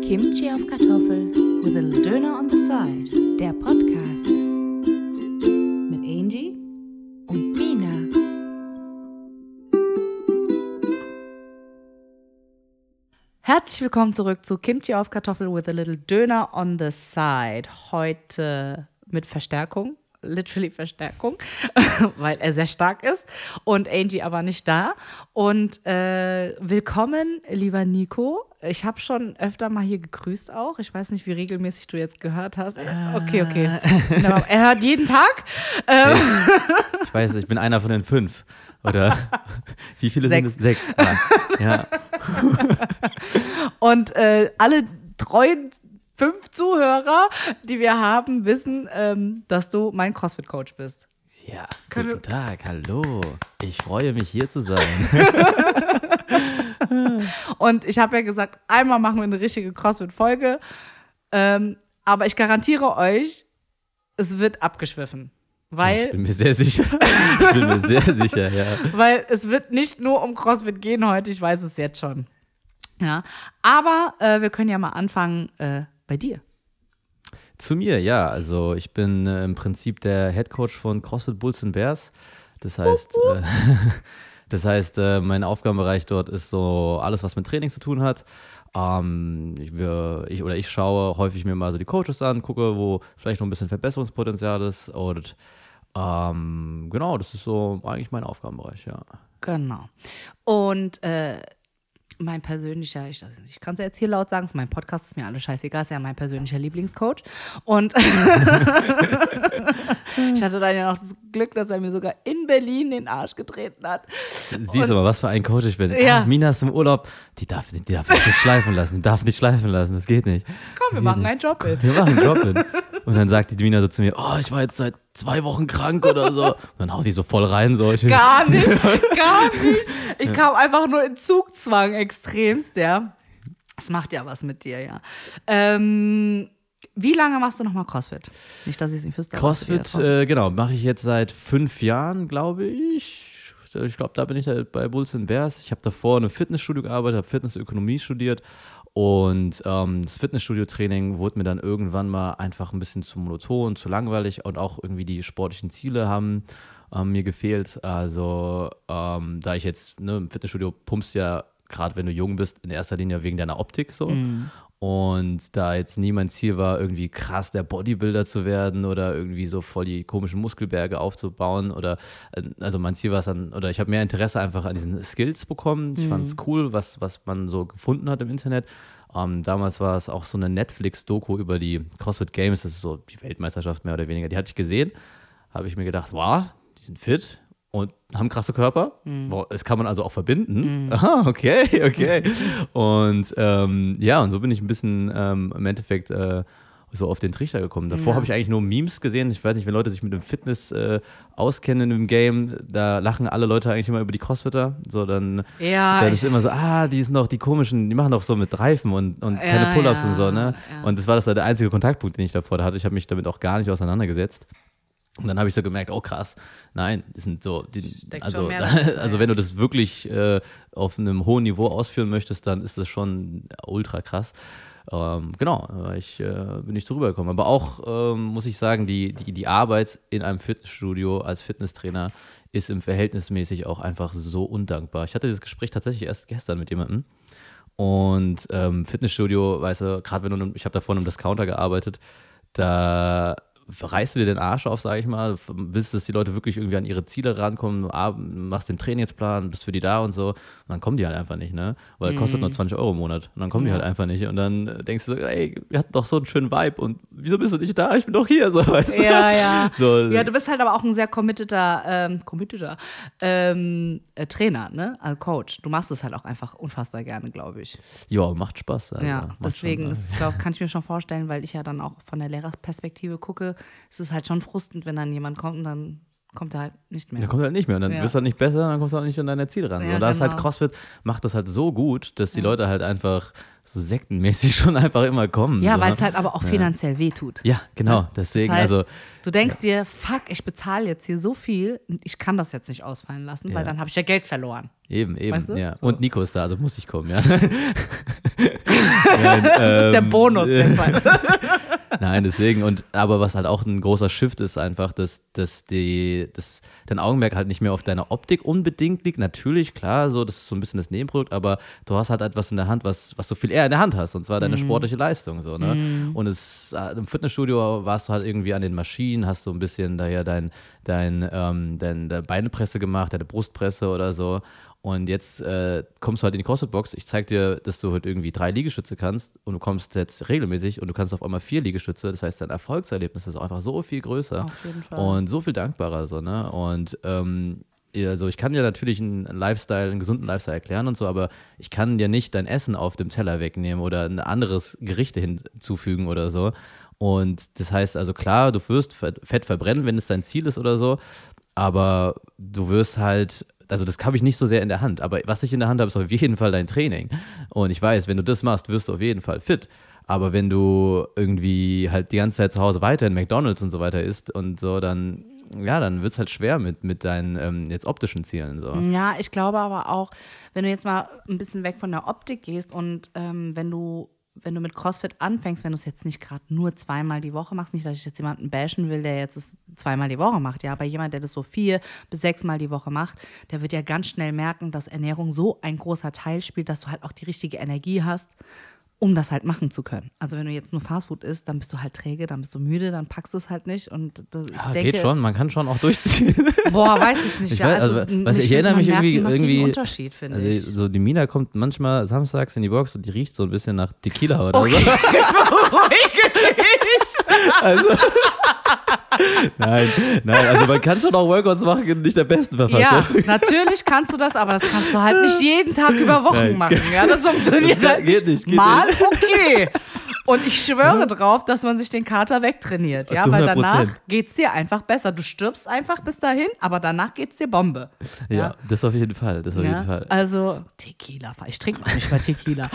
Kimchi auf Kartoffel with a little Döner on the side. Der Podcast mit Angie und Mina. Herzlich willkommen zurück zu Kimchi auf Kartoffel with a little Döner on the side. Heute mit Verstärkung. Literally Verstärkung, weil er sehr stark ist und Angie aber nicht da. Und willkommen, lieber Nico. Ich habe schon öfter mal hier gegrüßt auch. Ich weiß nicht, wie regelmäßig du jetzt gehört hast. Okay. Er hört jeden Tag. Ich weiß, ich bin einer von den 5. Oder wie viele 6. sind es? 6. Ah, ja. Und alle treuen 5 Zuhörer, die wir haben, wissen, dass du mein CrossFit-Coach bist. Ja, guten Tag, hallo. Ich freue mich, hier zu sein. Und ich habe ja gesagt, einmal machen wir eine richtige CrossFit-Folge. Aber ich garantiere euch, es wird abgeschwiffen. Weil, ich bin mir sehr sicher. Ja. Weil es wird nicht nur um CrossFit gehen heute, ich weiß es jetzt schon. Ja, aber wir können ja mal anfangen bei dir. Zu mir, ja. Also ich bin im Prinzip der Headcoach von CrossFit Bulls and Bears. Das heißt, mein Aufgabenbereich dort ist so alles, was mit Training zu tun hat. Ich schaue häufig mir mal so die Coaches an, gucke, wo vielleicht noch ein bisschen Verbesserungspotenzial ist. Und genau, das ist so eigentlich mein Aufgabenbereich, ja. Genau. Und mein persönlicher, ich kann es ja jetzt hier laut sagen, ist mein Podcast, ist mir alles scheißegal, ist ja mein persönlicher Lieblingscoach. Und ich hatte dann ja noch das Glück, dass er mir sogar in Berlin den Arsch getreten hat. Siehst du mal, was für ein Coach ich bin. Ja. Mina ist im Urlaub, die darf nicht schleifen lassen, das geht nicht. Komm, wir machen einen Job hin. Wir machen einen Job hin. Und dann sagt die Mina so zu mir, oh, ich war jetzt seit 2 Wochen krank oder so. Und dann haut die so voll rein. So. Gar nicht. Ich kam einfach nur in Zugzwang extremst, ja. Das macht ja was mit dir, ja. Wie lange machst du nochmal CrossFit? Nicht, dass ich es nicht wüsste. CrossFit, genau, mache ich jetzt seit 5 Jahren, glaube ich. Ich glaube, da bin ich bei Bulls and Bears. Ich habe davor in einem Fitnessstudio gearbeitet, habe Fitnessökonomie studiert. Und das Fitnessstudio-Training wurde mir dann irgendwann mal einfach ein bisschen zu monoton, zu langweilig und auch irgendwie die sportlichen Ziele haben mir gefehlt. Also da ich jetzt, im Fitnessstudio pumpst ja, gerade wenn du jung bist, in erster Linie wegen deiner Optik so. Mhm. Und da jetzt nie mein Ziel war, irgendwie krass der Bodybuilder zu werden oder irgendwie so voll die komischen Muskelberge aufzubauen also mein Ziel war es dann, oder ich habe mehr Interesse einfach an diesen Skills bekommen. Ich fand es cool, was man so gefunden hat im Internet. Damals war es auch so eine Netflix-Doku über die CrossFit Games, das ist so die Weltmeisterschaft mehr oder weniger, die hatte ich gesehen, habe ich mir gedacht, wow, die sind fit und haben krasse Körper. Boah, das kann man also auch verbinden. Aha, okay. Und und so bin ich ein bisschen im Endeffekt so auf den Trichter gekommen. Davor habe ich eigentlich nur Memes gesehen. Ich weiß nicht, wenn Leute sich mit dem Fitness auskennen im Game, da lachen alle Leute eigentlich immer über die Crossfitter. So, dann ist immer so, die sind doch die komischen, die machen doch so mit Reifen und keine Pull-Ups und so, ne? Ja. Und das war der einzige Kontaktpunkt, den ich davor hatte. Ich habe mich damit auch gar nicht auseinandergesetzt. Und dann habe ich so gemerkt, oh krass, nein, das sind so, also wenn du das wirklich auf einem hohen Niveau ausführen möchtest, dann ist das schon ultra krass. Genau, bin ich drüber gekommen. Aber auch, muss ich sagen, die Arbeit in einem Fitnessstudio als Fitnesstrainer ist im Verhältnismäßig auch einfach so undankbar. Ich hatte dieses Gespräch tatsächlich erst gestern mit jemandem. Und Fitnessstudio, weißt du, gerade ich habe davor in einem Discounter gearbeitet, da reißt du dir den Arsch auf, sag ich mal, willst, dass die Leute wirklich irgendwie an ihre Ziele rankommen, machst den Trainingsplan, bist für die da und so, und dann kommen die halt einfach nicht, ne? Weil kostet nur 20 € im Monat und dann kommen die halt einfach nicht und dann denkst du so, ey, wir hatten doch so einen schönen Vibe und wieso bist du nicht da? Ich bin doch hier, so, weißt du? Ja. So. Ja, du bist halt aber auch ein sehr committeter Trainer, ne? Also Coach. Du machst es halt auch einfach unfassbar gerne, glaube ich. Ja, macht Spaß. Also, ja, deswegen kann ich mir schon vorstellen, weil ich ja dann auch von der Lehrerperspektive gucke, es ist halt schon frustend, wenn dann jemand kommt und dann kommt er halt nicht mehr. Der kommt halt nicht mehr und dann wirst du halt nicht besser, dann kommst du halt nicht an dein Ziel ran. Ja, und da ist halt CrossFit, macht das halt so gut, dass die Leute halt einfach so sektenmäßig schon einfach immer kommen. Ja, so. weil es halt aber auch finanziell wehtut. Ja, genau, deswegen, das heißt, du denkst dir, fuck, ich bezahle jetzt hier so viel und ich kann das jetzt nicht ausfallen lassen, weil dann habe ich ja Geld verloren. Eben, weißt du? ja. Und Nico ist da, also muss ich kommen, ja. Nein, Das ist der Bonus jetzt halt. Nein, deswegen. Aber was halt auch ein großer Shift ist, einfach, dass dein Augenmerk halt nicht mehr auf deiner Optik unbedingt liegt. Natürlich, klar, so, das ist so ein bisschen das Nebenprodukt, aber du hast halt etwas in der Hand, was du viel eher in der Hand hast, und zwar deine sportliche Leistung. So, ne? Und im Fitnessstudio warst du halt irgendwie an den Maschinen, hast du ein bisschen daher deine Beinepresse gemacht, deine Brustpresse oder so. Und jetzt kommst du halt in die CrossFit-Box. Ich zeig dir, dass du halt irgendwie 3 Liegestütze kannst und du kommst jetzt regelmäßig und du kannst auf einmal 4 Liegestütze. Das heißt, dein Erfolgserlebnis ist auch einfach so viel größer Auf jeden Fall. und so viel dankbarer. So, ne? Und also ich kann dir natürlich einen gesunden Lifestyle erklären und so, aber ich kann dir nicht dein Essen auf dem Teller wegnehmen oder ein anderes Gericht hinzufügen oder so. Und das heißt also klar, du wirst Fett verbrennen, wenn es dein Ziel ist oder so, aber du wirst halt, also das habe ich nicht so sehr in der Hand, aber was ich in der Hand habe, ist auf jeden Fall dein Training. Und ich weiß, wenn du das machst, wirst du auf jeden Fall fit. Aber wenn du irgendwie halt die ganze Zeit zu Hause weiter in McDonald's und so weiter isst und so, dann wird es halt schwer mit deinen jetzt optischen Zielen. So. Ja, ich glaube aber auch, wenn du jetzt mal ein bisschen weg von der Optik gehst und wenn du mit CrossFit anfängst, wenn du es jetzt nicht gerade nur 2-mal die Woche machst, nicht, dass ich jetzt jemanden bashen will, der jetzt es 2-mal die Woche macht, ja, aber jemand, der das so 4 bis 6-mal die Woche macht, der wird ja ganz schnell merken, dass Ernährung so ein großer Teil spielt, dass du halt auch die richtige Energie hast, um das halt machen zu können. Also wenn du jetzt nur Fastfood isst, dann bist du halt träge, dann bist du müde, dann packst du es halt nicht. Und ich denke, geht schon, man kann schon auch durchziehen. Boah, weiß ich nicht. Ich erinnere mich irgendwie Unterschied, finde ich. So die Mina kommt manchmal samstags in die Box und die riecht so ein bisschen nach Tequila oder okay. so. Beruhige dich. Also, nein, also man kann schon auch Workouts machen in nicht der besten Verfassung. Ja, natürlich kannst du das, aber das kannst du halt nicht jeden Tag über Wochen machen. Ja, das funktioniert halt geht nicht. Mal okay. Und ich schwöre drauf, dass man sich den Kater wegtrainiert, ja, weil danach geht's dir einfach besser. Du stirbst einfach bis dahin, aber danach geht's dir Bombe. Ja, das auf jeden Fall, Also Tequila, ich trinke noch nicht mal Tequila.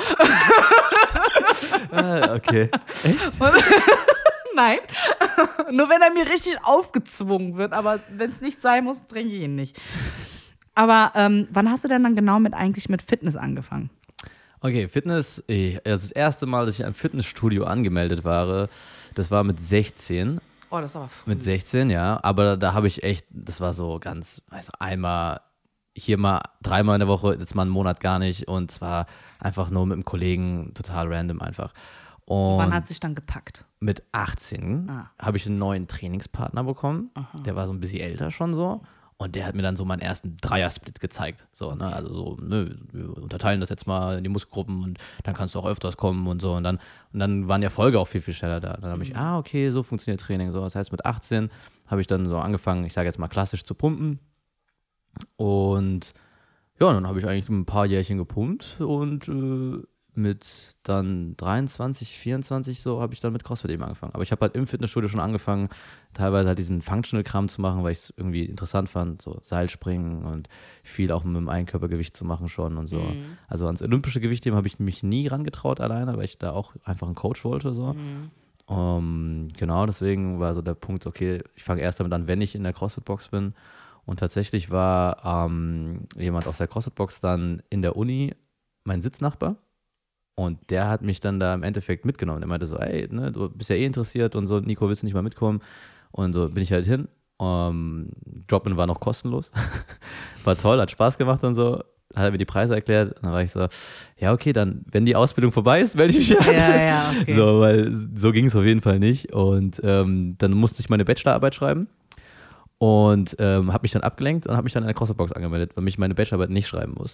Okay. Echt? Nein, nur wenn er mir richtig aufgezwungen wird, aber wenn es nicht sein muss, trinke ich ihn nicht. Aber wann hast du denn dann genau eigentlich mit Fitness angefangen? Okay, Fitness, das erste Mal, dass ich in einem Fitnessstudio angemeldet war, das war mit 16. Oh, das ist aber früh. Mit 16, ja, aber da habe ich echt, das war so ganz, einmal, hier mal 3-mal in der Woche, jetzt mal einen Monat gar nicht und zwar einfach nur mit einem Kollegen, total random einfach. Und wann hat sich dann gepackt? Mit 18 habe ich einen neuen Trainingspartner bekommen. Aha. Der war so ein bisschen älter schon so. Und der hat mir dann so meinen ersten Dreier-Split gezeigt. So, ne? Also so, ne, wir unterteilen das jetzt mal in die Muskelgruppen und dann kannst du auch öfters kommen und so. Und dann waren die Erfolge auch viel, viel schneller da. Dann habe ich, okay, so funktioniert Training. So, das heißt, mit 18 habe ich dann so angefangen, ich sage jetzt mal klassisch zu pumpen. Und ja, dann habe ich eigentlich ein paar Jährchen gepumpt und mit dann 23, 24 so habe ich dann mit CrossFit eben angefangen. Aber ich habe halt im Fitnessstudio schon angefangen, teilweise halt diesen Functional-Kram zu machen, weil ich es irgendwie interessant fand, so Seilspringen und viel auch mit dem Eigenkörpergewicht zu machen schon und so. Also ans olympische Gewichtheben habe ich mich nie rangetraut alleine, weil ich da auch einfach einen Coach wollte, so. Genau, deswegen war so der Punkt, okay, ich fange erst damit an, wenn ich in der CrossFit-Box bin. Und tatsächlich war jemand aus der CrossFit-Box dann in der Uni mein Sitznachbar. Und der hat mich dann da im Endeffekt mitgenommen. Der meinte so, ey, ne, du bist ja eh interessiert und so, Nico, willst du nicht mal mitkommen? Und so bin ich halt hin. Drop-In war noch kostenlos. War toll, hat Spaß gemacht und so. Hat er mir die Preise erklärt. Und dann war ich so, ja, okay, dann, wenn die Ausbildung vorbei ist, melde ich mich an. Ja, okay. So, weil so ging es auf jeden Fall nicht. Und dann musste ich meine Bachelorarbeit schreiben. Und habe mich dann abgelenkt und habe mich dann in der CrossFit-Box angemeldet, weil mich meine Bachelorarbeit nicht schreiben muss.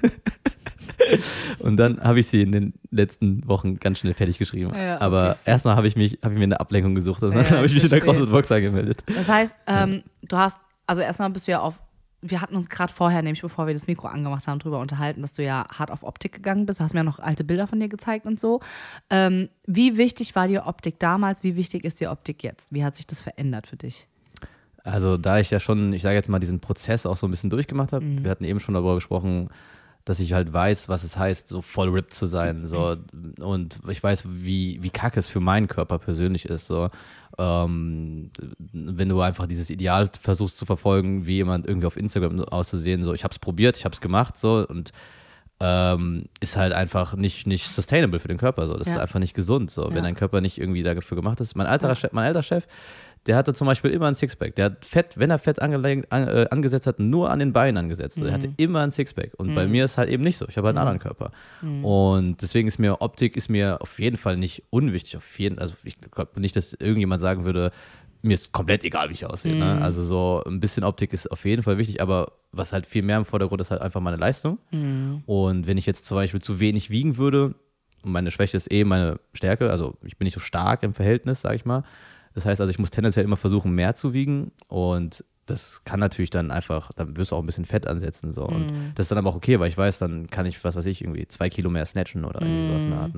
Und dann habe ich sie in den letzten Wochen ganz schnell fertig geschrieben. Ja, okay. Aber erstmal habe ich mir eine Ablenkung gesucht und dann habe ich mich in der CrossFit-Box angemeldet. Das heißt, du hast, also erstmal bist du ja wir hatten uns gerade vorher, nämlich bevor wir das Mikro angemacht haben, darüber unterhalten, dass du ja hart auf Optik gegangen bist. Du hast mir ja noch alte Bilder von dir gezeigt und so. Wie wichtig war dir Optik damals? Wie wichtig ist dir Optik jetzt? Wie hat sich das verändert für dich? Also da ich ja schon, ich sage jetzt mal, diesen Prozess auch so ein bisschen durchgemacht habe, wir hatten eben schon darüber gesprochen, dass ich halt weiß, was es heißt, so voll ripped zu sein. So. Und ich weiß, wie kacke es für meinen Körper persönlich ist. So. Wenn du einfach dieses Ideal versuchst zu verfolgen, wie jemand irgendwie auf Instagram auszusehen, so, ich habe es probiert, ich habe es gemacht, so, und ist halt einfach nicht sustainable für den Körper. So. Das ist einfach nicht gesund, so, wenn dein Körper nicht irgendwie dafür gemacht ist. Mein alter Chef, der hatte zum Beispiel immer ein Sixpack. Der hat Fett, wenn er Fett angesetzt hat, nur an den Beinen angesetzt. Der hatte immer ein Sixpack. Und bei mir ist halt eben nicht so. Ich habe halt einen anderen Körper. Und deswegen ist mir Optik auf jeden Fall nicht unwichtig. Also ich glaube nicht, dass irgendjemand sagen würde, mir ist komplett egal, wie ich aussehe. Ne? Also so ein bisschen Optik ist auf jeden Fall wichtig, aber was halt viel mehr im Vordergrund ist, halt einfach meine Leistung. Und wenn ich jetzt zum Beispiel zu wenig wiegen würde, und meine Schwäche ist meine Stärke, also ich bin nicht so stark im Verhältnis, sage ich mal. Das heißt also, ich muss tendenziell immer versuchen, mehr zu wiegen und das kann natürlich dann wirst du auch ein bisschen Fett ansetzen. So. Und das ist dann aber auch okay, weil ich weiß, dann kann ich, was weiß ich, irgendwie 2 Kilo mehr snatchen oder irgendwie sowas in der Art.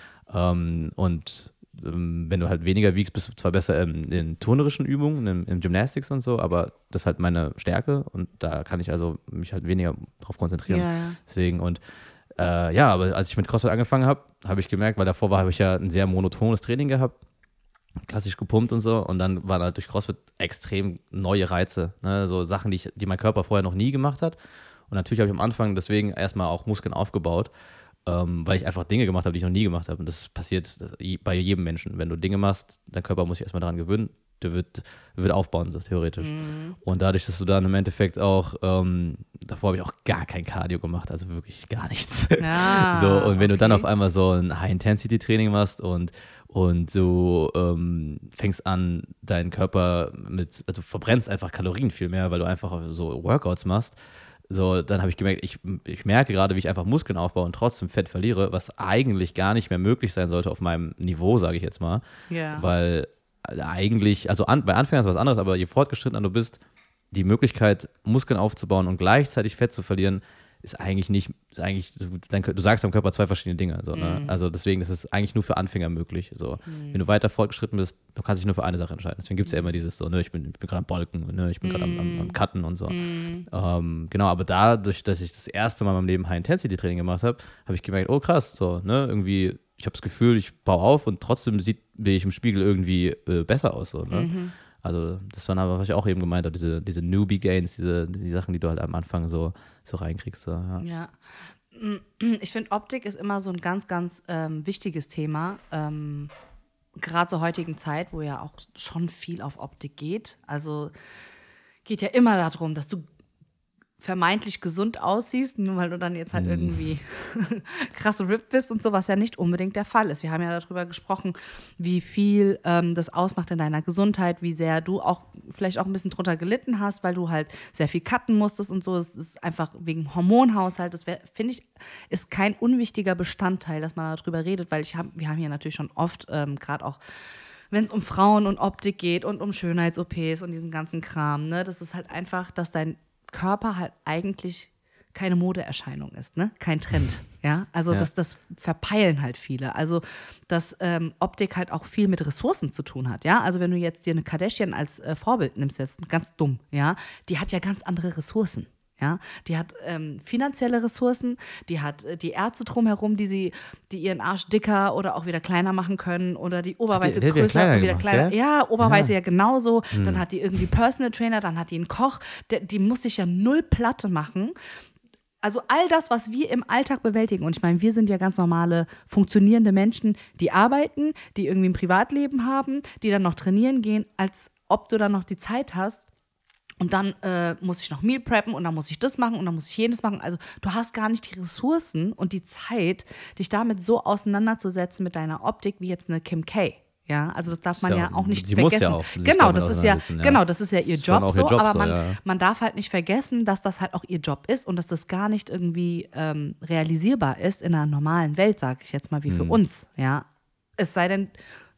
Ne? Wenn du halt weniger wiegst, bist du zwar besser in turnerischen Übungen, in Gymnastics und so, aber das ist halt meine Stärke und da kann ich also mich halt weniger drauf konzentrieren. Ja. Deswegen aber als ich mit CrossFit angefangen habe, habe ich gemerkt, weil davor habe ich ja ein sehr monotones Training gehabt, klassisch gepumpt und so und dann waren halt durch CrossFit extrem neue Reize, ne? So Sachen, die mein Körper vorher noch nie gemacht hat und natürlich habe ich am Anfang deswegen erstmal auch Muskeln aufgebaut, weil ich einfach Dinge gemacht habe, die ich noch nie gemacht habe. Und das passiert bei jedem Menschen. Wenn du Dinge machst, dein Körper muss sich erstmal daran gewöhnen, der wird aufbauen, so theoretisch. Und dadurch, dass du dann im Endeffekt auch, davor habe ich auch gar kein Cardio gemacht, also wirklich gar nichts. So, und wenn du dann auf einmal so ein High-Intensity-Training machst und du fängst an, deinen Körper also verbrennst einfach Kalorien viel mehr, weil du einfach so Workouts machst, so, dann habe ich gemerkt, ich merke gerade, wie ich einfach Muskeln aufbaue und trotzdem Fett verliere, was eigentlich gar nicht mehr möglich sein sollte auf meinem Niveau, sage ich jetzt mal. Weil eigentlich, also bei Anfängern ist was anderes, aber je fortgeschrittener du bist, die Möglichkeit, Muskeln aufzubauen und gleichzeitig Fett zu verlieren, ist eigentlich nicht, du sagst deinem Körper zwei verschiedene Dinge. So, ne? Also deswegen ist es eigentlich nur für Anfänger möglich. So. Wenn du weiter fortgeschritten bist, du kannst dich nur für eine Sache entscheiden. Deswegen gibt es ja immer dieses so, ne, ich bin gerade am Bolken, ne, ich bin gerade am Cutten und so. Genau, aber dadurch, dass ich das erste Mal in meinem Leben High-Intensity-Training gemacht habe, habe ich gemerkt, oh krass, so, ne, irgendwie, ich habe das Gefühl, ich baue auf und trotzdem sehe ich im Spiegel irgendwie besser aus. So, ne? Also das war aber, was ich auch eben gemeint habe, diese Newbie-Gains, die Sachen, die du halt am Anfang so reinkriegst. So, ja. Ich finde, Optik ist immer so ein ganz, ganz wichtiges Thema. Gerade zur heutigen Zeit, wo ja auch schon viel auf Optik geht. Also geht ja immer darum, dass du vermeintlich gesund aussiehst, nur weil du dann jetzt halt irgendwie krass ripped bist und so, was ja nicht unbedingt der Fall ist. Wir haben ja darüber gesprochen, wie viel das ausmacht in deiner Gesundheit, wie sehr du auch vielleicht auch ein bisschen drunter gelitten hast, weil du halt sehr viel cutten musstest und so. Es ist einfach wegen Hormonhaushalt, das finde ich, ist kein unwichtiger Bestandteil, dass man darüber redet, weil wir haben hier natürlich schon oft, gerade auch wenn es um Frauen und Optik geht und um Schönheits-OPs und diesen ganzen Kram, ne, das ist halt einfach, dass dein Körper halt eigentlich keine Modeerscheinung ist, ne? Kein Trend, ja? Also das verpeilen halt viele. Also dass Optik halt auch viel mit Ressourcen zu tun hat, ja? Also wenn du jetzt dir eine Kardashian als Vorbild nimmst, jetzt ganz dumm, ja? Die hat ja ganz andere Ressourcen. Ja, die hat finanzielle Ressourcen, die hat die Ärzte drumherum, die ihren Arsch dicker oder auch wieder kleiner machen können oder die Oberweite größer und wieder kleiner. Ja, Oberweite ja genauso. Dann hat die irgendwie Personal Trainer, dann hat die einen Koch, die muss sich ja null Platte machen. Also all das, was wir im Alltag bewältigen, und ich meine, wir sind ja ganz normale, funktionierende Menschen, die arbeiten, die irgendwie ein Privatleben haben, die dann noch trainieren gehen, als ob du dann noch die Zeit hast. Und dann muss ich noch Meal preppen und dann muss ich das machen und dann muss ich jenes machen. Also du hast gar nicht die Ressourcen und die Zeit, dich damit so auseinanderzusetzen mit deiner Optik wie jetzt eine Kim K. Ja, also das darf man ja auch nicht vergessen. Genau, das ist ja ihr Job so, aber man darf halt nicht vergessen, dass das halt auch ihr Job ist und dass das gar nicht irgendwie realisierbar ist in einer normalen Welt, sage ich jetzt mal, wie für uns. Ja, es sei denn,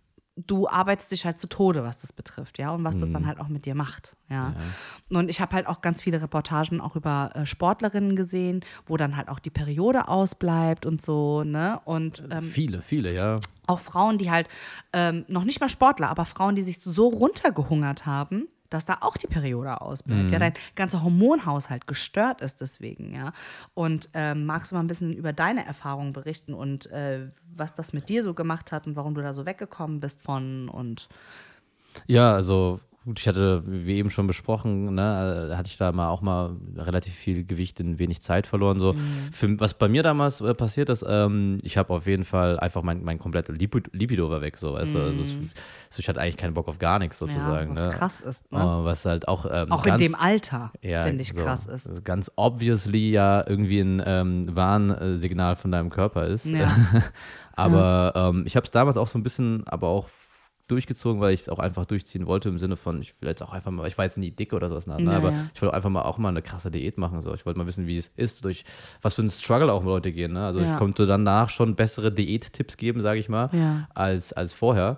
du arbeitest dich halt zu Tode, was das betrifft, ja, und was das dann halt auch mit dir macht, ja. Und ich habe halt auch ganz viele Reportagen auch über Sportlerinnen gesehen, wo dann halt auch die Periode ausbleibt und so, ne, und viele, ja. Auch Frauen, die halt, noch nicht mal Sportler, aber Frauen, die sich so runtergehungert haben, dass da auch die Periode ausbleibt. Ja, dein ganzer Hormonhaushalt gestört ist deswegen, ja. Und magst du mal ein bisschen über deine Erfahrungen berichten und was das mit dir so gemacht hat und warum du da so weggekommen bist von und Ja, also Gut, ich hatte, wie eben schon besprochen, ne, hatte ich da auch mal relativ viel Gewicht in wenig Zeit verloren. So. Was bei mir damals passiert ist, ich habe auf jeden Fall einfach mein komplettes Libido war weg. So, weißt du? Also ich hatte eigentlich keinen Bock auf gar nichts sozusagen. Ja, was ne? krass ist. Ne? Was halt auch Auch in dem Alter, finde ich, so, krass ist. Ganz obviously ja irgendwie ein Warnsignal von deinem Körper ist. Ja. Aber ich habe es damals auch so ein bisschen, aber auch durchgezogen, weil ich es auch einfach durchziehen wollte im Sinne von, ich will jetzt auch einfach mal, ich war jetzt nie dick oder sowas, aber ich wollte einfach mal auch mal eine krasse Diät machen. So. Ich wollte mal wissen, wie es ist, durch was für ein Struggle auch Leute gehen. Ne? Also ich konnte danach schon bessere Diättipps geben, sage ich mal, als vorher.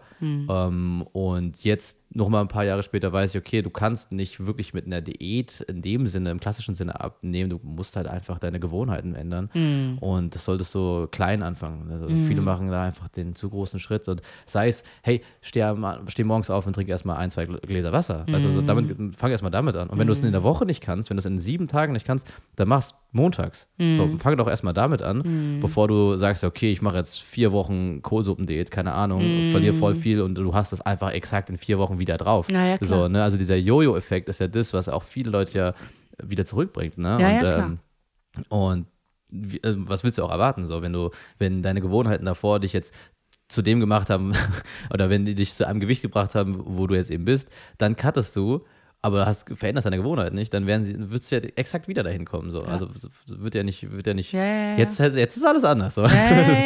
Und jetzt noch mal ein paar Jahre später weiß ich, okay, du kannst nicht wirklich mit einer Diät in dem Sinne, im klassischen Sinne abnehmen, du musst halt einfach deine Gewohnheiten ändern und das solltest du klein anfangen. Also viele machen da einfach den zu großen Schritt und sei es, hey, steh morgens auf und trink erstmal 1, 2 Gläser Wasser. Also fang erstmal damit an. Und wenn du es in der Woche nicht kannst, wenn du es in 7 Tagen nicht kannst, dann machst montags. So, fang doch erstmal damit an, bevor du sagst, okay, ich mache jetzt 4 Wochen Kohlsuppendiät, keine Ahnung, verliere voll viel und du hast das einfach exakt in 4 Wochen wieder drauf. Ja, so, ne? Also dieser Jojo-Effekt ist ja das, was auch viele Leute ja wieder zurückbringt. Ne? Und was willst du auch erwarten, so, wenn deine Gewohnheiten davor dich jetzt zu dem gemacht haben oder wenn die dich zu einem Gewicht gebracht haben, wo du jetzt eben bist, dann cuttest du, aber veränderst deine Gewohnheit nicht, dann würdest du ja exakt wieder dahin kommen. So. Ja. Also wird ja nicht. Ja. Jetzt ist alles anders. So.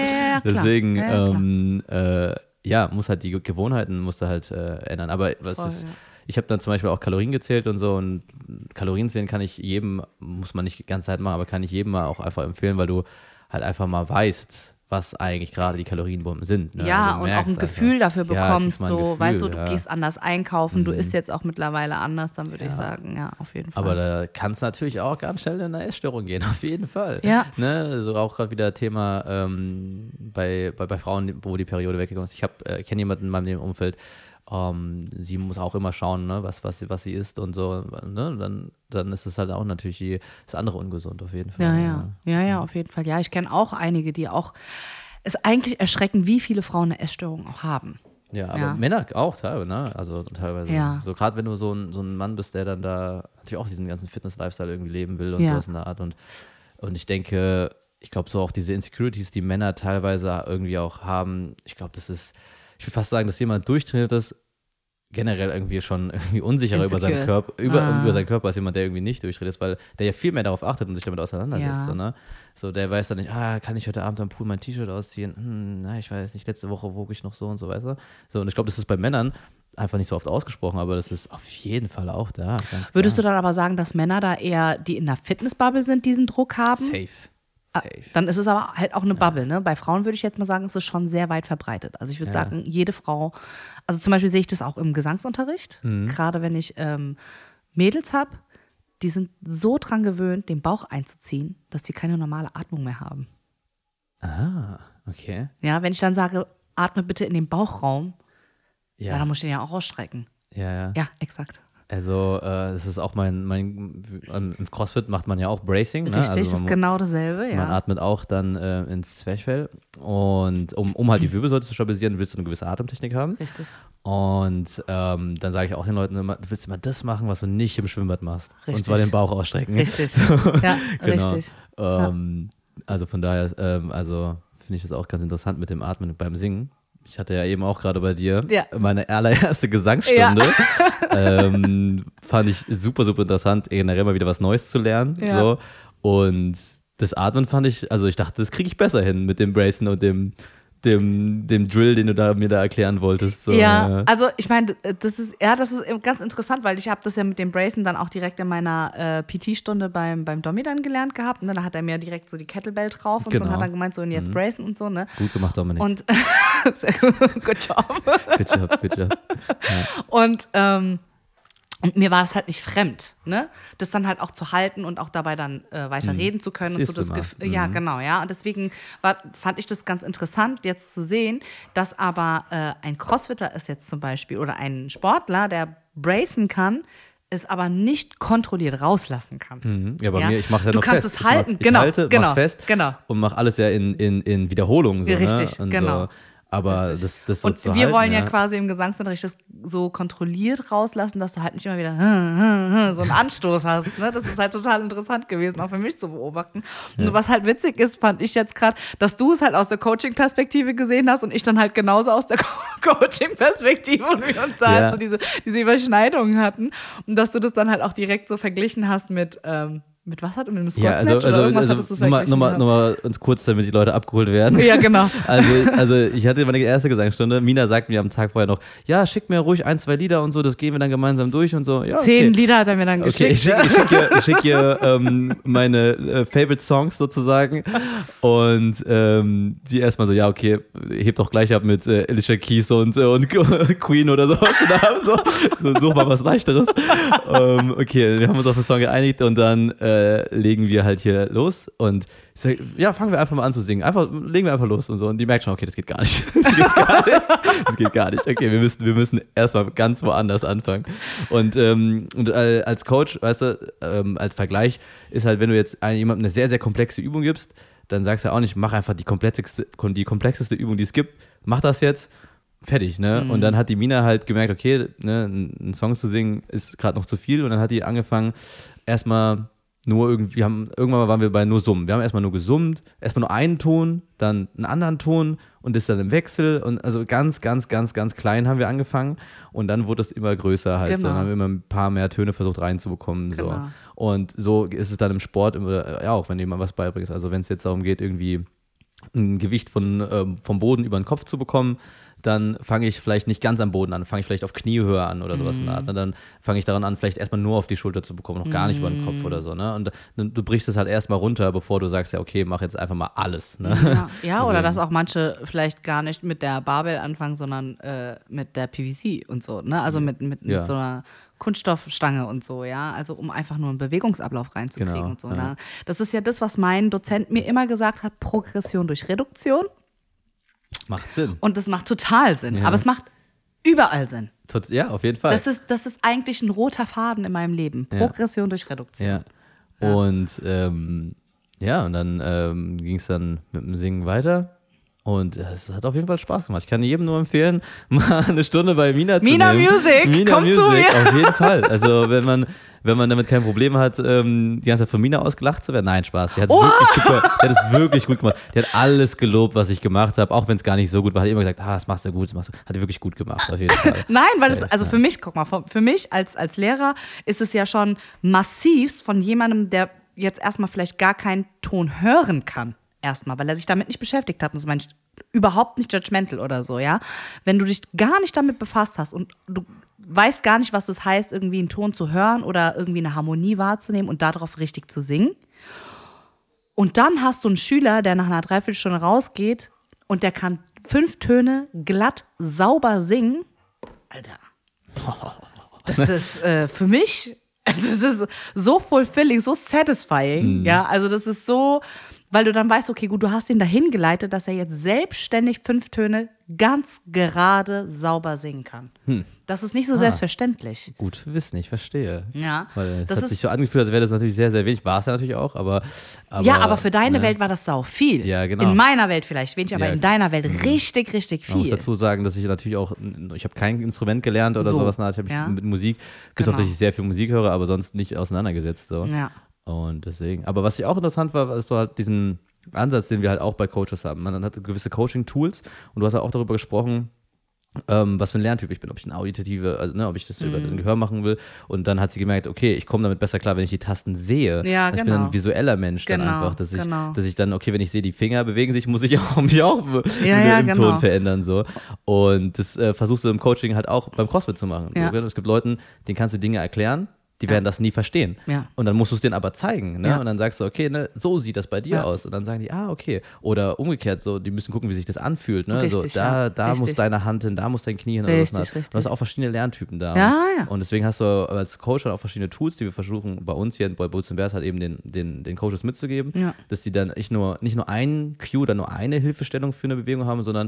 Deswegen, muss halt die Gewohnheiten musst du halt ändern. Aber ich habe dann zum Beispiel auch Kalorien gezählt und so und Kalorien zählen kann ich jedem, muss man nicht die ganze Zeit machen, aber kann ich jedem mal auch einfach empfehlen, weil du halt einfach mal weißt, was eigentlich gerade die Kalorienbomben sind. Ne? Ja, und auch ein Gefühl dafür bekommst, weißt du, gehst anders einkaufen, du isst jetzt auch mittlerweile anders, dann würde ich sagen, ja, auf jeden Fall. Aber da kann es natürlich auch ganz schnell in eine Essstörung gehen, auf jeden Fall. Ja. Ne? Also auch gerade wieder Thema bei Frauen, wo die Periode weggegangen ist. Ich kenne jemanden in meinem Umfeld, sie muss auch immer schauen, ne, was sie isst und so. Ne? Dann ist es halt auch natürlich das andere ungesund auf jeden Fall. Ja, auf jeden Fall. Ja, ich kenne auch einige, die auch, es ist eigentlich erschreckend, wie viele Frauen eine Essstörung auch haben. Ja, aber Männer auch teilweise, ne? Also teilweise. Ja. So gerade wenn du so ein Mann bist, der dann da natürlich auch diesen ganzen Fitness-Lifestyle irgendwie leben will und sowas in der Art. Und ich denke, ich glaube so auch diese Insecurities, die Männer teilweise irgendwie auch haben, ich glaube, ich würde fast sagen, dass jemand durchtrainiert ist, generell irgendwie schon irgendwie unsicherer über seinen Körper, über seinen Körper als jemand, der irgendwie nicht durchtrainiert ist, weil der ja viel mehr darauf achtet und sich damit auseinandersetzt. So, ne? So, der weiß dann nicht, kann ich heute Abend am Pool mein T-Shirt ausziehen? Ich weiß nicht, letzte Woche wog ich noch so und so, weißt du? So, und ich glaube, das ist bei Männern einfach nicht so oft ausgesprochen, aber das ist auf jeden Fall auch da. Würdest du dann aber sagen, dass Männer da eher, die in der Fitnessbubble sind, diesen Druck haben? Safe. Dann ist es aber halt auch eine Bubble. Ne? Bei Frauen würde ich jetzt mal sagen, ist es schon sehr weit verbreitet. Also ich würde sagen, jede Frau, also zum Beispiel sehe ich das auch im Gesangsunterricht, gerade wenn ich Mädels habe, die sind so dran gewöhnt, den Bauch einzuziehen, dass die keine normale Atmung mehr haben. Ah, okay. Ja, wenn ich dann sage, atme bitte in den Bauchraum, dann muss ich den ja auch ausstrecken. Ja, exakt. Also das ist auch im CrossFit macht man ja auch Bracing. Richtig, ne? Also ist genau dasselbe, Man atmet auch dann ins Zwerchfell und um halt die Wirbelsäule zu stabilisieren, willst du eine gewisse Atemtechnik haben. Richtig. Und dann sage ich auch den Leuten immer, du willst immer das machen, was du nicht im Schwimmbad machst. Richtig. Und zwar den Bauch ausstrecken. Richtig, ja, genau. Richtig. Also von daher, finde ich das auch ganz interessant mit dem Atmen beim Singen. Ich hatte ja eben auch gerade bei dir meine allererste Gesangsstunde. Fand ich super, super interessant, generell mal wieder was Neues zu lernen. Ja. So. Und das Atmen fand ich, also ich dachte, das kriege ich besser hin mit dem Bracen und dem Drill, den du mir da erklären wolltest. So. Ja, also ich meine, das ist ganz interessant, weil ich habe das ja mit dem Bracen dann auch direkt in meiner PT-Stunde beim Domi dann gelernt gehabt. Ne? Da hat er mir direkt so die Kettlebell drauf und so und hat dann gemeint, so und jetzt Bracen und so. Ne? Gut gemacht, Dominik. Und sehr gut, good job. Good job. Ja. Und mir war es halt nicht fremd, ne? Das dann halt auch zu halten und auch dabei dann weiter reden zu können. Das und so das Ja, genau, ja. Und deswegen fand ich das ganz interessant, jetzt zu sehen, dass aber ein Crossfitter ist jetzt zum Beispiel oder ein Sportler, der bracen kann, es aber nicht kontrolliert rauslassen kann. Ja, bei mir, ich mache ja noch fest. Du kannst es halten, genau. Mach's fest und mache alles ja in Wiederholungen. So, richtig, ne? Und genau. So. Aber das so und zu wir halten, wollen ja quasi im Gesangsunterricht das so kontrolliert rauslassen, dass du halt nicht immer wieder so einen Anstoß hast. Ne? Das ist halt total interessant gewesen, auch für mich zu beobachten. Und was halt witzig ist, fand ich jetzt gerade, dass du es halt aus der Coaching-Perspektive gesehen hast und ich dann halt genauso aus der Coaching-Perspektive und wir uns da halt so diese Überschneidungen hatten. Und dass du das dann halt auch direkt so verglichen hast mit was hat mit dem Squat Snatch oder irgendwas hattest du verglichen? Nochmal uns kurz, damit die Leute abgeholt werden. Ja, genau. Also ich hatte meine erste Gesangsstunde. Mina sagt mir am Tag vorher noch, ja, schick mir ruhig 1, 2 Lieder und so, das gehen wir dann gemeinsam durch und so. Ja, okay. 10 Lieder hat er mir dann geschickt. Okay, ich schick ihr meine Favorite Songs sozusagen und sie erstmal so, ja, okay, hebt doch gleich ab mit Alicia Keys und Queen oder sowas. So, such mal was Leichteres. Okay, wir haben uns auf den Song geeinigt und dann legen wir halt hier los und ich sag, ja, fangen wir einfach mal an zu singen. Legen wir einfach los und so. Und die merkt schon, okay, das geht gar nicht. Das geht gar nicht. Okay, wir müssen erstmal ganz woanders anfangen. Und als Coach, weißt du, als Vergleich ist halt, wenn du jetzt jemandem eine sehr, sehr komplexe Übung gibst, dann sagst du auch nicht, mach einfach die komplexeste Übung, die es gibt. Mach das jetzt. Fertig, ne? Und dann hat die Mina halt gemerkt, okay, ne, einen Song zu singen ist gerade noch zu viel und dann hat die angefangen, erstmal nur irgendwie, irgendwann mal waren wir bei nur Summen. Wir haben erstmal nur gesummt, erstmal nur einen Ton, dann einen anderen Ton und das dann im Wechsel und also ganz, ganz, ganz, ganz klein haben wir angefangen und dann wurde es immer größer halt. Genau. So, dann haben wir immer ein paar mehr Töne versucht reinzubekommen. Genau. So. Und so ist es dann im Sport immer, ja, auch wenn du jemand was beibringst. Also wenn es jetzt darum geht, irgendwie ein Gewicht vom Boden über den Kopf zu bekommen, dann fange ich vielleicht nicht ganz am Boden an, fange ich vielleicht auf Kniehöhe an oder sowas. Dann fange ich daran an, vielleicht erstmal nur auf die Schulter zu bekommen, noch gar nicht über den Kopf oder so. Ne? Und du brichst es halt erstmal runter, bevor du sagst, ja okay, mach jetzt einfach mal alles. Ne? Ja, oder dass auch manche vielleicht gar nicht mit der Barbell anfangen, sondern mit der PVC und so. Ne? Also mit so einer Kunststoffstange und so, ja, also um einfach nur einen Bewegungsablauf reinzukriegen genau, und so. Ja. Das ist ja das, was mein Dozent mir immer gesagt hat, Progression durch Reduktion. Macht Sinn. Und das macht total Sinn, aber es macht überall Sinn. Ja, auf jeden Fall. Das ist eigentlich ein roter Faden in meinem Leben, Progression durch Reduktion. Ja. Und und dann ging es dann mit dem Singen weiter. Und es hat auf jeden Fall Spaß gemacht. Ich kann jedem nur empfehlen, mal eine Stunde bei Mina zu nehmen. Komm zu mir. Auf jeden Fall. Also wenn man damit kein Problem hat, die ganze Zeit von Mina ausgelacht zu werden. Nein, Spaß. Die hat es wirklich gut gemacht. Die hat alles gelobt, was ich gemacht habe, auch wenn es gar nicht so gut war. Hat immer gesagt, das machst du gut, Hat die wirklich gut gemacht, auf jeden Fall. Nein, weil für mich, guck mal, für mich als Lehrer ist es ja schon massivst von jemandem, der jetzt erstmal vielleicht gar keinen Ton hören kann. Erstmal, weil er sich damit nicht beschäftigt hat. Und das meine ich überhaupt nicht judgmental oder so, ja. Wenn du dich gar nicht damit befasst hast und du weißt gar nicht, was es heißt, irgendwie einen Ton zu hören oder irgendwie eine Harmonie wahrzunehmen und darauf richtig zu singen. Und dann hast du einen Schüler, der nach einer Dreiviertelstunde rausgeht und der kann 5 Töne glatt, sauber singen. Alter. Das ist für mich, also das ist so fulfilling, so satisfying, ja. Also das ist so, weil du dann weißt, okay, gut, du hast ihn dahin geleitet, dass er jetzt selbstständig 5 Töne ganz gerade sauber singen kann. Das ist nicht so selbstverständlich. Gut zu wissen, ich verstehe. Ja. Weil es hat sich so angefühlt, als wäre das natürlich sehr, sehr wenig. War es ja natürlich auch, aber ja, für deine Welt war das sau viel. Ja, genau. In meiner Welt vielleicht wenig, aber in deiner Welt richtig, richtig viel. Man muss dazu sagen, dass ich natürlich auch, ich habe kein Instrument gelernt oder sowas. Ich habe mich mit Musik, bis auf dass ich sehr viel Musik höre, aber sonst nicht auseinandergesetzt. So. Ja. Und deswegen. Aber was ich auch interessant war, ist so halt diesen Ansatz, den wir halt auch bei Coaches haben. Man hat gewisse Coaching-Tools und du hast ja auch darüber gesprochen, was für ein Lerntyp ich bin, ob ich ein auditative, also, ob ich das über den Gehör machen will. Und dann hat sie gemerkt, okay, ich komme damit besser klar, wenn ich die Tasten sehe. Ja, ich bin ein visueller Mensch dann einfach, dass ich dann, okay, wenn ich sehe, die Finger bewegen sich, muss ich mich auch im Ton verändern. So. Und das versuchst du im Coaching halt auch beim CrossFit zu machen. Ja. Es gibt Leute, denen kannst du Dinge erklären, die werden das nie verstehen. Ja. Und dann musst du es denen aber zeigen. Ne? Ja. Und dann sagst du, okay, ne, so sieht das bei dir aus. Und dann sagen die, okay. Oder umgekehrt, so, die müssen gucken, wie sich das anfühlt. Ne? Richtig, so, da muss deine Hand hin, da muss dein Knie hin. Richtig, oder was. Du hast auch verschiedene Lerntypen da. Ja. Und deswegen hast du als Coach dann auch verschiedene Tools, die wir versuchen, bei uns hier bei Bulls & Bears halt eben den Coaches mitzugeben, dass die dann nicht nur einen Cue oder nur eine Hilfestellung für eine Bewegung haben, sondern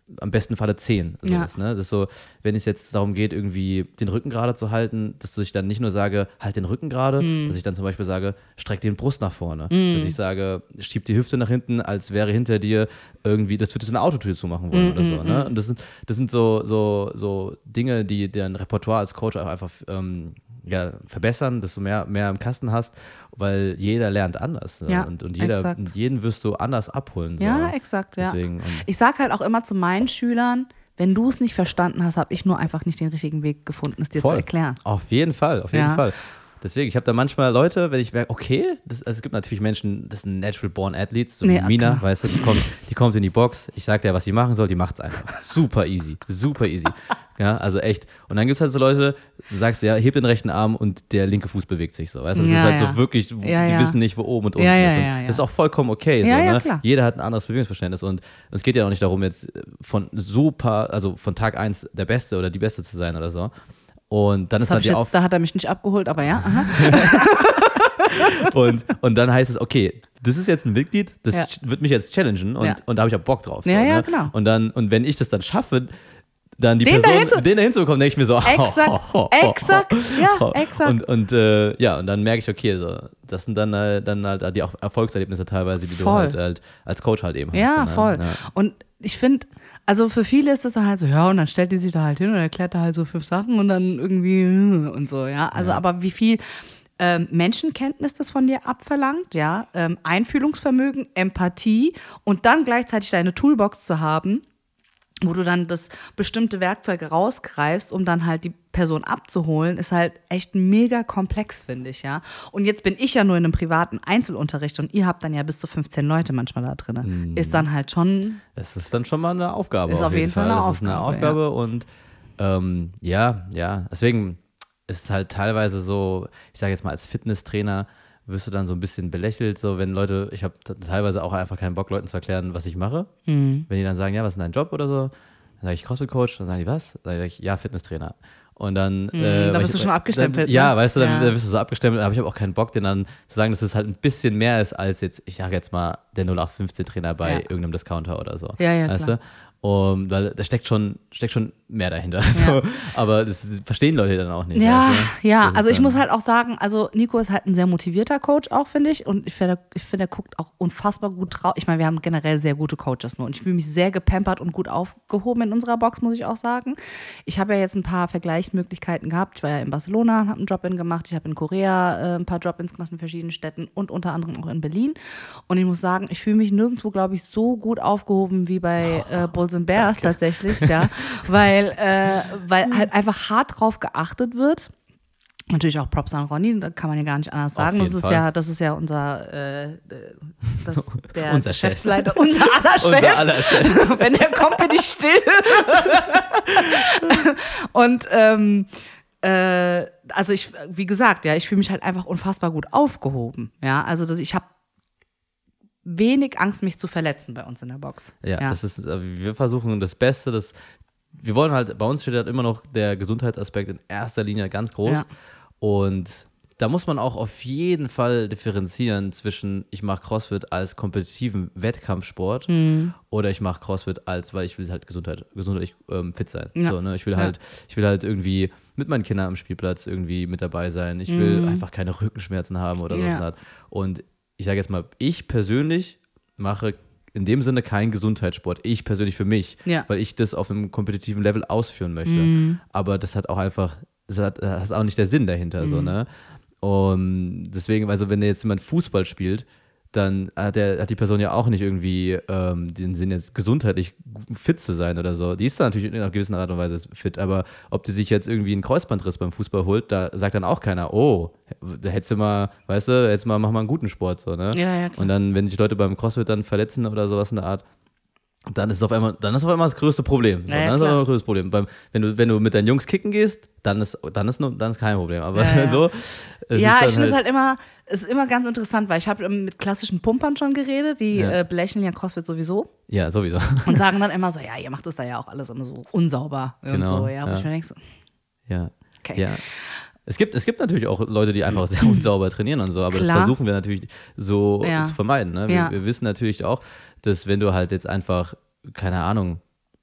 am besten Falle 10. So ist, ne? Das ist so, wenn es jetzt darum geht, irgendwie den Rücken gerade zu halten, dass ich dann nicht nur sage, halt den Rücken gerade, dass ich dann zum Beispiel sage, streck die Brust nach vorne. Dass ich sage, schieb die Hüfte nach hinten, als wäre hinter dir irgendwie, das würdest du eine Autotür zumachen wollen oder so. Ne? Und das sind so Dinge, die dein Repertoire als Coach auch einfach verbessern, dass du mehr im Kasten hast, weil jeder lernt anders. Ne? Ja, und exakt. jeden wirst du anders abholen. So. Ja, exakt, ja. Deswegen, ich sage halt auch immer zu meinen Schülern, wenn du es nicht verstanden hast, habe ich nur einfach nicht den richtigen Weg gefunden, es dir zu erklären. Auf jeden Fall. Deswegen, ich habe da manchmal Leute, wenn ich merke, okay, es gibt natürlich Menschen, das sind Natural Born Athletes, so wie Mina, klar. Weißt du, die kommt in die Box, ich sage der, was sie machen soll, die macht es einfach. Super easy. Ja, also echt. Und dann gibt es halt so Leute, du sagst, ja, heb den rechten Arm und der linke Fuß bewegt sich so. Weißt du, das ist halt so wirklich, die wissen nicht, wo oben und unten ist. Und das ist auch vollkommen okay. So, ne? Klar. Jeder hat ein anderes Bewegungsverständnis und es geht ja auch nicht darum, jetzt von Tag 1 der Beste oder die Beste zu sein oder so. Und dann da hat er mich nicht abgeholt, aber ja. Aha. und dann heißt es, okay, das ist jetzt ein Mitglied, das wird mich jetzt challengen und da habe ich auch Bock drauf. So, ja, ne? genau. Und wenn ich das dann schaffe, dann den dahin zu bekommen, denke ich mir so, exakt. Und dann merke ich, okay, so, das sind dann halt die auch Erfolgserlebnisse teilweise, die voll. du halt als Coach halt eben hast. Ja, ne? voll. Ja. Und ich finde, also für viele ist das dann halt so, ja, und dann stellt die sich da halt hin und erklärt da halt so 5 Sachen und dann irgendwie und so, ja. Also aber wie viel Menschenkenntnis das von dir abverlangt, ja, Einfühlungsvermögen, Empathie und dann gleichzeitig deine Toolbox zu haben, wo du dann das bestimmte Werkzeug rausgreifst, um dann halt die Person abzuholen, ist halt echt mega komplex, finde ich, ja. Und jetzt bin ich ja nur in einem privaten Einzelunterricht und ihr habt dann ja bis zu 15 Leute manchmal da drin. Ist dann halt schon... Das ist dann schon mal eine Aufgabe. Ist auf jeden Fall eine Aufgabe. Das ist eine Aufgabe und deswegen ist es halt teilweise so, ich sage jetzt mal als Fitnesstrainer, wirst du dann so ein bisschen belächelt, so wenn Leute, ich habe teilweise auch einfach keinen Bock, Leuten zu erklären, was ich mache. Wenn die dann sagen, ja, was ist dein Job oder so, dann sage ich CrossFit-Coach, dann sagen die, was? Dann sage ich, ja, Fitnesstrainer. Und dann da bist du schon abgestempelt. Ja, weißt du, dann wirst du so abgestempelt, aber ich habe auch keinen Bock, denen dann zu sagen, dass es halt ein bisschen mehr ist als jetzt, ich sage jetzt mal, der 0815-Trainer bei irgendeinem Discounter oder so. Ja, weißt klar. du? Weil da steckt schon mehr dahinter. So. Aber das verstehen Leute dann auch nicht. Ja, also ich muss halt auch sagen, also Nico ist halt ein sehr motivierter Coach auch, finde ich. Und ich finde, er guckt auch unfassbar gut drauf. Ich meine, wir haben generell sehr gute Coaches nur. Und ich fühle mich sehr gepampert und gut aufgehoben in unserer Box, muss ich auch sagen. Ich habe ja jetzt ein paar Vergleichsmöglichkeiten gehabt. Ich war ja in Barcelona, habe einen Drop-In gemacht. Ich habe in Korea ein paar Drop-Ins gemacht in verschiedenen Städten und unter anderem auch in Berlin. Und ich muss sagen, ich fühle mich nirgendwo, glaube ich, so gut aufgehoben wie bei Bulls and Bears tatsächlich, ja. Weil halt einfach hart drauf geachtet wird. Natürlich auch Props an Ronny, da kann man ja gar nicht anders sagen. Das ist ja unser unser Geschäftsleiter, unser aller Chef. Wenn der kommt, bin ich still. Und also wie gesagt, ja, ich fühle mich halt einfach unfassbar gut aufgehoben. Ja, also ich habe wenig Angst, mich zu verletzen bei uns in der Box. Ja. Wir versuchen das Beste, wir wollen halt, bei uns steht halt immer noch der Gesundheitsaspekt in erster Linie ganz groß. Ja. Und da muss man auch auf jeden Fall differenzieren zwischen, ich mache CrossFit als kompetitiven Wettkampfsport oder ich mache CrossFit weil ich will halt gesundheitlich fit sein. Ja. So, ne? Ich will halt irgendwie mit meinen Kindern am Spielplatz irgendwie mit dabei sein. Ich will einfach keine Rückenschmerzen haben oder sowas. Und ich sage jetzt mal, ich persönlich mache in dem Sinne keinen Gesundheitssport. Ich persönlich für mich, weil ich das auf einem kompetitiven Level ausführen möchte. Aber das hat auch einfach, das ist auch nicht der Sinn dahinter. So, ne? Und deswegen, also wenn jetzt jemand Fußball spielt, dann hat die Person ja auch nicht irgendwie den Sinn, jetzt gesundheitlich fit zu sein oder so. Die ist dann natürlich in einer gewissen Art und Weise fit, aber ob die sich jetzt irgendwie einen Kreuzbandriss beim Fußball holt, da sagt dann auch keiner, oh, da hättest du mal, weißt du, jetzt mach mal einen guten Sport. So, ne? Ja, und dann, wenn sich Leute beim CrossFit dann verletzen oder sowas in der Art, dann ist auf einmal das größte Problem. So, dann ist auf einmal das größte Problem. Wenn du mit deinen Jungs kicken gehst, dann ist kein Problem. Aber so. Ich finde es halt immer, es ist immer ganz interessant, weil ich habe mit klassischen Pumpern schon geredet, die belächeln ja CrossFit sowieso. Ja, sowieso. Und sagen dann immer so, ja, ihr macht das da ja auch alles immer so unsauber und so, ja. Wo ich mir denke so, okay. Ja. Es gibt natürlich auch Leute, die einfach sehr unsauber trainieren und so, aber das versuchen wir natürlich so zu vermeiden. Ne? Wir wissen natürlich auch, dass wenn du halt jetzt einfach, keine Ahnung,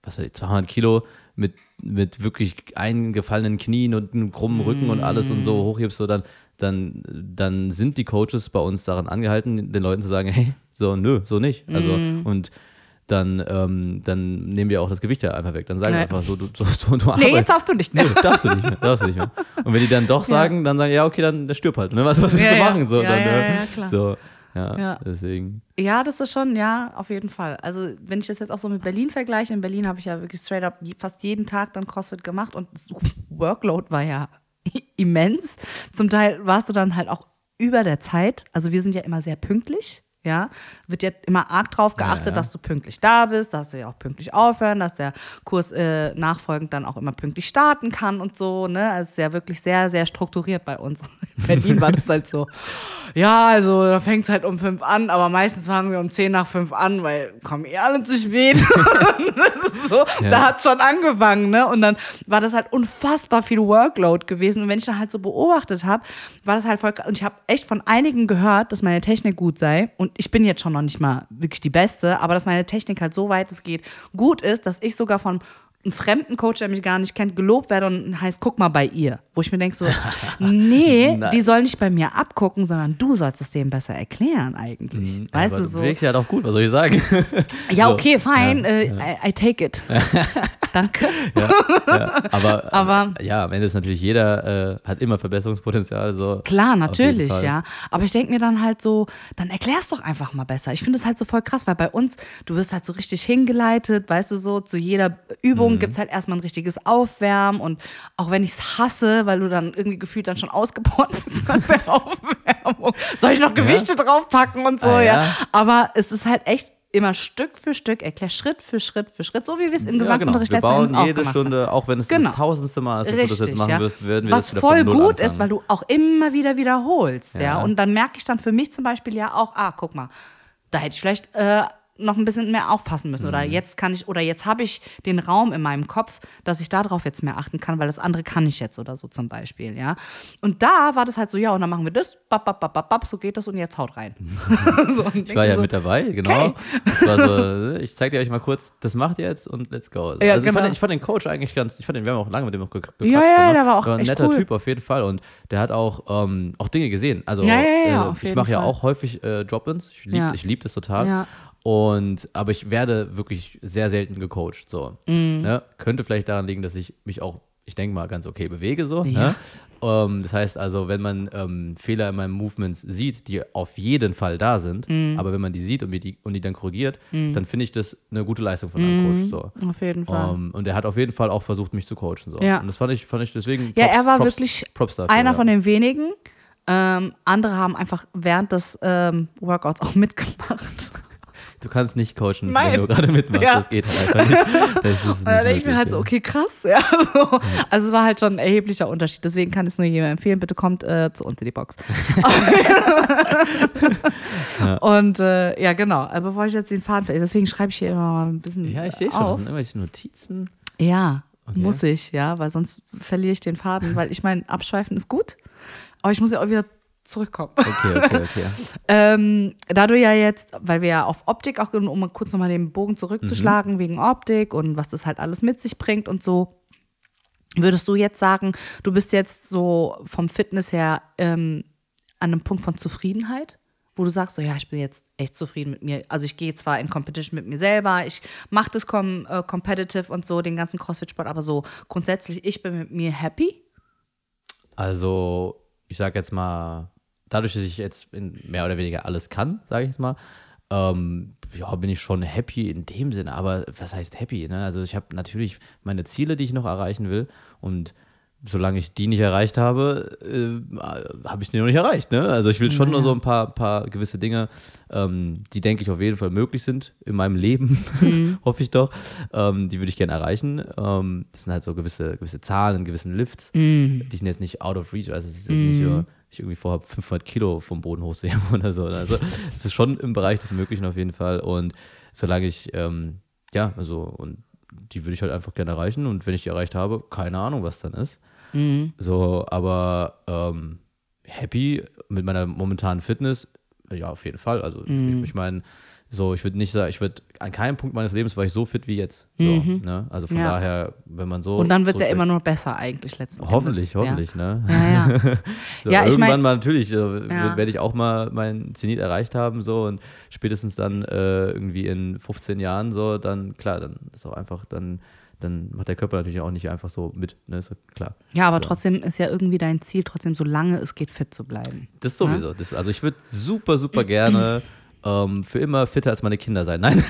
was weiß ich, 200 Kilo mit wirklich eingefallenen Knien und einem krummen Rücken und alles und so hochhebst, so dann sind die Coaches bei uns daran angehalten, den Leuten zu sagen, hey, so nö, so nicht. Also und dann nehmen wir auch das Gewicht ja einfach weg. Dann sagen wir einfach so, du nee, jetzt darfst du nicht mehr. Nee, darfst du nicht mehr. Und wenn die dann doch sagen, dann sagen, ja, okay, dann stirb halt. Ne? Was willst du machen? So, klar. So, deswegen. Ja, das ist schon, ja, auf jeden Fall. Also wenn ich das jetzt auch so mit Berlin vergleiche, in Berlin habe ich ja wirklich straight up fast jeden Tag dann CrossFit gemacht und das Workload war ja immens. Zum Teil warst du dann halt auch über der Zeit. Also wir sind ja immer sehr pünktlich. Ja, wird ja immer arg drauf geachtet, dass du pünktlich da bist, dass du ja auch pünktlich aufhören, dass der Kurs nachfolgend dann auch immer pünktlich starten kann und so, ne? Also es ist ja wirklich sehr, sehr strukturiert bei uns. In Berlin war das halt so, ja, also da fängt es halt um 5 an, aber meistens fangen wir um 10 nach 5 an, weil kommen alle zu spät. Das ist so, da hat schon angefangen, ne? Und dann war das halt unfassbar viel Workload gewesen und wenn ich dann halt so beobachtet habe, war das halt voll, und ich habe echt von einigen gehört, dass meine Technik gut sei und ich bin jetzt schon noch nicht mal wirklich die Beste, aber dass meine Technik halt so weit es geht gut ist, dass ich sogar von einem fremden Coach, der mich gar nicht kennt, gelobt werde und heißt, guck mal bei ihr. Wo ich mir denke so, nee, die soll nicht bei mir abgucken, sondern du sollst es dem besser erklären eigentlich. Weißt du so? Du wirkst ja doch gut, was soll ich sagen? Ja, okay, fine, I take it. Danke. Aber ja, am Ende ist natürlich jeder, hat immer Verbesserungspotenzial. So. Klar, natürlich, ja. Aber ich denke mir dann halt so, dann erklär's doch einfach mal besser. Ich finde es halt so voll krass, weil bei uns, du wirst halt so richtig hingeleitet, weißt du so, zu jeder Übung gibt es halt erstmal ein richtiges Aufwärmen und auch wenn ich es hasse, weil du dann irgendwie gefühlt dann schon ausgepowert bist an der Aufwärmung, soll ich noch Gewichte draufpacken und so, ja. Aber es ist halt echt immer Stück für Stück, erklär Schritt für Schritt für Schritt, so wie wir es im Gesangsunterricht letzten Endes auch jede Stunde, auch wenn es das tausendste Mal ist, dass du das jetzt machen wirst, werden wir was das wieder voll von Null gut anfangen. ist, weil du auch immer wieder wiederholst, ja. Und dann merke ich dann für mich zum Beispiel ja auch, guck mal, da hätte ich vielleicht noch ein bisschen mehr aufpassen müssen. Oder jetzt habe ich den Raum in meinem Kopf, dass ich darauf jetzt mehr achten kann, weil das andere kann ich jetzt oder so zum Beispiel, ja. Und da war das halt so, ja, und dann machen wir das, so geht das und jetzt haut rein. So, ich war ja mit dabei, genau. Okay. Das war so, ich zeig dir euch mal kurz, das macht ihr jetzt und let's go. Ja, also genau. ich fand den Coach eigentlich wir haben auch lange mit dem gequatscht. Ja, der war auch ein echt netter cool. Typ auf jeden Fall und der hat auch Dinge gesehen. Also ich mache ja auch häufig Drop-ins, ich liebe das total. Ja. Aber ich werde wirklich sehr selten gecoacht. So. Ne? Könnte vielleicht daran liegen, dass ich mich auch, ich denke mal, ganz okay bewege. So, ne? Das heißt also, wenn man Fehler in meinen Movements sieht, die auf jeden Fall da sind, aber wenn man die sieht und die dann korrigiert, dann finde ich das eine gute Leistung von einem Coach. So. Auf jeden Fall. Und er hat auf jeden Fall auch versucht, mich zu coachen. So. Ja. Und das fand ich deswegen ja, er war wirklich dafür, einer von den wenigen. Andere haben einfach während des Workouts auch mitgemacht. Du kannst nicht coachen, wenn du gerade mitmachst. Ja. Das geht halt einfach nicht. Das ist nicht da denke ich mir halt so, okay, krass. Ja, so. Also es war halt schon ein erheblicher Unterschied. Deswegen kann ich es nur jedem empfehlen, bitte kommt zu uns in die Box. Und ja, genau. Aber bevor ich jetzt den Faden verliere, deswegen schreibe ich hier immer mal ein bisschen Ja, ich sehe schon, das sind irgendwelche Notizen. Ja, okay. Muss ich, ja, weil sonst verliere ich den Faden. Weil ich meine, abschweifen ist gut, aber ich muss ja auch wieder zurückkommen. Okay. Da du ja jetzt, weil wir ja auf Optik auch, um kurz nochmal den Bogen zurückzuschlagen, wegen Optik und was das halt alles mit sich bringt und so, würdest du jetzt sagen, du bist jetzt so vom Fitness her an einem Punkt von Zufriedenheit? Wo du sagst, so ja, ich bin jetzt echt zufrieden mit mir. Also ich gehe zwar in Competition mit mir selber, ich mache das competitive und so, den ganzen CrossFit-Sport, aber so grundsätzlich, ich bin mit mir happy? Also ich sage jetzt mal, dadurch, dass ich jetzt mehr oder weniger alles kann, sage ich jetzt mal, bin ich schon happy in dem Sinne. Aber was heißt happy? Ne? Also ich habe natürlich meine Ziele, die ich noch erreichen will und solange ich die nicht erreicht habe, habe ich die noch nicht erreicht. Ne? Also ich will schon nur so ein paar gewisse Dinge, die, denke ich, auf jeden Fall möglich sind in meinem Leben, hoffe ich doch. Die würde ich gerne erreichen. Das sind halt so gewisse Zahlen, gewissen Lifts. Die sind jetzt nicht out of reach. Also es ist jetzt nicht so, ich irgendwie vorhabe, 500 Kilo vom Boden hochzuheben oder so. Also es ist schon im Bereich des Möglichen auf jeden Fall. Und solange ich, und die würde ich halt einfach gerne erreichen. Und wenn ich die erreicht habe, keine Ahnung, was dann ist. So, aber happy mit meiner momentanen Fitness, ja, auf jeden Fall. Also ich meine, So, ich würde nicht sagen, an keinem Punkt meines Lebens war ich so fit wie jetzt. So, ne? Also von daher, wenn man so. Und dann wird es ja immer nur besser eigentlich letzten Hoffentlich, Endes. ne? Ja. So, Ja, irgendwann mal natürlich werde ich auch mal meinen Zenit erreicht haben, so, und spätestens dann irgendwie in 15 Jahren so, dann klar, dann ist auch einfach, dann macht der Körper natürlich auch nicht einfach so mit, ne? Ist klar. Ja, aber trotzdem ist ja irgendwie dein Ziel, trotzdem solange es geht, fit zu bleiben. Das sowieso. Ja? Also ich würde super, super gerne für immer fitter als meine Kinder sein. Nein.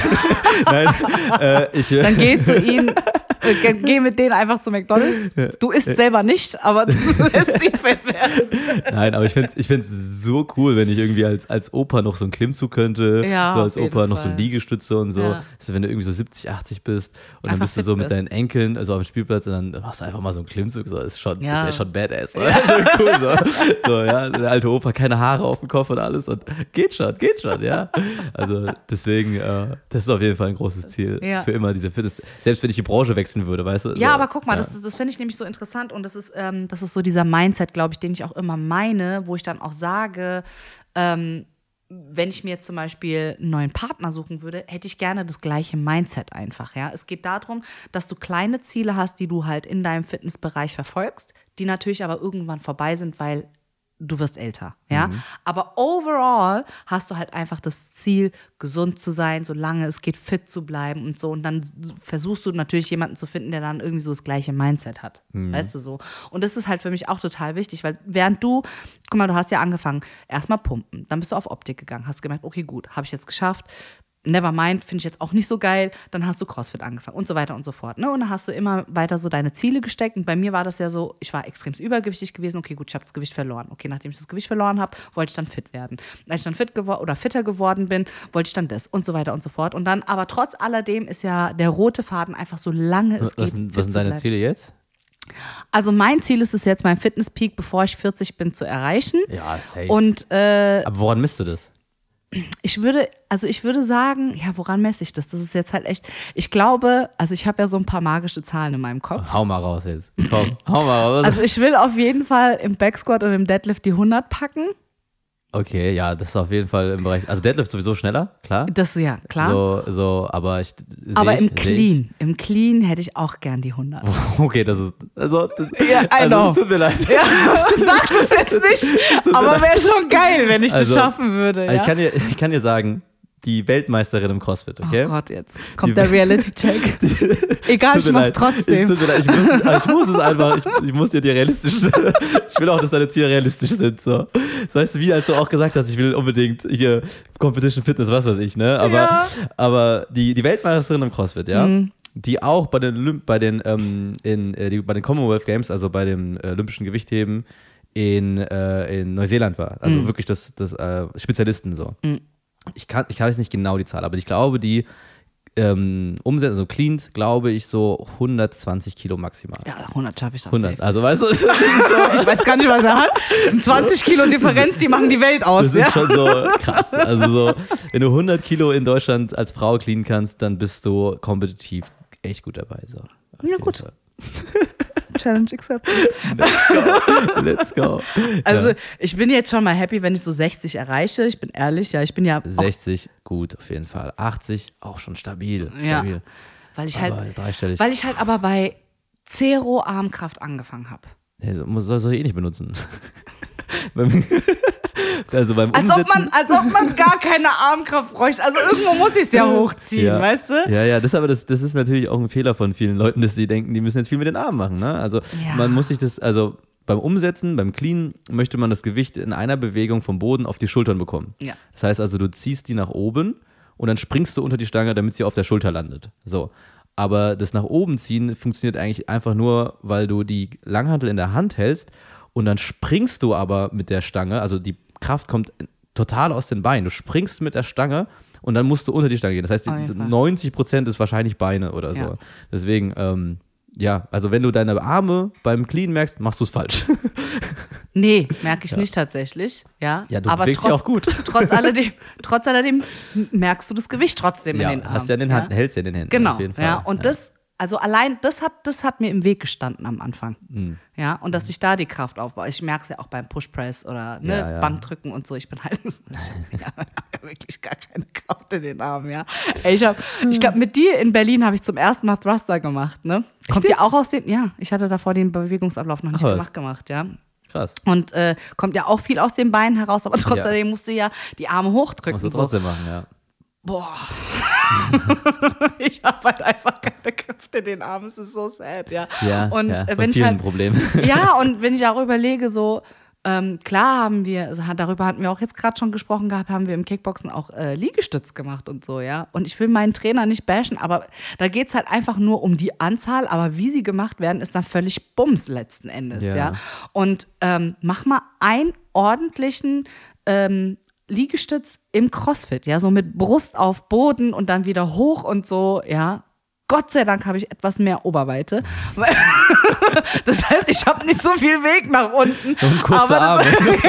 Dann geh zu ihnen, geh mit denen einfach zu McDonald's. Du isst selber nicht, aber du lässt sie fett werden. Nein, aber ich find's so cool, wenn ich irgendwie als Opa noch so einen Klimmzug könnte, so als Opa noch so Liegestütze und so. Ja. Also wenn du irgendwie so 70, 80 bist und dann bist du so mit deinen Enkeln, also auf dem Spielplatz, und dann machst du einfach mal so einen Klimmzug, so ist schon badass. Ja. Schon cool, so, ja, der alte Opa, keine Haare auf dem Kopf und alles und geht schon, ja. Also deswegen, das ist auf jeden Fall ein großes Ziel für immer, diese Fitness, selbst wenn ich die Branche wechseln würde, weißt du? Ja, so, aber guck mal, das finde ich nämlich so interessant und das ist so dieser Mindset, glaube ich, den ich auch immer meine, wo ich dann auch sage, wenn ich mir jetzt zum Beispiel einen neuen Partner suchen würde, hätte ich gerne das gleiche Mindset einfach, ja. Es geht darum, dass du kleine Ziele hast, die du halt in deinem Fitnessbereich verfolgst, die natürlich aber irgendwann vorbei sind, weil du wirst älter, ja. Aber overall hast du halt einfach das Ziel, gesund zu sein, solange es geht, fit zu bleiben und so. Und dann versuchst du natürlich jemanden zu finden, der dann irgendwie so das gleiche Mindset hat. Weißt du so? Und das ist halt für mich auch total wichtig, weil während du hast ja angefangen, erstmal pumpen, dann bist du auf Optik gegangen, hast gemerkt, okay, gut, habe ich jetzt geschafft. Nevermind, finde ich jetzt auch nicht so geil, dann hast du CrossFit angefangen und so weiter und so fort. Ne? Und dann hast du immer weiter so deine Ziele gesteckt und bei mir war das ja so, ich war extrem übergewichtig gewesen, okay gut, ich habe das Gewicht verloren. Okay, nachdem ich das Gewicht verloren habe, wollte ich dann fit werden. Als ich dann fitter geworden bin, wollte ich dann das und so weiter und so fort. Und dann, aber trotz alledem ist ja der rote Faden einfach so lange es geht. Was sind deine Ziele jetzt? Also mein Ziel ist es jetzt, meinen Fitness-Peak, bevor ich 40 bin, zu erreichen. Ja, safe. Und, aber woran misst du das? Ich würde sagen, ja, woran messe ich das? Das ist jetzt halt echt, ich glaube, also ich habe ja so ein paar magische Zahlen in meinem Kopf. Hau mal raus jetzt. Komm, hau mal raus. Also ich will auf jeden Fall im Backsquat und im Deadlift die 100 packen. Okay, ja, das ist auf jeden Fall im Bereich, also Deadlift sowieso schneller, klar. Das, ja, klar. So, aber im Clean hätte ich auch gern die 100. Okay, das ist, also es tut mir leid. Ja, ich sag das jetzt nicht, aber wäre schon geil, wenn ich das schaffen würde. Ja? Ich kann dir sagen, die Weltmeisterin im CrossFit, okay? Oh Gott, jetzt kommt der Reality-Check. Egal, ich mach's trotzdem. Ich muss es einfach, ich muss dir realistisch, ich will auch, dass deine Ziele realistisch sind. So. Das heißt, wie als du auch gesagt hast, ich will unbedingt hier Competition Fitness, was weiß ich, ne? Aber die Weltmeisterin im CrossFit, ja? Die auch bei den Commonwealth Games, also bei dem olympischen Gewichtheben in Neuseeland war. Also wirklich das Spezialisten so. Ich weiß nicht genau die Zahl, aber ich glaube, die Umsätze, also cleaned, glaube ich, so 120 Kilo maximal. Ja, 100 schaffe ich dann 100, safe. also weißt du. Ich weiß gar nicht, was er hat. Das sind 20 Kilo Differenz, die machen die Welt aus. Das ist schon so krass. Also so, wenn du 100 Kilo in Deutschland als Frau cleanen kannst, dann bist du kompetitiv echt gut dabei. So. Ja, gut. Challenge accepted. Let's go. Also ich bin jetzt schon mal happy, wenn ich so 60 erreiche. Ich bin ehrlich, ja, ich bin ja 60, gut, auf jeden Fall. 80, auch schon stabil. Ja, weil ich halt aber bei Zero Armkraft angefangen habe. Soll ich nicht benutzen. Also beim als ob man gar keine Armkraft bräuchte. Also irgendwo muss ich es ja hochziehen, weißt du? Ja, das ist natürlich auch ein Fehler von vielen Leuten, dass sie denken, die müssen jetzt viel mit den Armen machen. Ne? Also man muss sich das, also beim Umsetzen, beim Clean möchte man das Gewicht in einer Bewegung vom Boden auf die Schultern bekommen. Ja. Das heißt also, du ziehst die nach oben und dann springst du unter die Stange, damit sie auf der Schulter landet. So. Aber das nach oben ziehen funktioniert eigentlich einfach nur, weil du die Langhantel in der Hand hältst und dann springst du aber mit der Stange, also die Kraft kommt total aus den Beinen. Du springst mit der Stange und dann musst du unter die Stange gehen. Das heißt, 90% ist wahrscheinlich Beine oder so. Ja. Deswegen, also wenn du deine Arme beim Clean merkst, machst du es falsch. Nee, merke ich nicht tatsächlich. Ja, du bewegst dich auch gut. Trotz alledem merkst du das Gewicht trotzdem in den Armen. Hältst ja in den Händen. Genau. Auf jeden Fall. Ja, und das, Also allein das hat mir im Weg gestanden am Anfang. Ja, und dass ich da die Kraft aufbaue. Ich merke es ja auch beim Push-Press oder Bankdrücken und so. Ich bin halt wirklich gar keine Kraft in den Armen, ja. Ey, ich glaube, mit dir in Berlin habe ich zum ersten Mal Thruster gemacht, ne? Kommt ja auch aus den, ich hatte davor den Bewegungsablauf noch nicht gemacht, ja. Krass. Und kommt ja auch viel aus den Beinen heraus, aber trotzdem musst du ja die Arme hochdrücken. Musst du trotzdem machen, ja. Boah. Ich habe halt einfach keine Kräfte in den Armen. Es ist so sad, ja. Und wenn ich halt Problem. Ja, und wenn ich auch überlege, so klar darüber hatten wir auch jetzt gerade schon gesprochen gehabt, haben wir im Kickboxen auch Liegestütz gemacht und so, ja. Und ich will meinen Trainer nicht bashen, aber da geht es halt einfach nur um die Anzahl, aber wie sie gemacht werden, ist dann völlig Bums letzten Endes, ja. Und mach mal einen ordentlichen Liegestütz im CrossFit, ja, so mit Brust auf Boden und dann wieder hoch und so, ja. Gott sei Dank habe ich etwas mehr Oberweite. Das heißt, ich habe nicht so viel Weg nach unten. Und kurze Arme.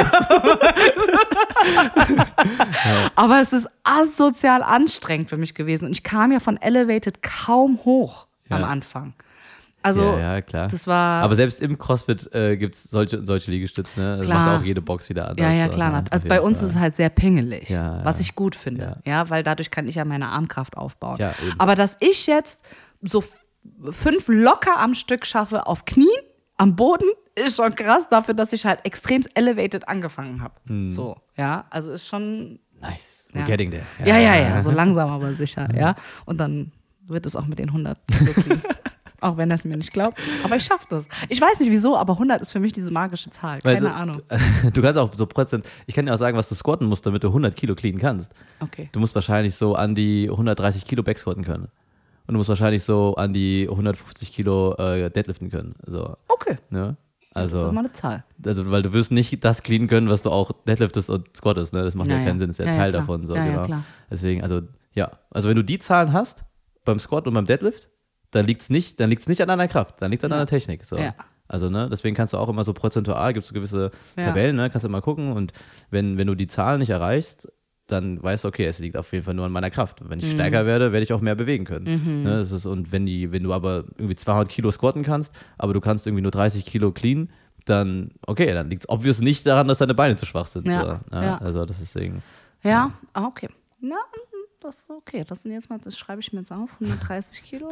Aber es ist asozial anstrengend für mich gewesen. Und ich kam ja von Elevated kaum hoch am Anfang. Also, ja, klar. Das war. Aber selbst im CrossFit gibt es solche Liegestütze, ne? Das macht auch jede Box wieder anders. Ja, klar. Ne? Also bei uns ist es halt sehr pingelig, ja, was ich gut finde. Ja, weil dadurch kann ich ja meine Armkraft aufbauen. Ja, eben. Aber dass ich jetzt so 5 locker am Stück schaffe auf Knien, am Boden, ist schon krass dafür, dass ich halt extrem elevated angefangen habe. So, ja, also ist schon. Nice. We're getting there. Ja, so langsam aber sicher, ja. Und dann wird es auch mit den 100 Kilo. Auch wenn er es mir nicht glaubt. Aber ich schaffe das. Ich weiß nicht wieso, aber 100 ist für mich diese magische Zahl. Keine Ahnung. Du kannst auch so Prozent, ich kann dir auch sagen, was du squatten musst, damit du 100 Kilo cleanen kannst. Okay. Du musst wahrscheinlich so an die 130 Kilo backsquatten können. Und du musst wahrscheinlich so an die 150 Kilo deadliften können. So. Okay. Ne? Also, das ist doch mal eine Zahl. Also, weil du wirst nicht das cleanen können, was du auch deadliftest und squattest. Ne? Das macht ja keinen Sinn, das ist ja Teil klar. davon. So, ja, genau. klar. Deswegen, also wenn du die Zahlen hast, beim Squat und beim Deadlift, dann liegt es nicht an deiner Kraft, dann liegt es an deiner Technik. So. Ja. Also, ne, deswegen kannst du auch immer so prozentual, gibt es so gewisse Tabellen, ne, kannst du mal gucken und wenn du die Zahlen nicht erreichst, dann weißt du, okay, es liegt auf jeden Fall nur an meiner Kraft. Und wenn ich stärker werde ich auch mehr bewegen können. Ne, und wenn du aber irgendwie 200 Kilo squatten kannst, aber du kannst irgendwie nur 30 Kilo clean, dann liegt es obvious nicht daran, dass deine Beine zu schwach sind. Ja. So, ne? Also das ist deswegen. Ja, okay. Na, das ist okay. Das schreibe ich mir jetzt auf. 130 Kilo.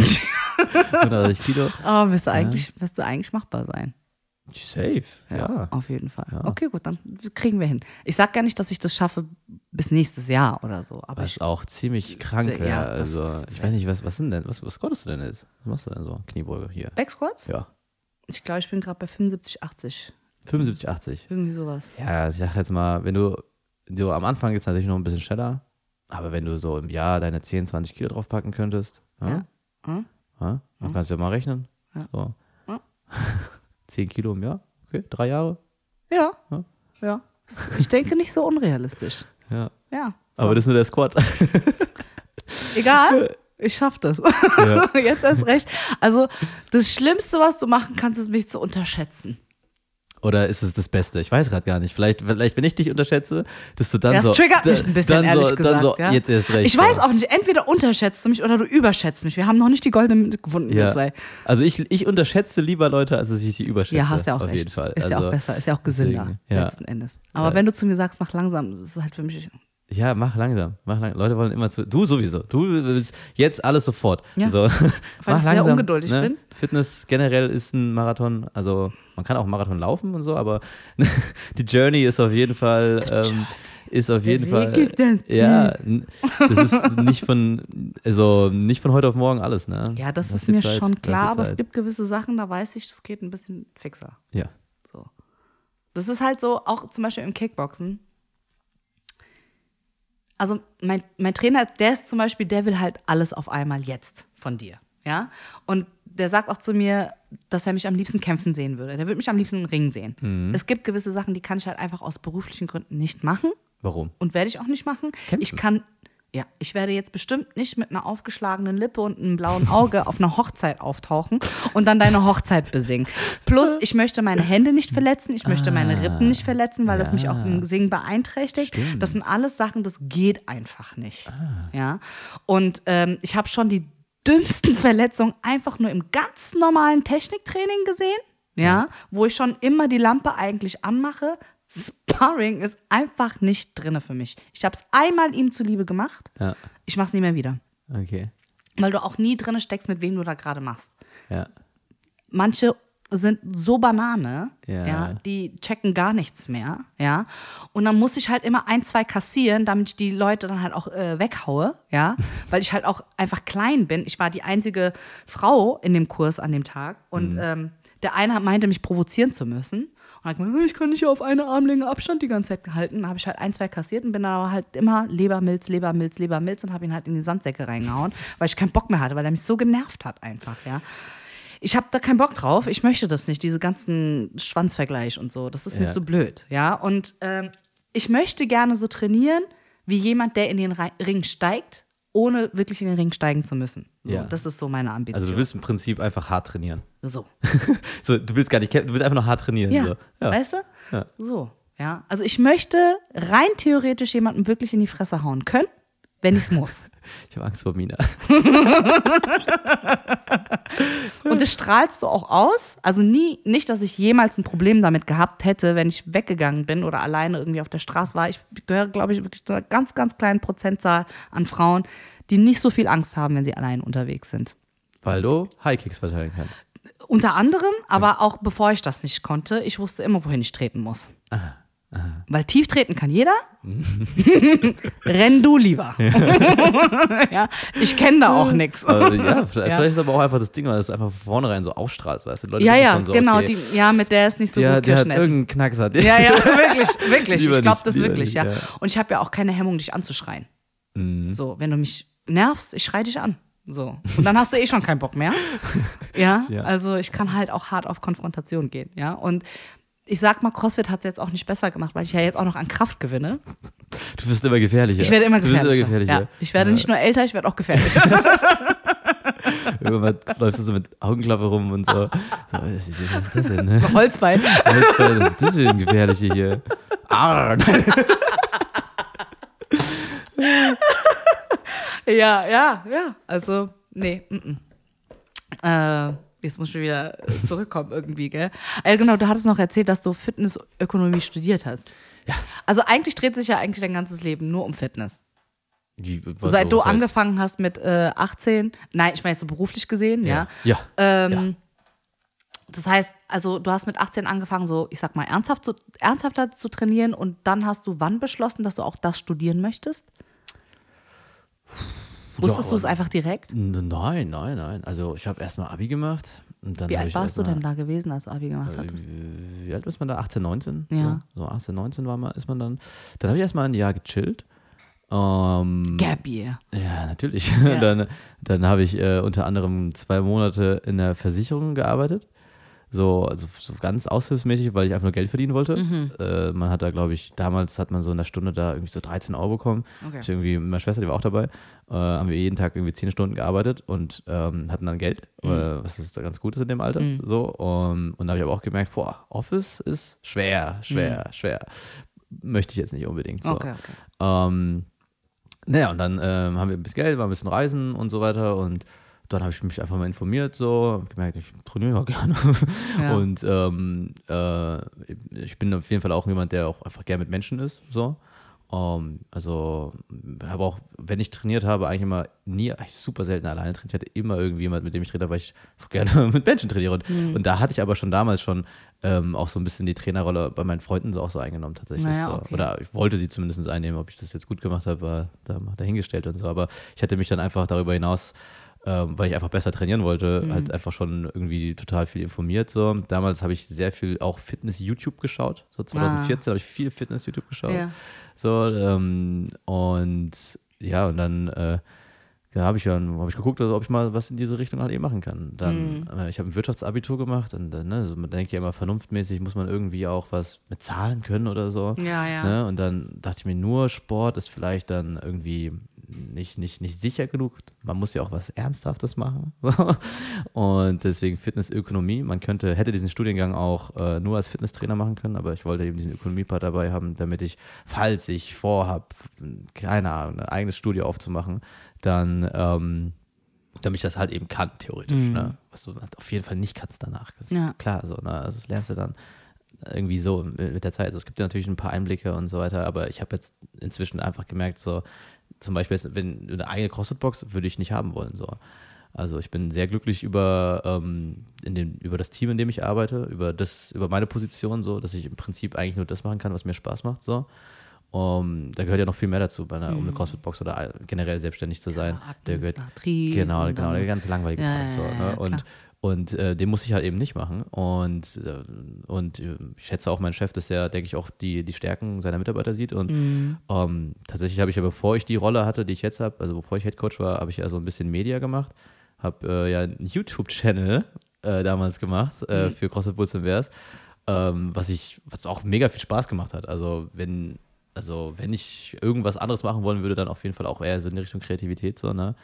130 Kilo. Aber müsste eigentlich machbar sein. Safe, ja. Auf jeden Fall. Ja. Okay, gut, dann kriegen wir hin. Ich sag gar nicht, dass ich das schaffe bis nächstes Jahr oder so. Aber was auch ziemlich krank wäre. Also, ich weiß nicht, was sind denn, was squattest du denn jetzt? Was machst du denn so? Kniebeuge hier. Backsquats? Ja. Ich glaube, ich bin gerade bei 75, 80. 75, 80. Irgendwie sowas. Ja, ich sag jetzt mal, wenn du so am Anfang jetzt natürlich noch ein bisschen schneller, aber wenn du so im Jahr deine 10, 20 Kilo draufpacken könntest, dann kannst du ja mal rechnen. Ja. So. 10 Kilo im Jahr? Okay, 3 Jahre? Ja. Ich denke nicht so unrealistisch. Ja. So. Aber das ist nur der Squat. Egal, ich schaff das. Ja. Jetzt erst recht. Also das Schlimmste, was du machen kannst, ist mich zu unterschätzen. Oder ist es das Beste? Ich weiß gerade gar nicht. Vielleicht, wenn ich dich unterschätze, dass du dann das so... Das triggert mich ein bisschen, ehrlich gesagt. Dann so, jetzt erst recht. Ich weiß auch nicht, entweder unterschätzt du mich oder du überschätzt mich. Wir haben noch nicht die goldene Mitte gefunden, wir zwei. Also ich unterschätze lieber Leute, als dass ich sie überschätze. Ja, hast ja auch auf recht. jeden Fall. Ist ja auch besser, ist ja auch gesünder, letzten Endes. Aber wenn du zu mir sagst, mach langsam, das ist halt für mich... Ja, mach langsam. Leute wollen immer du sowieso. Du willst jetzt alles sofort. Ja, so. weil mach ich langsam, sehr ungeduldig bin. Fitness generell ist ein Marathon. Also man kann auch einen Marathon laufen und so, aber die Journey ist auf jeden Fall... Ja, das ist nicht von heute auf morgen alles, ne? Ja, das ist mir schon klar, aber es gibt gewisse Sachen, da weiß ich, das geht ein bisschen fixer. Ja. So. Das ist halt so, auch zum Beispiel im Kickboxen. Also mein Trainer, der ist zum Beispiel, der will halt alles auf einmal jetzt von dir, ja? Und der sagt auch zu mir, dass er mich am liebsten kämpfen sehen würde. Der würde mich am liebsten im Ring sehen. Mhm. Es gibt gewisse Sachen, die kann ich halt einfach aus beruflichen Gründen nicht machen. Warum? Und werde ich auch nicht machen. Kämpfen? Ich werde jetzt bestimmt nicht mit einer aufgeschlagenen Lippe und einem blauen Auge auf einer Hochzeit auftauchen und dann deine Hochzeit besingen. Plus, ich möchte meine Hände nicht verletzen, ich möchte meine Rippen nicht verletzen, weil das mich auch im Singen beeinträchtigt. Stimmt. Das sind alles Sachen, das geht einfach nicht. Ja? Und ich habe schon die dümmsten Verletzungen einfach nur im ganz normalen Techniktraining gesehen, ja, wo ich schon immer die Lampe eigentlich anmache. Sparring ist einfach nicht drinne für mich. Ich habe es einmal ihm zuliebe gemacht, ich mache es nie mehr wieder. Okay. Weil du auch nie drinne steckst, mit wem du da gerade machst. Ja. Manche sind so Banane, Ja. die checken gar nichts mehr, ja. Und dann muss ich halt immer 1, 2 kassieren, damit ich die Leute dann halt auch weghaue, ja. Weil ich halt auch einfach klein bin. Ich war die einzige Frau in dem Kurs an dem Tag und der eine meinte, mich provozieren zu müssen. Und dann habe ich kann nicht auf eine Armlänge Abstand die ganze Zeit gehalten. Dann habe ich halt 1, 2 kassiert und bin dann aber halt immer Lebermilz und habe ihn halt in die Sandsäcke reingehauen, weil ich keinen Bock mehr hatte, weil er mich so genervt hat einfach, ja. Ich habe da keinen Bock drauf, ich möchte das nicht, diese ganzen Schwanzvergleich und so, das ist mir zu blöd, ja. Und ich möchte gerne so trainieren, wie jemand, der in den Ring steigt, ohne wirklich in den Ring steigen zu müssen. So, das ist so meine Ambition. Also du willst im Prinzip einfach hart trainieren. So. So, du willst gar nicht kämpfen, du willst einfach nur hart trainieren. Ja, so. weißt du? Ja. So, ja. Also ich möchte rein theoretisch jemandem wirklich in die Fresse hauen können, wenn ich es muss. Ich habe Angst vor Mina. Und das strahlst du auch aus. Also nicht, dass ich jemals ein Problem damit gehabt hätte, wenn ich weggegangen bin oder alleine irgendwie auf der Straße war. Ich gehöre, glaube ich, wirklich zu einer ganz, ganz kleinen Prozentzahl an Frauen, die nicht so viel Angst haben, wenn sie allein unterwegs sind. Weil du High-Kicks verteilen kannst. Unter anderem, aber auch bevor ich das nicht konnte, ich wusste immer, wohin ich treten muss. Aha. Weil tief treten kann jeder. Renn du lieber. Ja, ich kenne da auch nichts. Ja, vielleicht ist aber auch einfach das Ding, dass du einfach von vornherein so ausstrahlst, weißt du? Leute Ja, wissen ja, schon so, genau. okay, Mit der ist nicht so die gut hat Kirschen essen. irgendeinen Knacks hat. Ja, wirklich. Lieber Ich glaube nicht, das lieber wirklich, nicht, ja. ja. Und ich habe ja auch keine Hemmung, dich anzuschreien. So, wenn du mich nervst, ich schrei dich an. So. Und dann hast du schon keinen Bock mehr. Ja? Also ich kann halt auch hart auf Konfrontation gehen, ja. Und ich sag mal, CrossFit hat es jetzt auch nicht besser gemacht, weil ich ja jetzt auch noch an Kraft gewinne. Du wirst immer gefährlicher. Ich werde immer gefährlicher. Du wirst immer gefährlicher. Ja. Ich werde nicht nur älter, ich werde auch gefährlicher. Irgendwann läufst du so mit Augenklappe rum und so. Was ist das denn? Ne? Holzbein. Holzbein, was ist das für ein gefährliche hier? Nein. Ja. Also, nee. Jetzt muss ich wieder zurückkommen irgendwie, gell? Genau, du hattest noch erzählt, dass du Fitnessökonomie studiert hast. Ja. Also eigentlich dreht sich ja eigentlich dein ganzes Leben nur um Fitness. Seit du angefangen hast mit 18, nein, ich meine jetzt so beruflich gesehen, ja. Das heißt, also du hast mit 18 angefangen, so, ich sag mal, ernsthafter zu trainieren und dann hast du wann beschlossen, dass du auch das studieren möchtest? Wusstest du es einfach direkt? Nein. Also ich habe erstmal Abi gemacht. Und dann Wie alt warst du denn da gewesen, als du Abi gemacht hattest? Wie alt ist man da? 18, 19? Ja. So 18, 19 ist man dann. Dann habe ich erstmal ein Jahr gechillt. Gap Year. Ja, natürlich. Ja. Dann habe ich unter anderem 2 Monate in der Versicherung gearbeitet. So ganz aushilfsmäßig, weil ich einfach nur Geld verdienen wollte. Man hat da, glaube ich, damals hat man so in der Stunde da irgendwie so 13 Euro bekommen. Okay. Ich irgendwie, meine Schwester, die war auch dabei, haben wir jeden Tag irgendwie 10 Stunden gearbeitet und hatten dann Geld, was ist da ganz gut ist in dem Alter. So, und da habe ich aber auch gemerkt, Office ist schwer. Möchte ich jetzt nicht unbedingt. So. Okay. Naja, und dann haben wir ein bisschen Geld, waren ein bisschen reisen und so weiter und dann habe ich mich einfach mal informiert, so, gemerkt, ich trainiere ja gerne. Ja. Und ich bin auf jeden Fall auch jemand, der auch einfach gerne mit Menschen ist, so. Also habe auch, wenn ich trainiert habe, eigentlich super selten alleine trainiert. Ich hatte immer irgendjemand, mit dem ich trainiere, weil ich gerne mit Menschen trainiere. Und da hatte ich aber schon damals auch so ein bisschen die Trainerrolle bei meinen Freunden so auch so eingenommen tatsächlich. Naja, so. okay. Oder ich wollte sie zumindest einnehmen, ob ich das jetzt gut gemacht habe, war dahingestellt und so. Aber ich hatte mich dann einfach darüber hinaus, weil ich einfach besser trainieren wollte, halt einfach schon irgendwie total viel informiert. So. Damals habe ich sehr viel auch Fitness-YouTube geschaut. So 2014 habe ich viel Fitness-YouTube geschaut. Ja. So, und dann habe ich geguckt, ob ich mal was in diese Richtung halt eben machen kann. Dann, ich habe ein Wirtschaftsabitur gemacht und also man denkt ja immer, vernunftmäßig muss man irgendwie auch was mit Zahlen können oder so. Ja. Ne? Und dann dachte ich mir, nur Sport ist vielleicht dann irgendwie nicht sicher genug. Man muss ja auch was Ernsthaftes machen. So. Und deswegen Fitnessökonomie. Man hätte diesen Studiengang auch nur als Fitnesstrainer machen können, aber ich wollte eben diesen Ökonomie-Part dabei haben, damit ich, falls ich vorhabe, keine Ahnung, ein eigenes Studio aufzumachen, dann damit ich das halt eben kann, theoretisch, ne? Was du halt auf jeden Fall nicht kannst danach. Das ist klar, so, ne? Also das lernst du dann irgendwie so mit der Zeit. Also es gibt ja natürlich ein paar Einblicke und so weiter, aber ich habe jetzt inzwischen einfach gemerkt, so zum Beispiel, wenn eine eigene CrossFit-Box würde ich nicht haben wollen, so. Also ich bin sehr glücklich über das Team, in dem ich arbeite, über meine Position, so, dass ich im Prinzip eigentlich nur das machen kann, was mir Spaß macht, so. Da gehört ja noch viel mehr dazu, um eine CrossFit-Box oder generell selbststänch zu sein. Ja, der gehört, Administrativ genau, der ganze langweilige Part, so, ne? Und den muss ich halt eben nicht machen. Und ich schätze auch meinen Chef, dass er, denke ich, auch die Stärken seiner Mitarbeiter sieht. Und tatsächlich habe ich ja, bevor ich die Rolle hatte, die ich jetzt habe, also bevor ich Headcoach war, habe ich ja so ein bisschen Media gemacht. Habe ja einen YouTube-Channel damals gemacht für CrossFit Bulls and Bears, was auch mega viel Spaß gemacht hat. Also wenn ich irgendwas anderes machen wollen würde, dann auf jeden Fall auch eher so in Richtung Kreativität, so, ne?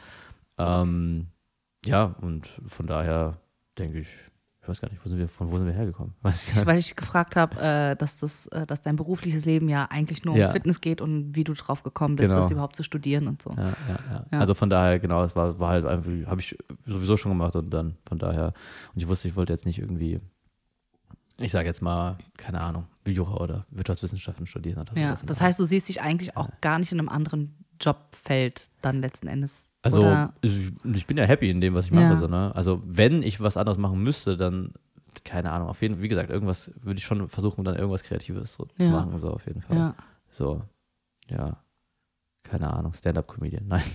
Ja, und von daher denke ich weiß gar nicht, von wo sind wir hergekommen? Weiß ich gar nicht. Weil ich gefragt habe, dass dein berufliches Leben ja eigentlich nur um Fitness geht und wie du drauf gekommen bist, das überhaupt zu studieren und so. Ja. Also von daher, genau, das war halt einfach, habe ich sowieso schon gemacht und dann von daher, und ich wusste, ich wollte jetzt nicht irgendwie, ich sage jetzt mal, keine Ahnung, Jura oder Wirtschaftswissenschaften studieren. Oder ja, sowas. das heißt, du siehst dich eigentlich auch gar nicht in einem anderen Jobfeld dann letzten Endes. Also oder? Ich bin ja happy in dem, was ich mache. So, ne? Also wenn ich was anderes machen müsste, dann, keine Ahnung, auf jeden Fall, wie gesagt, irgendwas würde ich schon versuchen, dann irgendwas Kreatives so zu machen, so auf jeden Fall. Ja. So, ja, keine Ahnung, Stand-up-Comedian, nein.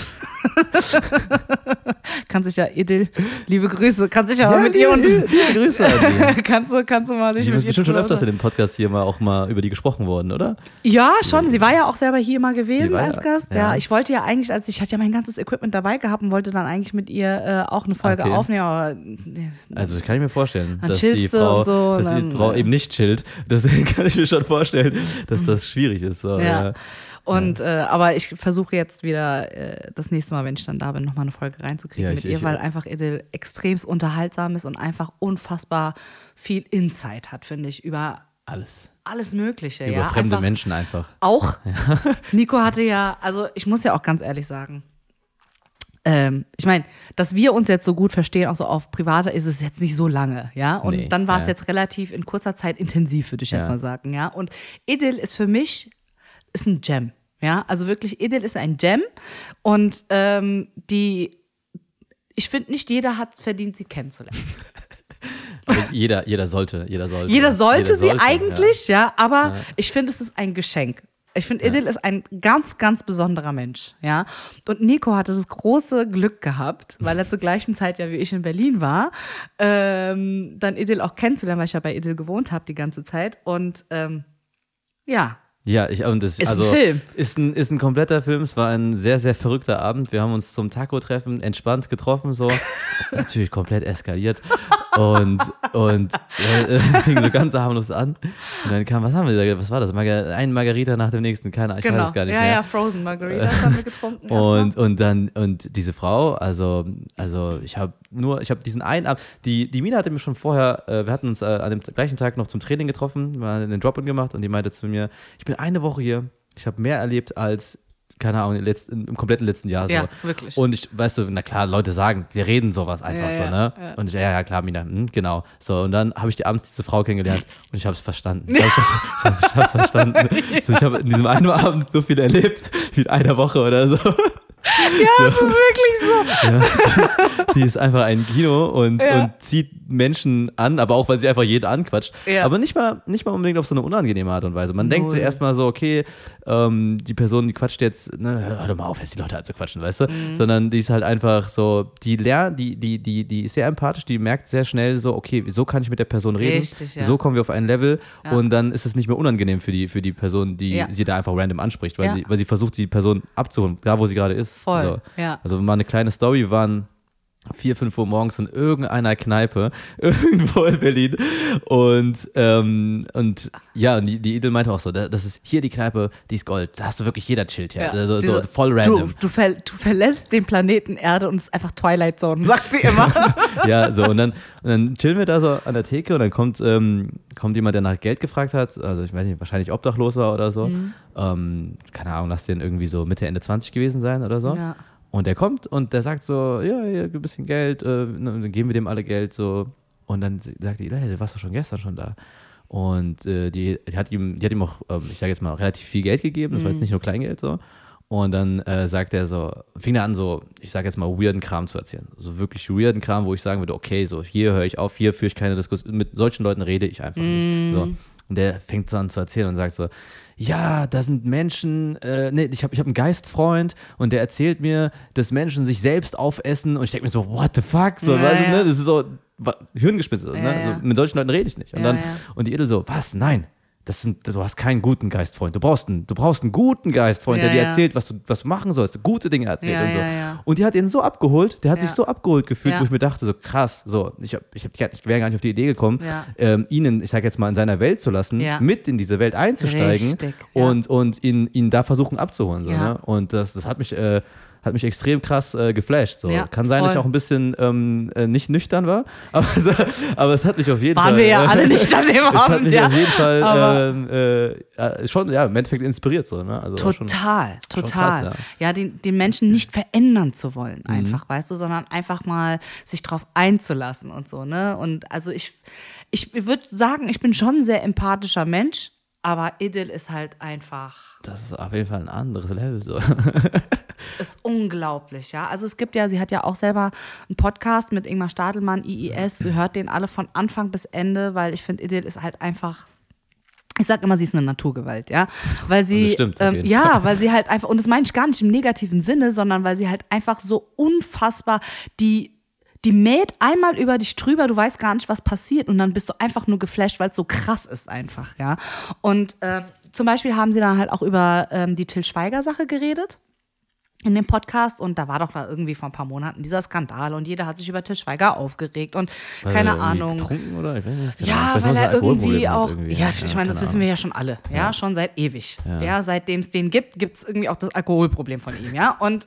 Kann sich ja Edil, liebe Grüße, kann sich ja mal mit ihr und liebe Grüße an die. kannst du mal nicht Die mit ist ihr bestimmt schon drüber- öfters in dem Podcast hier auch mal über die gesprochen worden, oder? Ja, schon. Sie war ja auch selber hier mal gewesen war als ja- Gast. ja. Ja, ich wollte ja eigentlich, ich hatte ja mein ganzes Equipment dabei gehabt und wollte dann eigentlich mit ihr auch eine Folge Okay. aufnehmen, aber Also das kann ich mir vorstellen, Dann dass die chillst du Frau, und so, dass und die dann, Frau eben nicht chillt. Deswegen kann ich mir schon vorstellen, dass das schwierig ist. So, ja. Und aber ich versuche jetzt wieder das nächste Mal, wenn ich dann da bin, nochmal eine Folge reinzukriegen Ja, mit ihr, weil einfach Edel extremst unterhaltsam ist und einfach unfassbar viel Insight hat, finde ich, über Alles. alles Mögliche. Über ja? fremde einfach Menschen einfach. Auch. Nico hatte ja, also ich muss ja auch ganz ehrlich sagen, ich meine, dass wir uns jetzt so gut verstehen, auch so auf privater, ist es jetzt nicht so lange, ja. Und Nee, dann war es ja. jetzt relativ in kurzer Zeit intensiv, würde ich jetzt Ja. mal sagen, ja. Und Edil ist für mich, ist ein Gem, ja. Also wirklich, Edil ist ein Gem und ich finde, nicht jeder hat es verdient, sie kennenzulernen. Also jeder sollte. Jeder sollte sie eigentlich, ja, aber Ja. ich finde, es ist ein Geschenk. Ich finde, Edil ist ein ganz, ganz besonderer Mensch, ja. Und Nico hatte das große Glück gehabt, weil er zur gleichen Zeit ja wie ich in Berlin war, dann Edil auch kennenzulernen, weil ich ja bei Edil gewohnt habe die ganze Zeit. Und ja, Ja, und das Ist ein Film. Ist ein kompletter Film. Es war ein sehr, sehr verrückter Abend. Wir haben uns zum Taco-Treffen entspannt getroffen, so. Natürlich komplett eskaliert. Und fing so ganz harmlos an. Und dann kam, was haben wir da? Was war das? Ein Margarita nach dem nächsten, keine Ahnung, ich weiß es gar nicht ja, mehr. ja, Frozen Margaritas haben wir getrunken. erstmal. Und diese Frau, also ich habe diesen einen Abend, die Mina hatte mir schon vorher, wir hatten uns an dem gleichen Tag noch zum Training getroffen, mal einen Drop-In gemacht und die meinte zu mir, ich bin eine Woche hier, ich habe mehr erlebt als, keine Ahnung, im kompletten letzten Jahr so. Ja, wirklich. Und ich, weißt du, na klar, Leute sagen, die reden sowas einfach Ja, so, ja, ne? ja. Und ich, ja, klar, Mina, genau. So, und dann habe ich abends diese Frau kennengelernt und ich habe es verstanden. Ich habe es verstanden. So, ich habe in diesem einen Abend so viel erlebt, wie in einer Woche oder so. Ja, es ist wirklich so. Ja, die ist einfach ein Kino und zieht Menschen an, aber auch, weil sie einfach jeden anquatscht. Ja. Aber nicht mal unbedingt auf so eine unangenehme Art und Weise. Man denkt sich erstmal so, okay, die Person, die quatscht jetzt, ne, hör doch mal auf, jetzt die Leute anzuquatschen, weißt du? Sondern die ist halt einfach so, die ist sehr empathisch, die merkt sehr schnell so, okay, so kann ich mit der Person reden. Richtig, ja. So kommen wir auf ein Level Ja. und dann ist es nicht mehr unangenehm für die Person, die sie da einfach random anspricht, weil sie versucht, die Person abzuholen, da wo sie gerade ist. Voll, So. ja. Also mal eine kleine Story, wir waren 4, 5 Uhr morgens in irgendeiner Kneipe irgendwo in Berlin und die Edel meinte auch so, das ist hier die Kneipe, die ist Gold, da hast du wirklich, jeder chillt hier, Ja, so diese- voll random. Du verlässt den Planeten Erde und es ist einfach Twilight Zone, sagt sie immer. Ja, so und dann chillen wir da so an der Theke und dann kommt jemand, der nach Geld gefragt hat, also ich weiß nicht, wahrscheinlich obdachlos war oder so, keine Ahnung, lass den irgendwie so Mitte, Ende 20 gewesen sein oder so. Ja. Und der kommt und der sagt so, ja, hier, ein bisschen Geld, dann geben wir dem alle Geld so. Und dann sagt die, du warst doch schon gestern schon da. Und die hat ihm auch, ich sage jetzt mal, relativ viel Geld gegeben, das war jetzt nicht nur Kleingeld so. Und dann sagt er so, fing er an so, ich sage jetzt mal, weirden Kram zu erzählen. So wirklich weirden Kram, wo ich sagen würde, okay, so hier höre ich auf, hier führe ich keine Diskussion, mit solchen Leuten rede ich einfach nicht. So. Und der fängt so an zu erzählen und sagt so, ja, da sind Menschen, ich hab einen Geistfreund und der erzählt mir, dass Menschen sich selbst aufessen und ich denke mir so, what the fuck? So, weißt du, ne? Das ist so Hirngespitze, ne? So, mit solchen Leuten rede ich nicht. Und dann, und die Edel so, was? Nein. Du hast keinen guten Geistfreund. Du brauchst einen guten Geistfreund, der dir erzählt, was du machen sollst, gute Dinge erzählt und so. Und die hat ihn so abgeholt, der hat sich so abgeholt gefühlt, wo ich mir dachte, so krass, so, ich wäre gar nicht auf die Idee gekommen, ihn, ich sag jetzt mal, in seiner Welt zu lassen, mit in diese Welt einzusteigen. Richtig, und ihn da versuchen abzuholen. So, ne? Und das hat mich extrem krass geflasht. So. Kann sein, dass ich auch ein bisschen nicht nüchtern war, aber es hat mich auf jeden Fall... Waren wir ja alle nicht an dem Abend, es hat mich auf jeden Fall schon, im Endeffekt inspiriert. So, ne? Also total. Schon krass, den Menschen nicht verändern zu wollen, einfach, weißt du, sondern einfach mal sich drauf einzulassen und so, ne? Und also ich würde sagen, ich bin schon ein sehr empathischer Mensch, aber Idil ist halt einfach... Das ist auf jeden Fall ein anderes Level, so. Ist unglaublich, ja. Also sie hat ja auch selber einen Podcast mit Ingmar Stadelmann, IIS. Sie hört den alle von Anfang bis Ende, weil ich finde, Idil ist halt einfach, ich sag immer, sie ist eine Naturgewalt, ja. Weil sie, das stimmt, auf jeden Fall. weil sie halt einfach, und das meine ich gar nicht im negativen Sinne, sondern weil sie halt einfach so unfassbar die mäht einmal über dich drüber, du weißt gar nicht, was passiert und dann bist du einfach nur geflasht, weil es so krass ist einfach, ja. Und zum Beispiel haben sie dann halt auch über die Til Schweiger-Sache geredet in dem Podcast und da war doch da irgendwie vor ein paar Monaten dieser Skandal und jeder hat sich über Til Schweiger aufgeregt und weil keine er Ahnung. Getrunken oder? Ich weiß nicht, Ja, weiß weil noch, er irgendwie Alkoholproblem auch, hat ja, ich meine, das wissen wir ja schon alle, ja, schon seit ewig. Ja, seitdem es den gibt es irgendwie auch das Alkoholproblem von ihm, ja. Und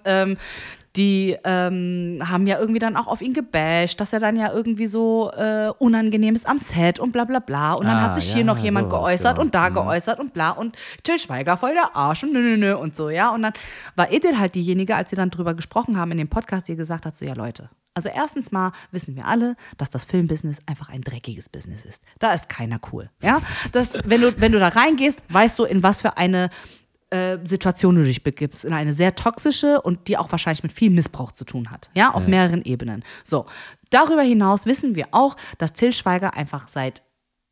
die haben ja irgendwie dann auch auf ihn gebasht, dass er dann ja irgendwie so unangenehm ist am Set und bla bla bla. Und dann hat sich hier noch jemand geäußert und da geäußert und bla. Und Til Schweiger voll der Arsch und nö und so, ja. Und dann war Idil halt diejenige, als sie dann drüber gesprochen haben in dem Podcast, die gesagt hat, so, ja Leute, also erstens mal wissen wir alle, dass das Filmbusiness einfach ein dreckiges Business ist. Da ist keiner cool, ja. Wenn du da reingehst, weißt du, in was für eine Situation du dich begibst, in eine sehr toxische und die auch wahrscheinlich mit viel Missbrauch zu tun hat, ja, auf mehreren Ebenen. So, darüber hinaus wissen wir auch, dass Til Schweiger einfach seit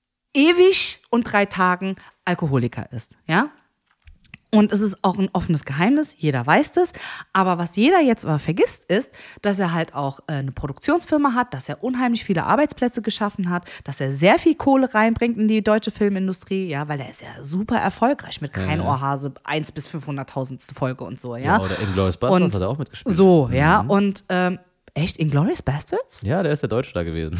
ewig und 3 Tagen Alkoholiker ist, ja. Und es ist auch ein offenes Geheimnis, jeder weiß das. Aber was jeder jetzt aber vergisst, ist, dass er halt auch eine Produktionsfirma hat, dass er unheimlich viele Arbeitsplätze geschaffen hat, dass er sehr viel Kohle reinbringt in die deutsche Filmindustrie, ja, weil er ist ja super erfolgreich mit Kein Ohrhase, 1 bis 500.000. Folge und so, ja. Ja, oder Inglourious Basterds hat er auch mitgespielt. So, ja, und echt, Inglourious Basterds? Ja, der ist der Deutsche da gewesen.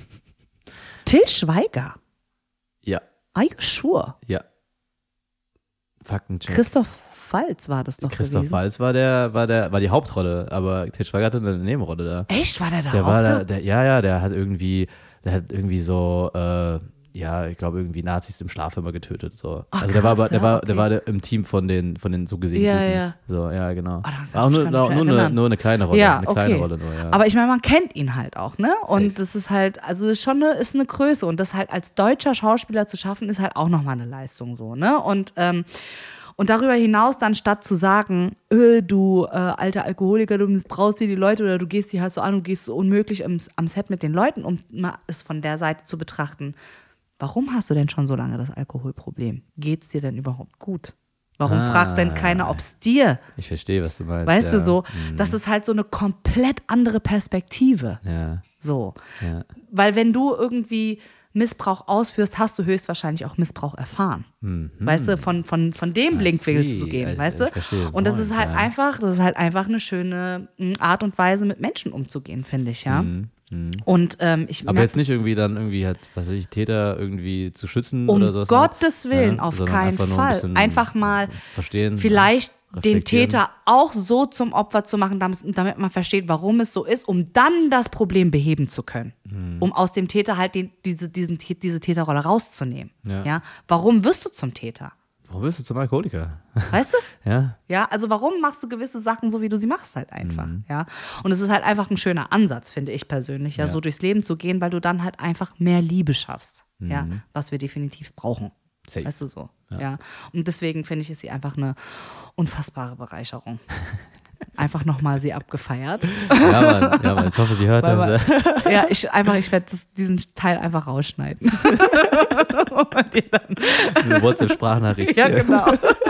Til Schweiger? Ja. Are you sure? Ja. Faktencheck. Christoph Waltz war das doch Christoph gewesen. Waltz war die Hauptrolle, aber Til Schweiger hatte eine Nebenrolle da. Echt? War der da Der auch war da? der hat irgendwie so, ich glaube irgendwie Nazis im Schlaf immer getötet. So. Ach, also der krass, war im Team von den so gesehen. Ja, Guten. ja. So, ja, genau. Auch Nur eine kleine Rolle. Ja, eine okay. kleine Rolle nur, ja. Aber ich meine, man kennt ihn halt auch, ne? Und Safe. das ist halt, also ist schon ist eine Größe. Und das halt als deutscher Schauspieler zu schaffen, ist halt auch nochmal eine Leistung so, ne? Und darüber hinaus dann statt zu sagen, du alter Alkoholiker, du missbrauchst hier die Leute oder du gehst die halt so an, du gehst so unmöglich am Set mit den Leuten, um mal es von der Seite zu betrachten. Warum hast du denn schon so lange das Alkoholproblem? Geht's dir denn überhaupt gut? Warum fragt denn keiner, ob es dir? Ich verstehe, was du meinst. Weißt du so, das ist halt so eine komplett andere Perspektive. Ja. So. Ja. Weil wenn du irgendwie Missbrauch ausführst, hast du höchstwahrscheinlich auch Missbrauch erfahren. Weißt du, von dem Blickwinkel zu gehen, weißt du? Verstehe, und das ist halt einfach eine schöne Art und Weise, mit Menschen umzugehen, finde ich, ja. Und aber jetzt nicht irgendwie dann halt, was weiß ich, Täter irgendwie zu schützen um oder sowas. Gottes Willen, ja, auf sondern keinen einfach nur ein Fall. bisschen Einfach mal verstehen, vielleicht den reflektieren. Täter auch so zum Opfer zu machen, damit man versteht, warum es so ist, um dann das Problem beheben zu können. Um aus dem Täter halt diese Täterrolle rauszunehmen. Ja. Ja? Warum wirst du zum Täter? Warum wirst du zum Alkoholiker? Weißt du? Ja. Ja, also warum machst du gewisse Sachen so, wie du sie machst halt einfach, ja? Und es ist halt einfach ein schöner Ansatz, finde ich persönlich, ja, so durchs Leben zu gehen, weil du dann halt einfach mehr Liebe schaffst, ja, was wir definitiv brauchen. Safe. Weißt du so, ja. Und deswegen finde ich, ist sie einfach eine unfassbare Bereicherung. Einfach nochmal sie abgefeiert. Ja, Mann, ich hoffe, sie hört das. Ja, ich werde diesen Teil einfach rausschneiden. Und dir dann Eine WhatsApp-Sprachnachricht. ja, genau.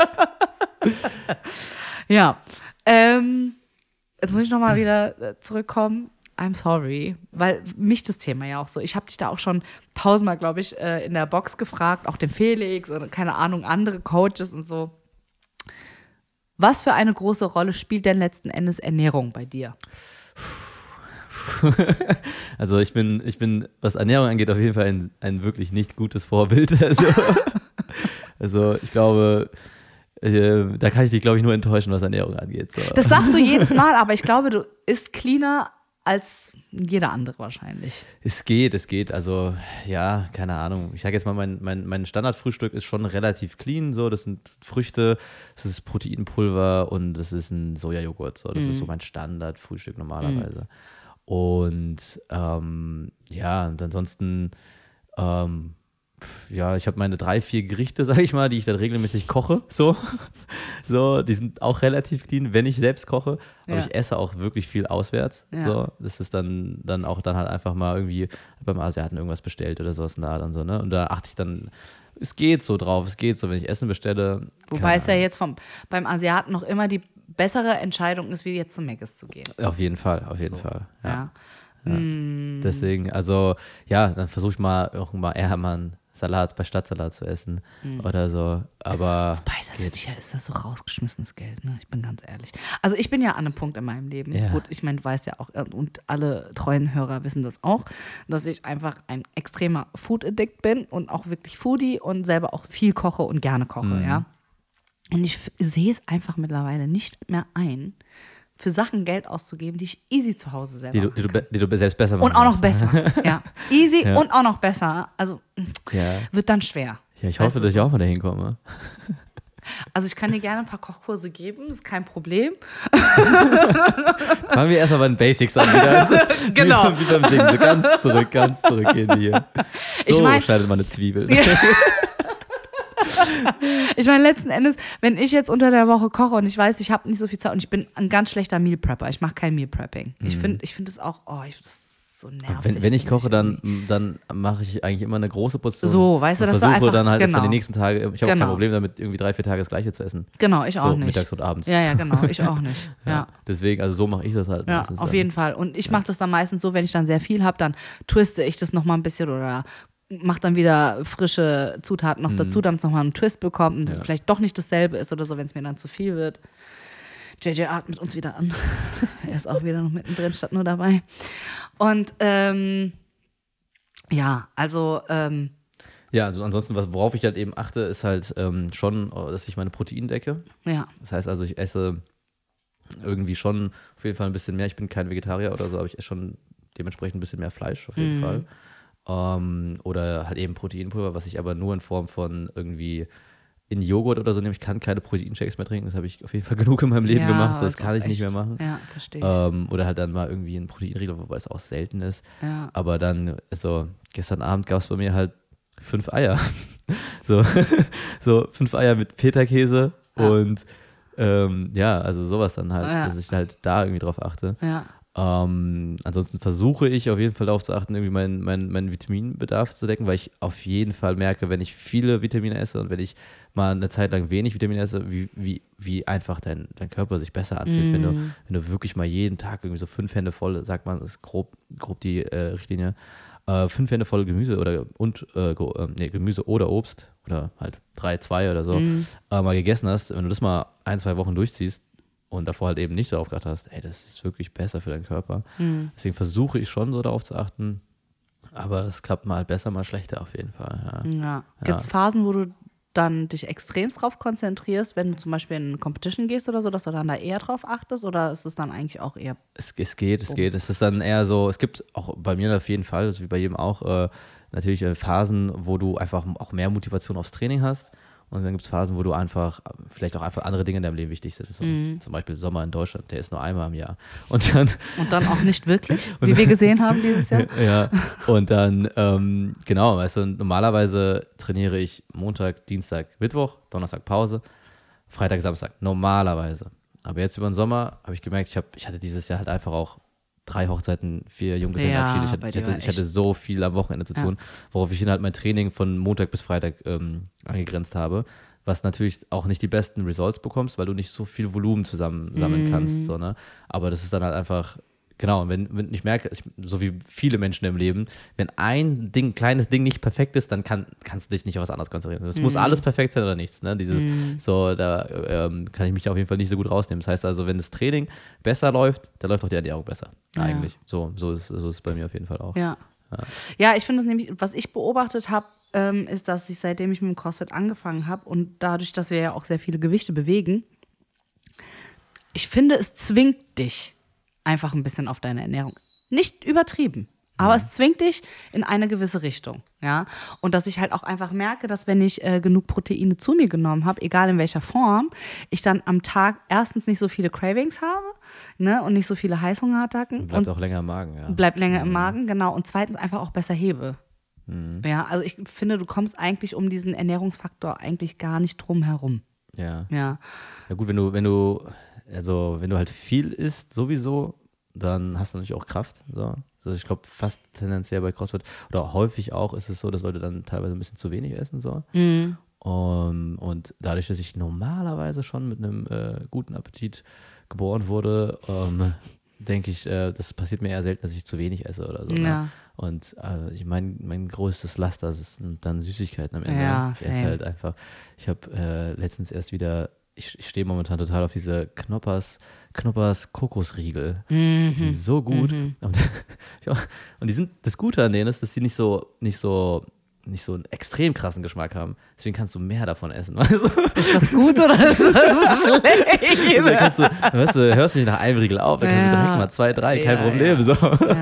Ja, jetzt muss ich nochmal wieder zurückkommen. I'm sorry, weil mich das Thema ja auch so, ich habe dich da auch schon 1000-mal, glaube ich, in der Box gefragt, auch den Felix und keine Ahnung, andere Coaches und so. Was für eine große Rolle spielt denn letzten Endes Ernährung bei dir? Also ich bin, was Ernährung angeht, auf jeden Fall ein wirklich nicht gutes Vorbild. Also ich glaube, da kann ich dich, glaube ich, nur enttäuschen, was Ernährung angeht. So. Das sagst du jedes Mal, aber ich glaube, du isst cleaner als jeder andere wahrscheinlich. Es geht. Also, ja, keine Ahnung. Ich sage jetzt mal, mein Standardfrühstück ist schon relativ clean. So, das sind Früchte, das ist Proteinpulver und das ist ein Sojajoghurt. So, das ist so mein Standardfrühstück normalerweise. Und ja, und ansonsten, ja, ich habe meine 3-4 Gerichte, sage ich mal, die ich dann regelmäßig koche. So, die sind auch relativ clean, wenn ich selbst koche. Aber ich esse auch wirklich viel auswärts. Ja. So, das ist dann auch dann halt einfach mal irgendwie beim Asiaten irgendwas bestellt oder sowas in der Art und so. Ne? Und da achte ich dann, es geht so drauf, wenn ich Essen bestelle. Wobei es ja jetzt beim Asiaten noch immer die bessere Entscheidung ist, wie jetzt zum Mc's zu gehen. Auf jeden Fall. Ja. Deswegen, also ja, dann versuche ich mal irgendwann eher mal einen Salat bei Stadtsalat zu essen oder so, aber... Wobei, das finde ich ja, ist das so rausgeschmissenes Geld, ne? Ich bin ganz ehrlich. Also ich bin ja an einem Punkt in meinem Leben, gut, ich meine, du weißt ja auch, und alle treuen Hörer wissen das auch, dass ich einfach ein extremer Food-Addict bin und auch wirklich Foodie und selber auch viel koche und gerne koche, ja. Und ich sehe es einfach mittlerweile nicht mehr ein, für Sachen Geld auszugeben, die ich easy zu Hause selber die du selbst besser machst. Und auch noch besser, ja. Easy und auch noch besser. Also wird dann schwer. Ja, ich hoffe, dass ich auch mal dahin komme. Also ich kann dir gerne ein paar Kochkurse geben, ist kein Problem. Fangen wir erstmal bei den Basics an wieder. Genau. Wie beim Singen, so ganz zurück gehen wir hier. So schneidet man eine Zwiebel. Ja. Ich meine, letzten Endes, wenn ich jetzt unter der Woche koche und ich weiß, ich habe nicht so viel Zeit und ich bin ein ganz schlechter Meal Prepper, ich mache kein Meal Prepping. Ich finde es auch, das ist so nervig. Wenn ich koche, dann mache ich eigentlich immer eine große Portion. So, weißt du, dass du einfach, dann halt für die nächsten Tage, ich habe auch kein Problem damit, irgendwie 3-4 Tage das Gleiche zu essen. Genau, ich auch nicht. Mittags und abends. Ja, genau, ich auch nicht. Ja. Deswegen, also so mache ich das halt. Ja, auf jeden Fall. Und ich mache das dann meistens so, wenn ich dann sehr viel habe, dann twiste ich das nochmal ein bisschen oder macht dann wieder frische Zutaten noch dazu, damit es nochmal einen Twist bekommt und es vielleicht doch nicht dasselbe ist oder so, wenn es mir dann zu viel wird. JJ atmet uns wieder an. Er ist auch wieder noch mittendrin, statt nur dabei. Und also ansonsten, worauf ich halt eben achte, ist halt schon, dass ich meine Proteine decke. Ja. Das heißt also, ich esse irgendwie schon auf jeden Fall ein bisschen mehr. Ich bin kein Vegetarier oder so, aber ich esse schon dementsprechend ein bisschen mehr Fleisch auf jeden Fall. Oder halt eben Proteinpulver, was ich aber nur in Form von irgendwie in Joghurt oder so nehme. Ich kann keine Proteinshakes mehr trinken, das habe ich auf jeden Fall genug in meinem Leben gemacht, so das kann ich nicht mehr machen. Ja, verstehe ich. Oder halt dann mal irgendwie ein Proteinriegel, wobei es auch selten ist. Ja. Aber dann, gestern Abend gab es bei mir halt 5 Eier. so 5 Eier mit Feta-Käse und also sowas dann halt, dass ich halt da irgendwie drauf achte. Ja. Ansonsten versuche ich auf jeden Fall darauf zu achten, irgendwie meinen Vitaminbedarf zu decken, weil ich auf jeden Fall merke, wenn ich viele Vitamine esse und wenn ich mal eine Zeit lang wenig Vitamine esse, wie einfach dein Körper sich besser anfühlt, wenn du wirklich mal jeden Tag irgendwie so 5 Hände voll, sagt man, das ist grob die Richtlinie, 5 Hände voll Gemüse Gemüse oder Obst oder halt 3, 2 oder so mal gegessen hast, wenn du das mal 1-2 Wochen durchziehst, und davor halt eben nicht darauf geachtet hast, das ist wirklich besser für deinen Körper. Deswegen versuche ich schon so darauf zu achten, aber es klappt mal besser, mal schlechter auf jeden Fall. Ja. Gibt es Phasen, wo du dann dich extremst drauf konzentrierst, wenn du zum Beispiel in eine Competition gehst oder so, dass du dann da eher drauf achtest oder ist es dann eigentlich auch eher... Es geht. Es ist dann eher so, es gibt auch bei mir auf jeden Fall, wie bei jedem auch, natürlich Phasen, wo du einfach auch mehr Motivation aufs Training hast Und dann gibt es Phasen, wo du vielleicht auch einfach andere Dinge in deinem Leben wichtig sind. So, zum Beispiel Sommer in Deutschland, der ist nur einmal im Jahr. Und dann auch nicht wirklich, wie wir gesehen haben dieses Jahr. Ja, und dann, genau, weißt du, normalerweise trainiere ich Montag, Dienstag, Mittwoch, Donnerstag Pause, Freitag, Samstag, normalerweise. Aber jetzt über den Sommer habe ich gemerkt, ich hatte dieses Jahr halt einfach auch 3 Hochzeiten, 4 Junggesellenabschiede. Ich hatte so viel am Wochenende zu tun, worauf ich halt mein Training von Montag bis Freitag angegrenzt habe, was natürlich auch nicht die besten Results bekommst, weil du nicht so viel Volumen sammeln kannst. So, ne? Aber das ist dann halt einfach, genau, wenn ich merke, so wie viele Menschen im Leben, wenn ein kleines Ding nicht perfekt ist, dann kannst du dich nicht auf was anderes konzentrieren. Es muss alles perfekt sein oder nichts. Ne? Da kann ich mich auf jeden Fall nicht so gut rausnehmen. Das heißt also, wenn das Training besser läuft, dann läuft auch die Ernährung besser. Eigentlich. So ist es bei mir auf jeden Fall auch. Ja, ich finde es nämlich, was ich beobachtet habe, ist, dass ich seitdem ich mit dem CrossFit angefangen habe und dadurch, dass wir ja auch sehr viele Gewichte bewegen, ich finde, es zwingt dich einfach ein bisschen auf deine Ernährung. Nicht übertrieben, aber es zwingt dich in eine gewisse Richtung. Ja? Und dass ich halt auch einfach merke, dass wenn ich genug Proteine zu mir genommen habe, egal in welcher Form, ich dann am Tag erstens nicht so viele Cravings habe, ne, und nicht so viele Heißhungerattacken. Bleibt auch länger im Magen, ja. Bleibt länger im Magen, genau. Und zweitens einfach auch besser hebe. Ja, also ich finde, du kommst eigentlich um diesen Ernährungsfaktor eigentlich gar nicht drum herum. Ja. Ja gut, wenn du halt viel isst sowieso, dann hast du natürlich auch Kraft. So. Also ich glaube, fast tendenziell bei CrossFit oder häufig auch ist es so, dass Leute dann teilweise ein bisschen zu wenig essen. So. Und dadurch, dass ich normalerweise schon mit einem guten Appetit geboren wurde, denke ich, das passiert mir eher selten, dass ich zu wenig esse oder so. Ja. Ne? Und ich meine, mein größtes Laster sind dann Süßigkeiten am Ende. Ja, ich esse halt einfach, ich habe letztens erst wieder, ich stehe momentan total auf diese Knoppers Kokosriegel. Die sind so gut. Und das Gute an denen ist, dass sie nicht so einen extrem krassen Geschmack haben. Deswegen kannst du mehr davon essen. Weißt du? Ist das gut oder ist das schlecht? Dann kannst du, hörst nicht nach einem Riegel auf, dann kannst du direkt mal 2, 3, kein Problem. So.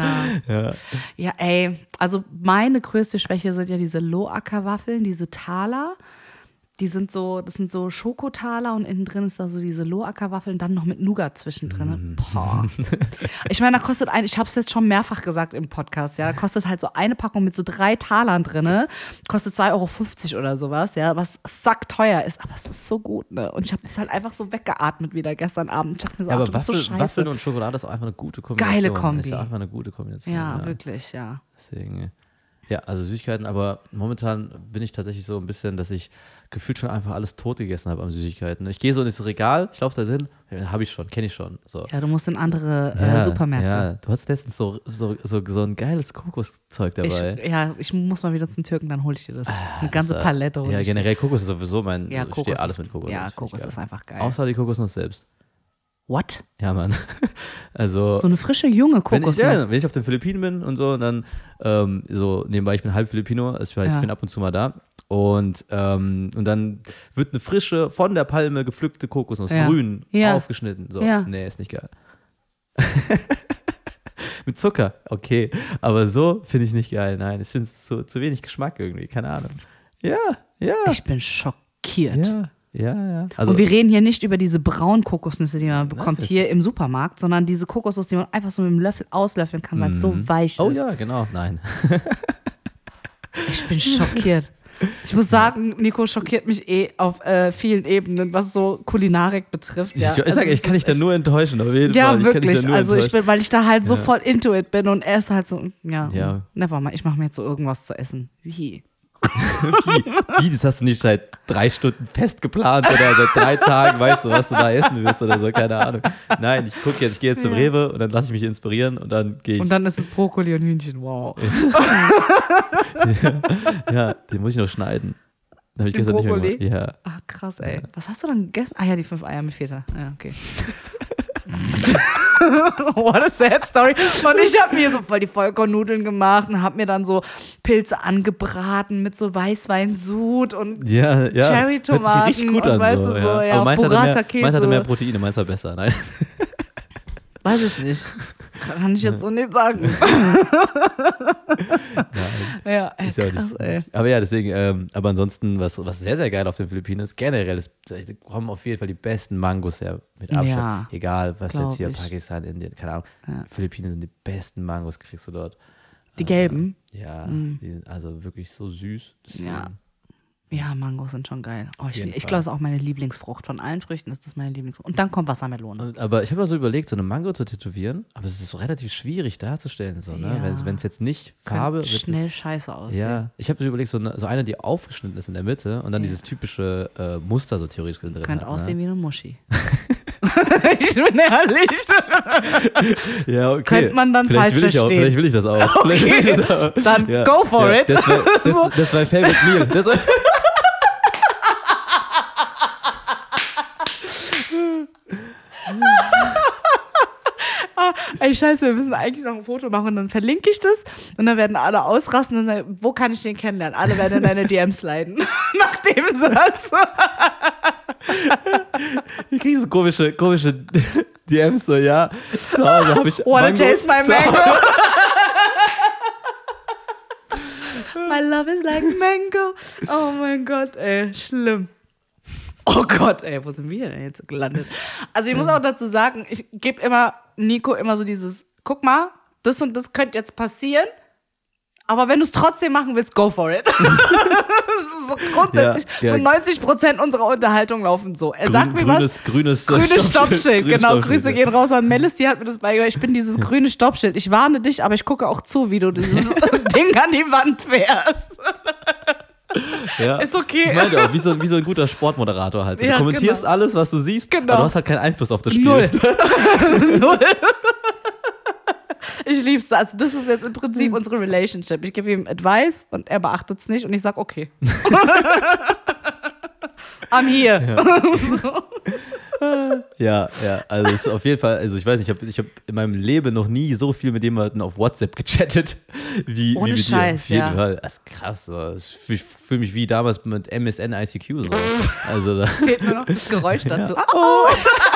Ja, ey, also meine größte Schwäche sind ja diese Loacker-Waffeln, diese Taler. Das sind so Schokotaler und innen drin ist da so diese Loacker-Waffeln, dann noch mit Nougat zwischendrin. Boah. Ich meine, ich habe es jetzt schon mehrfach gesagt im Podcast, ja, da kostet halt so eine Packung mit so 3 Talern drin, kostet 2,50 € oder sowas, ja, was sackteuer ist, aber es ist so gut, ne? Und ich habe es halt einfach so weggeatmet wieder gestern Abend. Ich dachte mir so, aber du bist so scheiße. Waffeln und Schokolade ist auch einfach eine gute Kombination. Geile Kombi. Ist ja einfach eine gute Kombination. Ja, wirklich, ja. Deswegen, ja, also Süßigkeiten, aber momentan bin ich tatsächlich so ein bisschen, dass ich gefühlt schon einfach alles tot gegessen habe an Süßigkeiten. Ich gehe so ins Regal, ich laufe da hin, habe ich schon, kenne ich schon. So. Ja, du musst in andere Supermärkte. Ja, du hast letztens so ein geiles Kokoszeug dabei. Ich muss mal wieder zum Türken, dann hole ich dir das. Eine ganze Palette. Ja, generell Kokos ist sowieso ich stehe alles mit Kokos. Ja, Kokos ist einfach geil. Außer die Kokosnuss selbst. What? Ja, Mann. Also, so eine frische, junge Kokosnuss. Wenn ich auf den Philippinen bin und so, dann so nebenbei, ich bin halb Filipino, ich bin ab und zu mal da. Und dann wird eine frische, von der Palme gepflückte Kokosnuss, grün, aufgeschnitten. So. Ja. Nee, ist nicht geil. Mit Zucker, okay. Aber so finde ich nicht geil. Nein, ich finde es zu wenig Geschmack irgendwie, keine Ahnung. Ja. Ich bin schockiert. Ja. Also, und wir reden hier nicht über diese braunen Kokosnüsse, die man bekommt hier im Supermarkt, sondern diese Kokosnuss, die man einfach so mit dem Löffel auslöffeln kann, weil es so weich ist. Oh ja, genau. Nein. Ich bin schockiert. Ich muss sagen, Nico schockiert mich auf vielen Ebenen, was so Kulinarik betrifft. Ja. Ich kann dich da nur enttäuschen, auf jeden Fall. Ja, wirklich. Weil ich da halt so voll into it bin und er ist halt so, never mind, ich mache mir jetzt so irgendwas zu essen. Wie? Wie? Das hast du nicht seit 3 Stunden fest geplant oder seit 3 Tagen weißt du, was du da essen wirst oder so, keine Ahnung. Nein, ich gehe jetzt zum Rewe und dann lasse ich mich inspirieren und dann gehe ich. Und dann ist es Brokkoli und Hühnchen, wow. Ja, den muss ich noch schneiden. Den habe ich gestern nicht mehr gemacht. Ja. Ach, krass, ey. Was hast du dann gegessen? Ah ja, die 5 Eier mit Feta. Ja, okay. What a sad story. Und ich habe mir so voll die Vollkornnudeln gemacht und habe mir dann so Pilze angebraten mit so Weißweinsud und Cherrytomaten. Hört sich richtig gut an. Weißt du, so, ja, aber Burrata-Käse. meins hatte mehr Proteine, meins war besser. Nein. Weiß ich nicht. Kann ich jetzt so nicht sagen. Ja, Ist ja krass, nicht, ey. aber ja, deswegen, aber ansonsten, was sehr, sehr geil auf den Philippinen ist, generell da kommen auf jeden Fall die besten Mangos her mit Abstand. Ja, Egal, was jetzt hier, glaub ich. Pakistan, Indien, keine Ahnung. Ja. Philippinen sind die besten Mangos, kriegst du dort. Die gelben? Ja, die sind also wirklich so süß. Deswegen- Ja. Ja, Mangos sind schon geil. Oh, ich jeden glaube, Fall. das ist auch meine Lieblingsfrucht. Von allen Früchten ist das meine Lieblingsfrucht. Und dann kommt Wassermelone. Aber ich habe mal so überlegt, so eine Mango zu tätowieren, aber es ist so relativ schwierig darzustellen, so, ne? Ja. Wenn es jetzt nicht Farbe Könnte schnell scheiße aussehen. Ja, ich habe mir überlegt, so eine, die aufgeschnitten ist in der Mitte und dann dieses typische Muster so theoretisch drin Könnte hat. aussehen wie eine Muschi. Ich bin ehrlich. Ja, okay. Könnte man dann Vielleicht falsch will ich auch, verstehen. Vielleicht will ich das auch. Vielleicht will ich das auch. Dann go for it. Das war mein Favorite Meal. Ey, scheiße, wir müssen eigentlich noch ein Foto machen und dann verlinke ich das und dann werden alle ausrasten und sagen, wo kann ich den kennenlernen? Alle werden in deine DMs leiden. Nach dem Satz. Ich kriege so komische DMs, so, ja. Zu Hause habe ich Wanna Mangos. taste my Zu Hause- mango? My love is like mango. Oh mein Gott, ey, schlimm. Oh Gott, ey, wo sind wir denn jetzt gelandet? Also ich muss auch dazu sagen, ich gebe immer Nico immer so dieses, guck mal, das und das könnte jetzt passieren, aber wenn du es trotzdem machen willst, go for it. Das ist so grundsätzlich, Ja, ja. so 90% unserer Unterhaltung laufen so. Er sagt mir was. Grünes Stoppschild, genau. Stoppschild, Grüße ja. gehen raus an Melis, die hat mir das beigebracht. Ich bin dieses grüne Stoppschild. Ich warne dich, aber ich gucke auch zu, wie du dieses Ding an die Wand fährst. Ja. Ist okay. Ich meine auch, wie so ein guter Sportmoderator halt. So, Ja, du kommentierst genau. alles, was du siehst, Genau. aber du hast halt keinen Einfluss auf das Spiel. Null. Null. Ich lieb's. Also das ist jetzt im Prinzip unsere Relationship. Ich gebe ihm Advice und er beachtet es nicht und ich sag okay. I'm here. Ja, also es ist auf jeden Fall, also ich weiß nicht, ich hab in meinem Leben noch nie so viel mit jemandem auf WhatsApp gechattet wie Ohne mit Scheiß, dir. Auf jeden ja. Fall. Das ist krass. So. Ich fühle mich wie damals mit MSN ICQ. So. Also da, Fehlt nur noch das Geräusch dazu. Ja. Oh.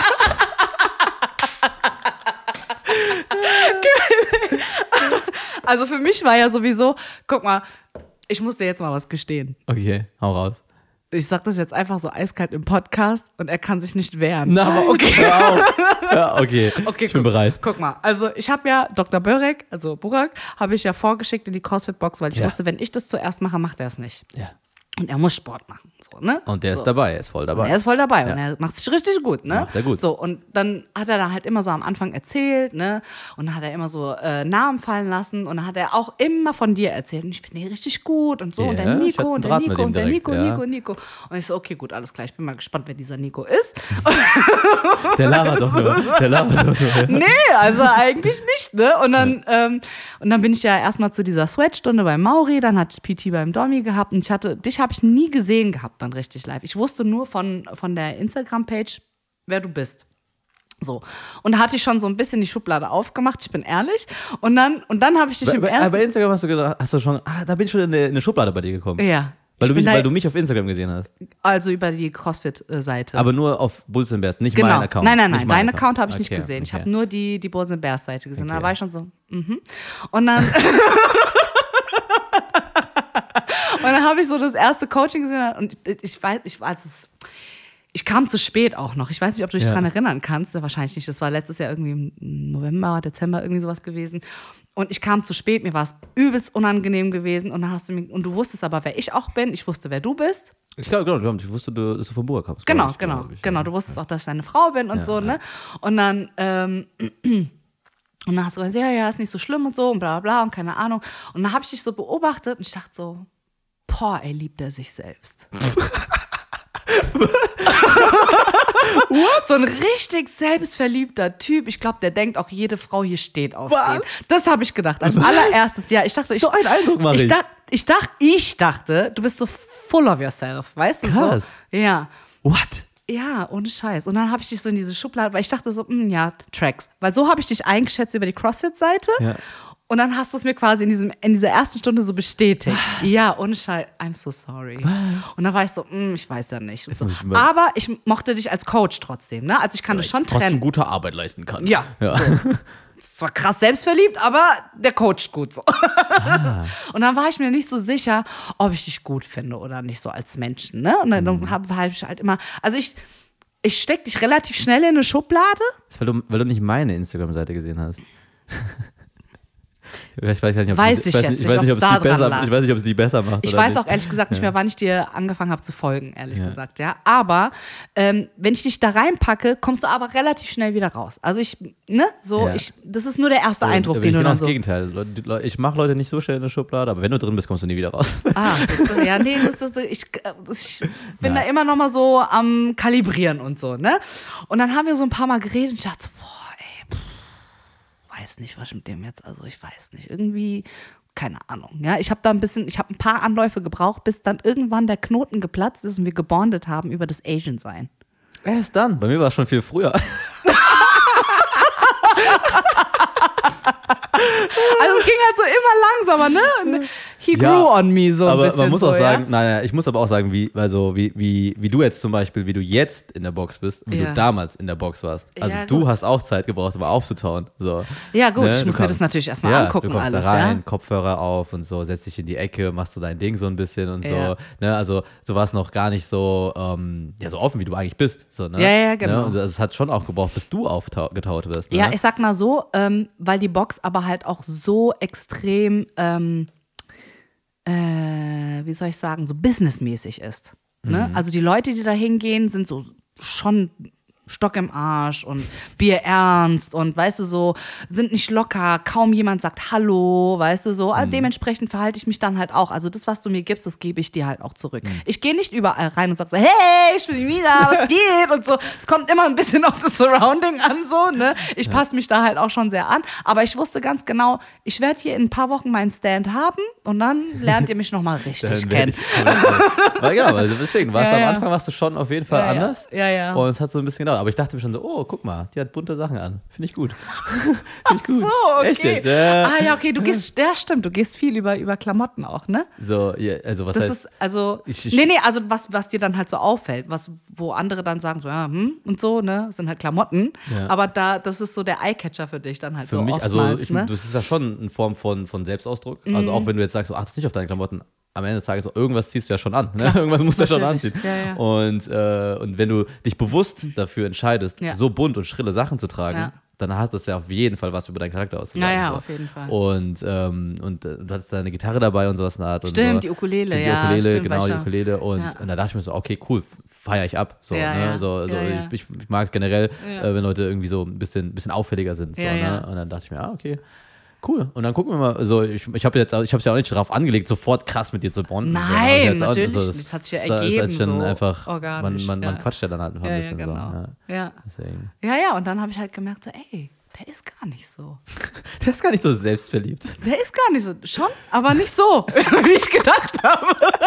Also für mich war ja sowieso, guck mal, ich muss dir jetzt mal was gestehen. okay, hau raus. Ich sag das jetzt einfach so eiskalt im Podcast und er kann sich nicht wehren. Nein, Aber okay. hör auf. Ja, okay, Okay, ich bin guck, bereit. Guck mal, also ich habe ja Dr. Börek, also Burak, habe ich ja vorgeschickt in die CrossFit-Box, weil ich Ja. wusste, wenn ich das zuerst mache, macht er es nicht. Ja. Und er muss Sport machen. So, ne? Und der so. ist dabei, er ist voll dabei. Und er ist voll dabei Ja. und er macht sich richtig gut, ne? Macht er gut. So, und dann hat er da halt immer so am Anfang erzählt, ne? Und dann hat er immer so Namen fallen lassen und dann hat er auch immer von dir erzählt. Und ich finde ihn richtig gut und so. Ja, und der ich hatte Nico einen und der Draht mit Nico ihm und der direkt, Nico, ja. Nico. Und ich so, okay, gut, alles klar. Ich bin mal gespannt, wer dieser Nico ist. Der labert doch nur. Nee, also eigentlich nicht, ne? Und dann bin ich ja erstmal zu dieser Sweatstunde beim Mauri, dann hatte ich PT beim Domi gehabt und dich habe ich nie gesehen gehabt dann richtig live. Ich wusste nur von der Instagram-Page, wer du bist. So. Und da hatte ich schon so ein bisschen die Schublade aufgemacht, ich bin ehrlich. Und dann habe ich dich im ersten... Bei Instagram hast du schon, da bin ich schon in eine Schublade bei dir gekommen. Ja. Weil du mich auf Instagram gesehen hast. Also über die CrossFit-Seite. Aber nur auf Bulls and Bears, nicht Genau. mein Account. Nein, Nicht mein deinen Account habe ich nicht Okay, gesehen. Ich okay. habe nur die Bulls and Bears Seite gesehen. Da Okay. war ich schon so, Und dann... Und dann habe ich so das erste Coaching gesehen und ich kam zu spät auch noch. Ich weiß nicht, ob du dich Ja. daran erinnern kannst. Wahrscheinlich nicht. Das war letztes Jahr irgendwie im November, Dezember, irgendwie sowas gewesen. Und ich kam zu spät. Mir war es übelst unangenehm gewesen. Und dann du wusstest aber, wer ich auch bin. Ich wusste, wer du bist. Ich glaube, ich wusste, dass du von Burak kommst. Genau. glaub ich. Du wusstest auch, dass ich deine Frau bin und Ja, so, ja. ne? Und dann, und dann hast du gesagt, ja, ist nicht so schlimm und so und bla bla bla und keine Ahnung. Und dann habe ich dich so beobachtet und ich dachte so, boah, ey, liebt er sich selbst. So ein richtig selbstverliebter Typ. Ich glaube, der denkt auch, jede Frau hier steht auf Was? ihn. Das habe ich gedacht. Als allererstes, ja, ich dachte, So einen Eindruck mache ich. Ich dachte, du bist so full of yourself, weißt du? Krass. So? Ja. What? Ja, ohne Scheiß. Und dann habe ich dich so in diese Schublade, weil ich dachte so, ja, Tracks. Weil so habe ich dich eingeschätzt über die CrossFit-Seite. Ja. Und dann hast du es mir quasi in dieser ersten Stunde so bestätigt. Ja, ohne Scheiß. I'm so sorry. Und dann war ich so, ich weiß ja nicht. Und so. muss ich mal- Aber ich mochte dich als Coach trotzdem, ne? Also ich kann das schon Was du trennen. gute Arbeit leisten kann. Ja. Ja. So. ist zwar krass selbstverliebt, aber der coacht gut so. Und dann war ich mir nicht so sicher, ob ich dich gut finde oder nicht so als Menschen. Ne? Und dann habe ich halt immer, also ich stecke dich relativ schnell in eine Schublade. Das ist, weil du nicht meine Instagram-Seite gesehen hast. Ich weiß gar nicht, ob weiß ich jetzt nicht, ob es da dran lag. Ich weiß nicht, ob es die besser macht. Ich oder weiß nicht. auch ehrlich gesagt nicht mehr, wann ich dir angefangen habe zu folgen, ehrlich gesagt. Ja. Aber wenn ich dich da reinpacke, kommst du aber relativ schnell wieder raus. Also das ist nur der erste Eindruck, den du dann so... Ich bin genau das Gegenteil. Ich mache Leute nicht so schnell in eine Schublade, aber wenn du drin bist, kommst du nie wieder raus. Ich bin da immer noch mal so am Kalibrieren und so, ne? Und dann haben wir so ein paar Mal geredet und ich dachte so, weiß nicht, was mit dem jetzt, also ich weiß nicht, irgendwie, keine Ahnung, ja, ich habe ein paar Anläufe gebraucht, bis dann irgendwann der Knoten geplatzt ist und wir gebondet haben über das Asian-Sein. Erst dann, bei mir war es schon viel früher. Also es ging halt so immer langsamer, ne? He grew on me so ein aber bisschen. Man muss so, auch sagen, ich muss aber auch sagen, wie du jetzt zum Beispiel, wie du jetzt in der Box bist, wie du damals in der Box warst. Also du hast auch Zeit gebraucht, um aufzutauen. So. Ja gut, ich muss mir das natürlich erstmal angucken. Du kommst alles, da rein, Kopfhörer auf und so, setzt dich in die Ecke, machst so dein Ding so ein bisschen und so. Ne? Also so war es noch gar nicht so, so offen, wie du eigentlich bist. So, ne? Ja, genau. Ne? Und es hat schon auch gebraucht, bis du getaut wirst. Ne? Ja, ich sag mal so, weil die Box aber halt auch so extrem, wie soll ich sagen, so businessmäßig ist. Ne? Also die Leute, die da hingehen, sind so schon Stock im Arsch und bierernst und weißt du so, sind nicht locker, kaum jemand sagt Hallo, weißt du so. Also dementsprechend verhalte ich mich dann halt auch. Also das, was du mir gibst, das gebe ich dir halt auch zurück. Ich gehe nicht überall rein und sage so, hey, ich bin wieder, was geht und so. Es kommt immer ein bisschen auf das Surrounding an, so, ne. Ich passe mich da halt auch schon sehr an. Aber ich wusste ganz genau, ich werde hier in ein paar Wochen meinen Stand haben und dann lernt ihr mich nochmal richtig kennen. Genau, also deswegen am Anfang warst du schon auf jeden Fall anders. Ja. Und es hat so ein bisschen gedauert. Aber ich dachte mir schon so, oh, guck mal, die hat bunte Sachen an. Finde ich gut. Ach so, okay. Echt jetzt? Ja. Okay, stimmt, du gehst viel über Klamotten auch, ne? So, ja, also was das heißt? Ist, also, also was dir dann halt so auffällt, wo andere dann sagen so, und so, ne, das sind halt Klamotten. Ja. Aber das ist so der Eyecatcher für dich dann halt für so mich, oftmals, also das ist ja schon eine Form von Selbstausdruck. Also auch wenn du jetzt sagst, so, achtest nicht auf deine Klamotten, am Ende des Tages so, irgendwas ziehst du ja schon an. Ne? Irgendwas musst du ja schon anziehen. Ja. Und wenn du dich bewusst dafür entscheidest, so bunt und schrille Sachen zu tragen, dann hat das ja auf jeden Fall was über deinen Charakter auszusagen. Ja, so. auf jeden Fall. Und du hattest deine Gitarre dabei und sowas in der Art. Stimmt, und so. die Ukulele, die Ukulele, genau, die Ukulele. Und da dachte ich mir so, okay, cool, feiere ich ab. So, ne? Ich mag es generell, wenn Leute irgendwie so ein bisschen auffälliger sind. So, ne? Und dann dachte ich mir, okay. Cool. Und dann gucken wir mal, also ich habe es ja auch nicht darauf angelegt, sofort krass mit dir zu bonden. Nein, natürlich nicht. Das hat sich ja ergeben. Das ist schon so einfach, organisch. Man quatscht ja dann halt ein bisschen. Genau. So. Ja. Deswegen. Ja, und dann habe ich halt gemerkt, so, ey, der ist gar nicht so. Der ist gar nicht so selbstverliebt. Der ist gar nicht so. Schon, aber nicht so, wie ich gedacht habe.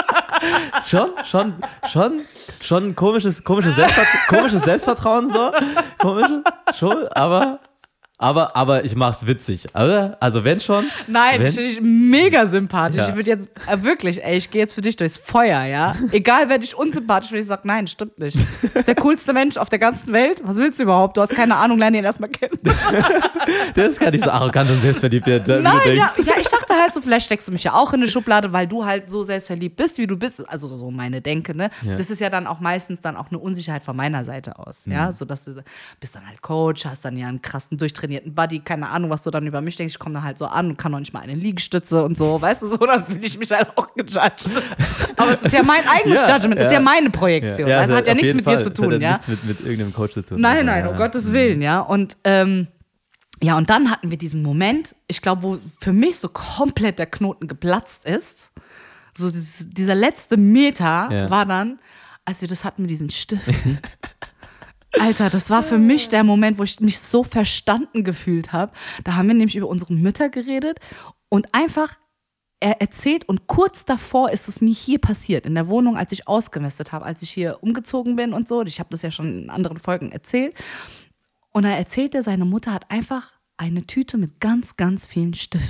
Schon komisches Selbstvertrauen so. Schon, aber ich mach's witzig, oder? Also wenn schon. Nein, ich finde dich mega sympathisch. Ja. Ich würde jetzt, wirklich, ich gehe jetzt für dich durchs Feuer, ja? Egal, wer dich unsympathisch findet, ich sag, nein, stimmt nicht. Das ist der coolste Mensch auf der ganzen Welt. Was willst du überhaupt? Du hast keine Ahnung, lerne ihn erstmal kennen. Der ist gar nicht so arrogant und selbstverliebt, wie du denkst. Ja, ich dachte halt so, vielleicht steckst du mich ja auch in eine Schublade, weil du halt so selbstverliebt bist, wie du bist. Also so meine Denke, ne? Ja. Das ist ja dann auch meistens dann auch eine Unsicherheit von meiner Seite aus, ja? So dass du bist dann halt Coach, hast dann ja einen krassen durchtrainierten Buddy, keine Ahnung, was du dann über mich denkst. Ich komme da halt so an und kann noch nicht mal eine Liegestütze und so, weißt du, so, dann fühle ich mich halt auch gejudged. Aber es ist ja mein eigenes Judgment, es ist ja meine Projektion. Ja, das hat ja nichts mit dir zu tun, ja? Nichts mit irgendeinem Coach zu tun. Nein, um Gottes Willen, ja. Und und dann hatten wir diesen Moment, ich glaube, wo für mich so komplett der Knoten geplatzt ist. So dieser letzte Meter war dann, als wir das hatten mit diesen Stiften. Alter, das war für mich der Moment, wo ich mich so verstanden gefühlt habe. Da haben wir nämlich über unsere Mütter geredet und einfach er erzählt und kurz davor ist es mir hier passiert, in der Wohnung, als ich ausgemistet habe, als ich hier umgezogen bin und so. Ich habe das ja schon in anderen Folgen erzählt. Und er erzählte, seine Mutter hat einfach eine Tüte mit ganz, ganz vielen Stiften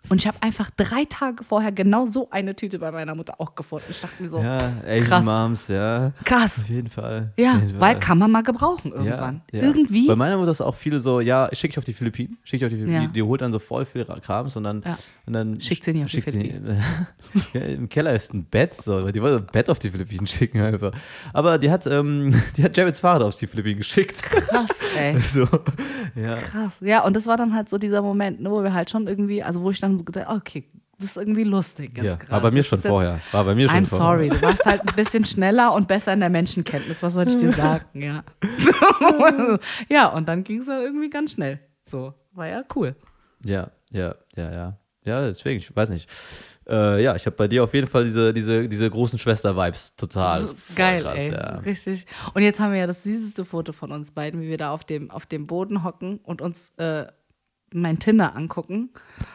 Und ich habe einfach 3 Tage vorher genau so eine Tüte bei meiner Mutter auch gefunden. Ich dachte mir so, Ja, Asian krass. Moms, ja. Krass. Auf jeden Fall. Ja, Auf jeden weil Fall. kann man mal gebrauchen irgendwann. Ja. Irgendwie. Bei meiner Mutter ist auch viele so, ja, schick dich auf die Philippinen. Ja. Die holt dann so voll viel Krams und dann, Ja. und dann Schickt sie nicht auf die Philippinen. Ja, im Keller ist ein Bett, so. Die wollte ein Bett auf die Philippinen schicken einfach. Aber die hat Jareds Fahrrad auf die Philippinen geschickt. Krass, ey. So, ja. Krass. Ja, und das war dann halt so dieser Moment, ne, wo wir halt schon irgendwie, also wo ich dann so gedacht, okay, das ist irgendwie lustig jetzt Ja, gerade. war bei mir Das schon ist jetzt- vorher. War bei mir schon I'm vorher. sorry, du warst halt ein bisschen schneller und besser in der Menschenkenntnis, was soll ich dir sagen, ja. Ja, und dann ging es dann irgendwie ganz schnell. So, war ja cool. Ja. Ja, deswegen, ich weiß nicht. Ja, ich habe bei dir auf jeden Fall diese großen Schwester-Vibes total. So, Voll geil, krass, ey. ja. Richtig. Und jetzt haben wir ja das süßeste Foto von uns beiden, wie wir da auf dem Boden hocken und uns mein Tinder angucken.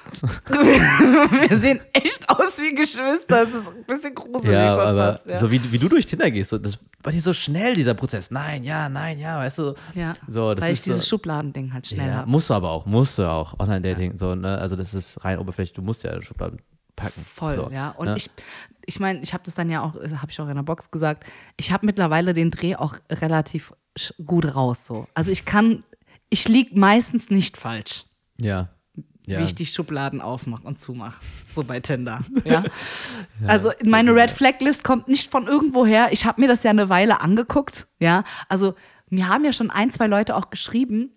Wir sehen echt aus wie Geschwister. Das ist ein bisschen gruselig Ja, schon aber fast. Ja. so wie du durch Tinder gehst, so, das war dir so schnell, dieser Prozess. Nein, ja, weißt du. Ja, So, das weil ist ich dieses so, Schubladending halt schnell ja, habe. musst du auch. Online-Dating, so, ne? Also das ist rein oberflächlich, du musst ja Schubladen packen. Voll, so, ja. Und ne? ich meine, ich habe das dann ja auch, habe ich auch in der Box gesagt, ich habe mittlerweile den Dreh auch relativ gut raus. So. Also ich liege meistens nicht falsch, Ja. wie ich die Schubladen aufmache und zumache. So bei Tinder. Ja. Also meine Red Flag List kommt nicht von irgendwoher. Ich habe mir das ja eine Weile angeguckt. Ja. Also mir haben ja schon 1, 2 Leute auch geschrieben,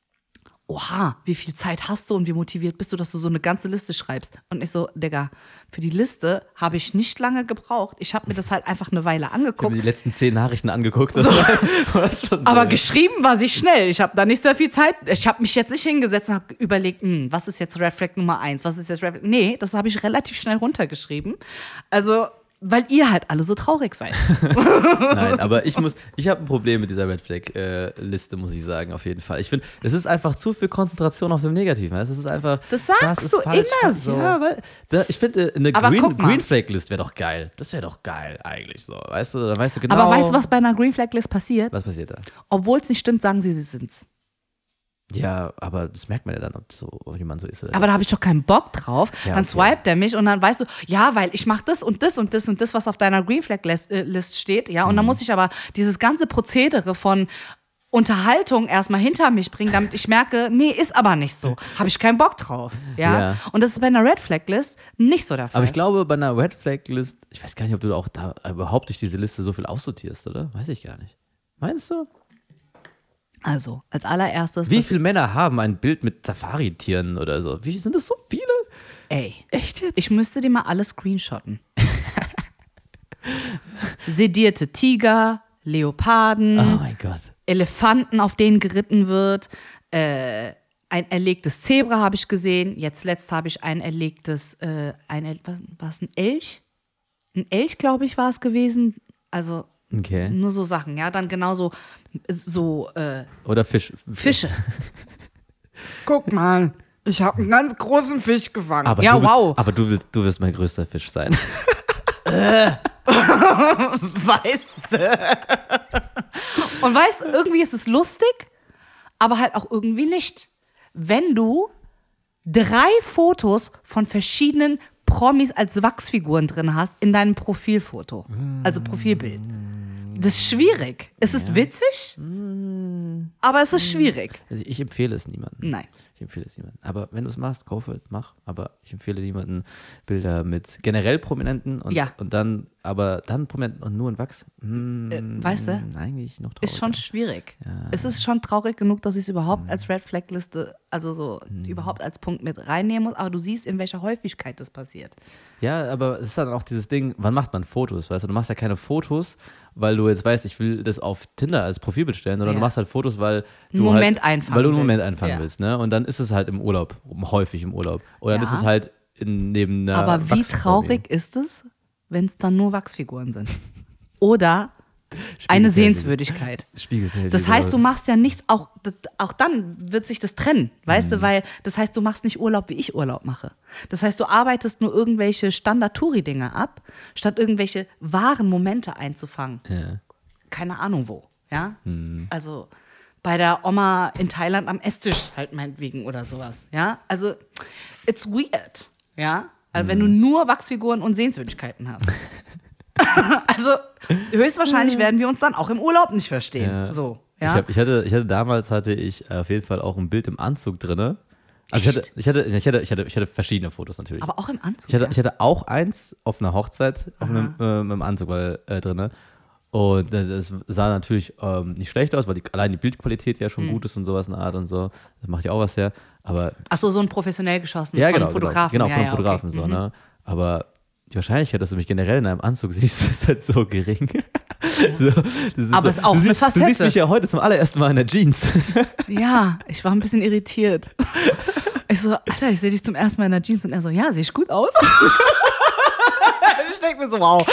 oha, wie viel Zeit hast du und wie motiviert bist du, dass du so eine ganze Liste schreibst? Und ich so, Digga, für die Liste habe ich nicht lange gebraucht. Ich habe mir das halt einfach eine Weile Ich habe angeguckt. mir die letzten 10 Nachrichten angeguckt. Das war schon Aber so, geschrieben war sie schnell. Ich habe da nicht sehr viel Zeit. Ich habe mich jetzt nicht hingesetzt und habe überlegt, was ist jetzt Red Flag Nummer 1? Was ist jetzt Red Flag? Nee, das habe ich relativ schnell runtergeschrieben. Also, weil ihr halt alle so traurig seid. Nein, aber ich habe ein Problem mit dieser Red Flag-Liste, muss ich sagen, auf jeden Fall. Ich finde, es ist einfach zu viel Konzentration auf dem Negativen. Es ist einfach. Das sagst ist du falsch. immer so. Ja, weil ich finde, eine Aber guck mal. Green Flag-List wäre doch geil. Das wäre doch geil, eigentlich so. Weißt du, dann weißt du genau. Aber weißt du, was bei einer Green Flag List passiert? Was passiert da? Obwohl es nicht stimmt, sagen sie sind's. Ja, aber das merkt man ja dann, ob jemand so ist. Oder Aber da habe ich doch keinen Bock drauf. Ja, Dann okay. swipet er mich und dann weißt du, ja, weil ich mache das und das und das und das, was auf deiner Green Flag List steht. Ja, und dann muss ich aber dieses ganze Prozedere von Unterhaltung erstmal hinter mich bringen, damit ich merke, nee, ist aber nicht so. Habe ich keinen Bock drauf. Ja? Ja. Und das ist bei einer Red Flag List nicht so der Fall. Aber ich glaube, bei einer Red Flag List, ich weiß gar nicht, ob du auch da überhaupt durch diese Liste so viel aussortierst, oder? Weiß ich gar nicht. Meinst du? Also, als allererstes. Wie viele Männer haben ein Bild mit Safari-Tieren oder so? Wie sind das so viele? Ey, Echt jetzt? ich müsste dir mal alles screenshotten. Sedierte Tiger, Leoparden. Oh mein Gott. Elefanten, auf denen geritten wird. Ein erlegtes Zebra habe ich gesehen. Jetzt letzt habe ich ein erlegtes, war es ein Elch? Ein Elch, glaube ich, war es gewesen. Also Okay. nur so Sachen, ja. Dann genauso Oder Fische. Guck mal, ich habe einen ganz großen Fisch gefangen. Aber ja, du bist, wow. Aber du wirst mein größter Fisch sein. Weißt du? Und weißt du, irgendwie ist es lustig, aber halt auch irgendwie nicht. Wenn du 3 Fotos von verschiedenen Promis als Wachsfiguren drin hast in deinem Profilfoto, also Profilbild. Das ist schwierig. Es ist witzig, aber es ist schwierig. Also ich empfehle es niemandem. Nein. Ich empfehle es niemandem. Aber wenn du es machst, go for it, mach. Aber ich empfehle niemanden Bilder mit generell Prominenten und, Ja. und dann Prominenten und nur in Wachs. Weißt du? Eigentlich noch traurig. Ist schon schwierig. Es ist schon traurig genug, dass ich es überhaupt als Red Flag Liste, also so überhaupt als Punkt mit reinnehmen muss, aber du siehst, in welcher Häufigkeit das passiert. Ja, aber es ist dann auch dieses Ding, wann macht man Fotos? Weißt du, du machst ja keine Fotos, weil du jetzt weißt, ich will das auf Tinder als Profilbild stellen, sondern Ja. du machst halt Fotos, weil Einen du Moment halt, einfangen weil du einen Moment willst. einfangen Ja. willst, ne? Und dann ist es halt im Urlaub, häufig im Urlaub. Oder dann Ja. ist es halt neben einer Aber wie Wachspromi. traurig ist es, wenn es dann nur Wachsfiguren sind? Oder Spiegelt eine sich halt Sehenswürdigkeit. Spiegelt sich halt Das diese heißt, du Leute. machst ja nichts, auch dann wird sich das trennen, weißt du, weil das heißt, du machst nicht Urlaub, wie ich Urlaub mache. Das heißt, du arbeitest nur irgendwelche Standard-Touri-Dinge ab, statt irgendwelche wahren Momente einzufangen. Ja. Keine Ahnung wo, ja? Also bei der Oma in Thailand am Esstisch halt meinetwegen oder sowas, ja? Also, it's weird. Ja? Also wenn du nur Wachsfiguren und Sehenswürdigkeiten hast. Also höchstwahrscheinlich werden wir uns dann auch im Urlaub nicht verstehen. Ja. So, ja? Damals hatte ich auf jeden Fall auch ein Bild im Anzug drin. Also ich hatte verschiedene Fotos natürlich. Aber auch im Anzug. Ich hatte auch eins auf einer Hochzeit auch mit dem Anzug drin. Und das sah natürlich nicht schlecht aus, weil allein die Bildqualität ja schon gut ist und sowas in der Art und so. Das macht ja auch was her. Aber Achso, so ein professionell geschossenes ja, von einem Fotografen. Genau, von einem ja, Fotografen. okay. So, ne? Aber die Wahrscheinlichkeit, dass du mich generell in einem Anzug siehst, ist halt so gering. So, Aber es ist auch eine Facette. Du siehst mich ja heute zum allerersten Mal in der Jeans. Ja, ich war ein bisschen irritiert. Ich so, Alter, ich sehe dich zum ersten Mal in der Jeans. Und er so, ja, sehe ich gut aus? Ich denke mir so, wow.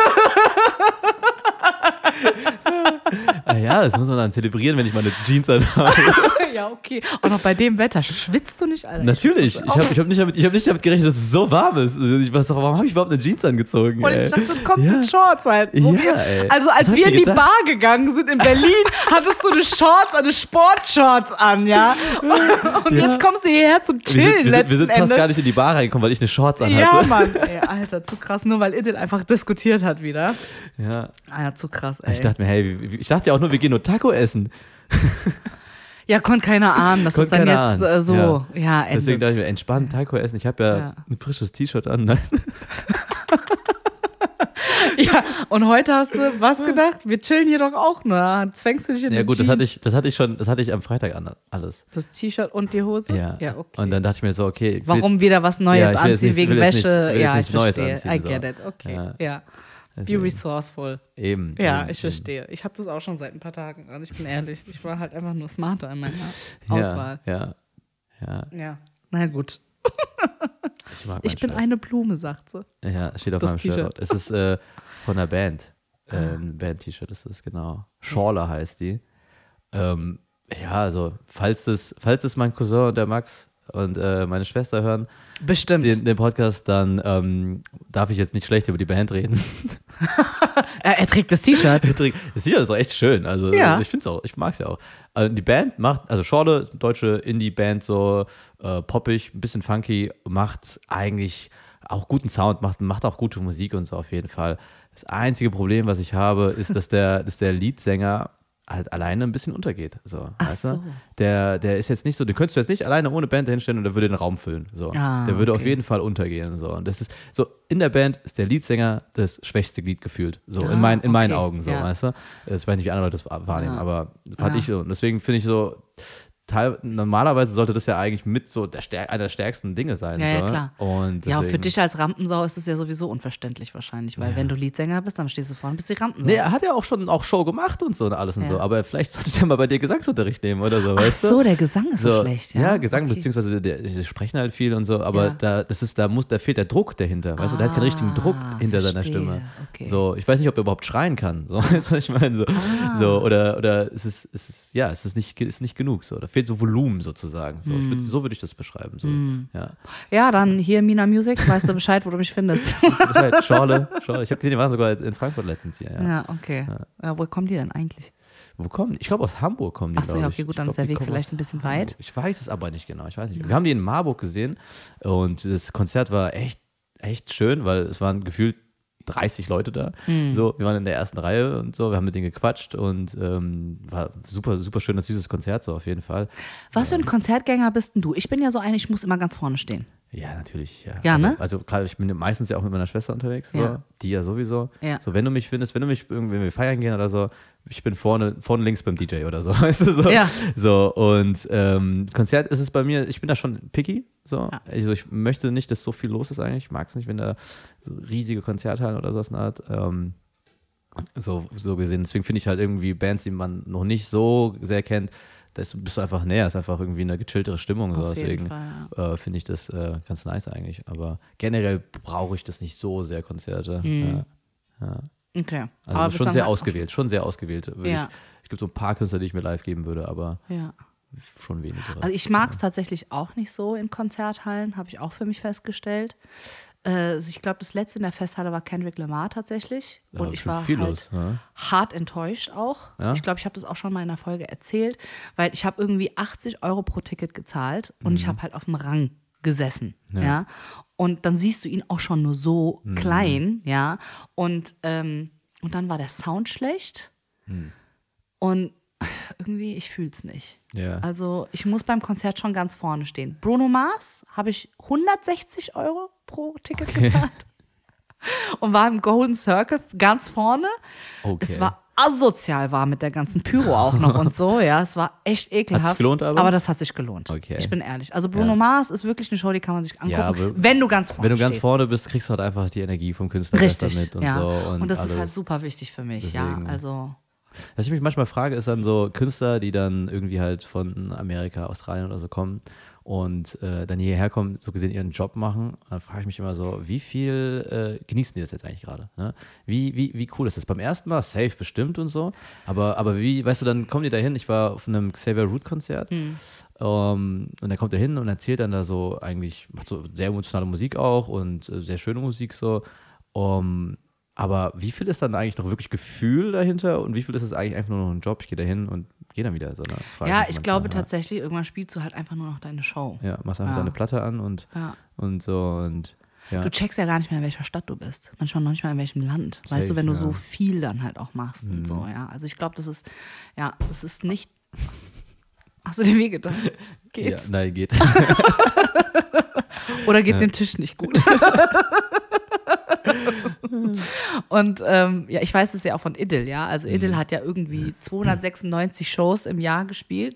Ja, das muss man dann zelebrieren, wenn ich meine Jeans anhabe. Ja, okay. Auch noch bei dem Wetter. Schwitzt du nicht, Alter? Natürlich. Ich hab nicht damit gerechnet, dass es so warm ist. Warum habe ich überhaupt eine Jeans angezogen? Und ich dachte, du kommst in Shorts halt. Ja, ey. Also als wir in die Bar gegangen sind in Berlin, hattest du eine Sportshorts an, ja? Und jetzt kommst du hierher zum Chillen wir sind fast gar nicht in die Bar reingekommen, weil ich eine Shorts anhatte. Ja, Mann. Ey, Alter, zu krass. Nur weil Idil einfach diskutiert hat wieder. Ja. Alter, zu krass, ey. Ich dachte mir, hey, ich dachte ja auch nur, wir gehen nur Taco essen. Ja, konnte keiner ahnen, dass es dann jetzt so, ja, endet. Deswegen dachte ich mir, entspannt Taco essen. Ich habe ja ein frisches T-Shirt an. Nein. Ja, und heute hast du was gedacht? Wir chillen hier doch auch nur. Zwängst du dich in den gut, Jeans? das hatte ich am Freitag an, alles. Das T-Shirt und die Hose? Ja, okay. Und dann dachte ich mir so, okay. Warum wieder was Neues anziehen wegen Wäsche? Ja, ich verstehe. Anziehen, I get it, okay. Ja. Be resourceful. Eben. Ja, ich verstehe. Ich habe das auch schon seit ein paar Tagen. Also ich bin ehrlich, ich war halt einfach nur smarter in meiner Auswahl. Ja. Na gut. Ich bin eine Blume, sagt sie. Ja, steht auf meinem Shirt. Es ist von der Band. Ein Band-T-Shirt ist das, genau. Schorle heißt die. Also, falls das mein Cousin und der Max und meine Schwester hören, bestimmt den Podcast, dann darf ich jetzt nicht schlecht über die Band reden. Er trägt das T-Shirt. Das T-Shirt ist auch echt schön. Also ich finde es auch, ich mag es ja auch. Die Band also Schorle, deutsche Indie-Band, so poppig, ein bisschen funky, macht eigentlich auch guten Sound, macht auch gute Musik und so auf jeden Fall. Das einzige Problem, was ich habe, ist, dass der Leadsänger halt alleine ein bisschen untergeht. So, weißt du? Der ist jetzt nicht so, den könntest du jetzt nicht alleine ohne Band hinstellen und der würde den Raum füllen. So. Der würde auf jeden Fall untergehen. So. Und das ist so, in der Band ist der Leadsänger das schwächste Glied gefühlt. So, in meinen Augen, so, weißt du? Ich weiß nicht, wie andere Leute das wahrnehmen, aber das fand ich so. Und deswegen finde ich so, normalerweise sollte das ja eigentlich mit so einer der stärksten Dinge sein. Ja, so. Klar. Und ja, für dich als Rampensau ist es ja sowieso unverständlich wahrscheinlich, weil wenn du Leadsänger bist, dann stehst du vorne und bist die Rampensau. Nee, er hat ja auch schon Show gemacht und so und alles und so, aber vielleicht sollte der mal bei dir Gesangsunterricht nehmen oder so, weißt du? Ach so, der Gesang ist so schlecht, ja? Ja, Gesang, beziehungsweise die sprechen halt viel und so, aber da fehlt der Druck dahinter, weißt du? Der hat keinen richtigen Druck hinter seiner Stimme. Okay. So, ich weiß nicht, ob er überhaupt schreien kann, so, weißt du, was ich meine? So, oder es ist nicht genug, so, da fehlt so Volumen sozusagen. So, so würde ich das beschreiben. So. Ja, dann hier Mina Music, weißt du Bescheid, wo du mich findest. Schorle. Ich habe gesehen, die waren sogar in Frankfurt letztens hier. Ja, okay. Ja. Wo kommen die denn eigentlich? Wo kommen die? Ich glaube, aus Hamburg kommen die. Achso, ja, okay, gut, dann ist der Weg vielleicht ein bisschen weit. Ich weiß es aber nicht genau. Wir haben die in Marburg gesehen und das Konzert war echt schön, weil es waren gefühlt 30 Leute da. So, wir waren in der ersten Reihe und so, wir haben mit denen gequatscht und war super, super schönes, süßes Konzert, so auf jeden Fall. Was für ein Konzertgänger bist denn du? Ich bin ja so eine, ich muss immer ganz vorne stehen. Ja, natürlich, ja. Ja, ne? Also klar, ich bin meistens ja auch mit meiner Schwester unterwegs, so, die ja sowieso. Ja. So, wenn du mich findest, wenn wir feiern gehen oder so, ich bin vorne links beim DJ oder so, weißt du, so. Ja. So, und Konzert ist es bei mir, ich bin da schon picky, so. Ja. Also ich möchte nicht, dass so viel los ist eigentlich, ich mag es nicht, wenn da so riesige Konzerthallen oder so eine Art, so gesehen. Deswegen finde ich halt irgendwie Bands, die man noch nicht so sehr kennt, da bist du einfach näher, ist einfach irgendwie eine gechilltere Stimmung. So. Deswegen finde ich das ganz nice eigentlich. Aber generell brauche ich das nicht so sehr, Konzerte. Okay. Also aber schon sehr ausgewählt. Es gibt so ein paar Künstler, die ich mir live geben würde, aber schon weniger. Also ich mag es tatsächlich auch nicht so in Konzerthallen, habe ich auch für mich festgestellt. Ich glaube, das letzte in der Festhalle war Kendrick Lamar tatsächlich. Ja, und ich war hart enttäuscht auch. Ja? Ich glaube, ich habe das auch schon mal in einer Folge erzählt, weil ich habe irgendwie 80 € pro Ticket gezahlt und ich habe halt auf dem Rang gesessen, ja. Und dann siehst du ihn auch schon nur so klein, ja. Und dann war der Sound schlecht. Und irgendwie, ich fühl's nicht. Ja. Also ich muss beim Konzert schon ganz vorne stehen. Bruno Mars habe ich 160 € pro Ticket gezahlt. Und war im Golden Circle ganz vorne. Okay. Es war asozial warm mit der ganzen Pyro auch noch und so. Ja, es war echt ekelhaft. Hat sich gelohnt aber? Aber das hat sich gelohnt. Okay. Ich bin ehrlich. Also Bruno Mars ist wirklich eine Show, die kann man sich angucken, Ja, aber wenn du ganz vorne Wenn du ganz stehst. vorne bist, kriegst du halt einfach die Energie vom Künstler Richtig, besser mit und ja. so. Und das alles. ist halt super wichtig für mich. Deswegen. Ja, also Was ich mich manchmal frage, ist dann so Künstler, die dann irgendwie halt von Amerika, Australien oder so kommen und dann hierher kommen, so gesehen ihren Job machen. Und dann frage ich mich immer so, wie viel genießen die das jetzt eigentlich gerade? Ne? Wie cool ist das? Beim ersten Mal safe bestimmt und so, aber wie, weißt du, dann kommen die da hin. Ich war auf einem Xavier Root Konzert und dann kommt er hin und erzählt dann da so eigentlich, macht so sehr emotionale Musik auch und sehr schöne Musik so. Aber wie viel ist dann eigentlich noch wirklich Gefühl dahinter und wie viel ist es eigentlich einfach nur noch ein Job? Ich gehe da hin und gehe dann wieder. So, ne? ja, ich glaube tatsächlich, irgendwann spielst du halt einfach nur noch deine Show. Ja, machst einfach deine Platte an und so und ja. Du checkst ja gar nicht mehr, in welcher Stadt du bist. Manchmal noch nicht mal in welchem Land. Safe, weißt du, wenn du ja. so viel dann halt auch machst und so, ja. Also ich glaube, das ist nicht. Hast du dir wehgetan? Geht's? Ja, nein, geht. Oder geht's dem Tisch nicht gut? Und ich weiß es ja auch von Idyll, ja. Also Idyll hat ja irgendwie 296 Shows im Jahr gespielt,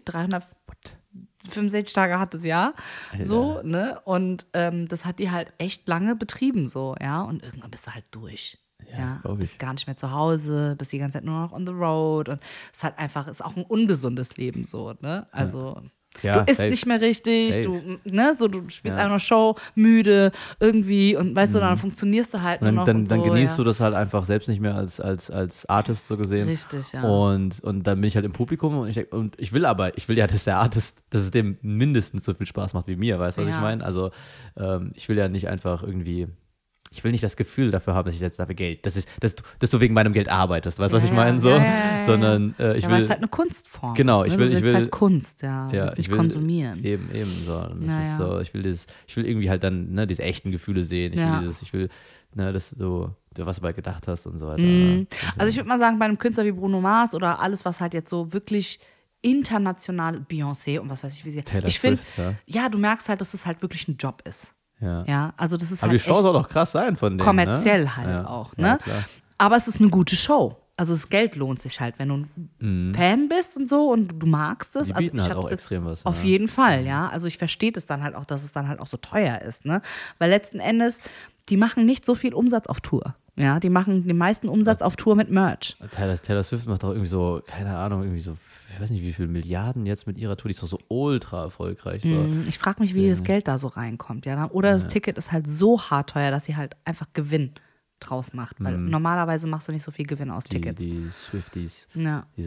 365 Tage hat das Jahr, so, ne? Und das hat die halt echt lange betrieben, so, ja. Und irgendwann bist du halt durch. Ja, das bist gar nicht mehr zu Hause, bist die ganze Zeit nur noch on the road und es ist halt einfach, ist auch ein ungesundes Leben, so, ne? Also Ja, du isst safe. nicht mehr richtig, Safe. du spielst einfach noch Show, müde irgendwie und weißt du, dann funktionierst du halt Und nur dann, noch dann und so, genießt du das halt einfach selbst nicht mehr als Artist so gesehen. Richtig, ja. Und dann bin ich halt im Publikum und ich will ja, dass der Artist, dass es dem mindestens so viel Spaß macht wie mir, weißt du, was ich meine? Also ich will ja nicht einfach irgendwie, ich will nicht das Gefühl dafür haben, dass ich jetzt dafür Geld, dass du wegen meinem Geld arbeitest, weißt du, was ich meine? So, sondern ich will. Weil es halt eine Kunstform Genau, ist, ich ne? will- Du ich willst will- halt Kunst, ja. Ja, Willst nicht konsumieren. Eben so. Und das ist so, ich will irgendwie halt dann, ne, diese echten Gefühle sehen. Ich will, ne, dass du was dabei gedacht hast und so weiter. Und so. Also ich würde mal sagen, bei einem Künstler wie Bruno Mars oder alles, was halt jetzt so wirklich international, Beyoncé und was weiß ich, wie sie. Taylor ich finde, Swift, ja, du merkst halt, dass es halt wirklich ein Job ist. Ja. Ja, also das ist Aber halt die Show echt soll doch krass sein von denen. kommerziell ne? halt Ja. auch, Ja, ne? klar. Aber es ist eine gute Show. Also das Geld lohnt sich halt, wenn du ein Fan bist und so und du magst es. Die Also bieten ich halt hab's auch jetzt extrem was. auf jeden Fall, ja. Also ich verstehe das dann halt auch, dass es dann halt auch so teuer ist, ne? Weil letzten Endes, die machen nicht so viel Umsatz auf Tour. Ja, die machen den meisten Umsatz auf Tour mit Merch. Taylor Swift macht doch irgendwie so, keine Ahnung, irgendwie so, ich weiß nicht, wie viele Milliarden jetzt mit ihrer Tour, die ist doch so ultra erfolgreich. So. Ich frage mich, wie das Geld da so reinkommt, ja. Oder das Ticket ist halt so hart teuer, dass sie halt einfach Gewinn draus macht. Weil normalerweise machst du nicht so viel Gewinn aus Tickets. Die Swifties, Ja. die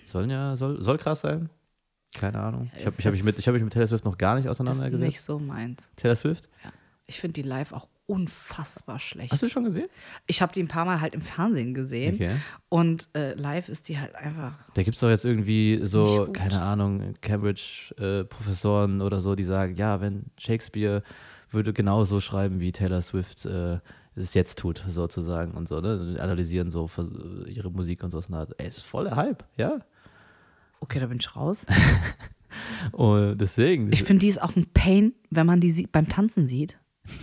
soll krass sein. Keine Ahnung. Ich Ist habe mich mit Taylor Swift noch gar nicht Ist auseinandergesetzt. nicht so meins. Taylor Swift? Ja. Ich finde die live auch unfassbar schlecht. Hast du die schon gesehen? Ich habe die ein paar Mal halt im Fernsehen gesehen Okay. und live ist die halt einfach. Da gibt es doch jetzt irgendwie Nicht so, gut. keine Ahnung, Cambridge-Professoren oder so, die sagen, ja, wenn Shakespeare würde genauso schreiben, wie Taylor Swift es jetzt tut, sozusagen und so, ne? Analysieren so ihre Musik und so. Ey, es ist voll der Hype, ja. Okay, da bin ich raus. Und deswegen. Ich finde, die ist auch ein Pain, wenn man die beim Tanzen sieht.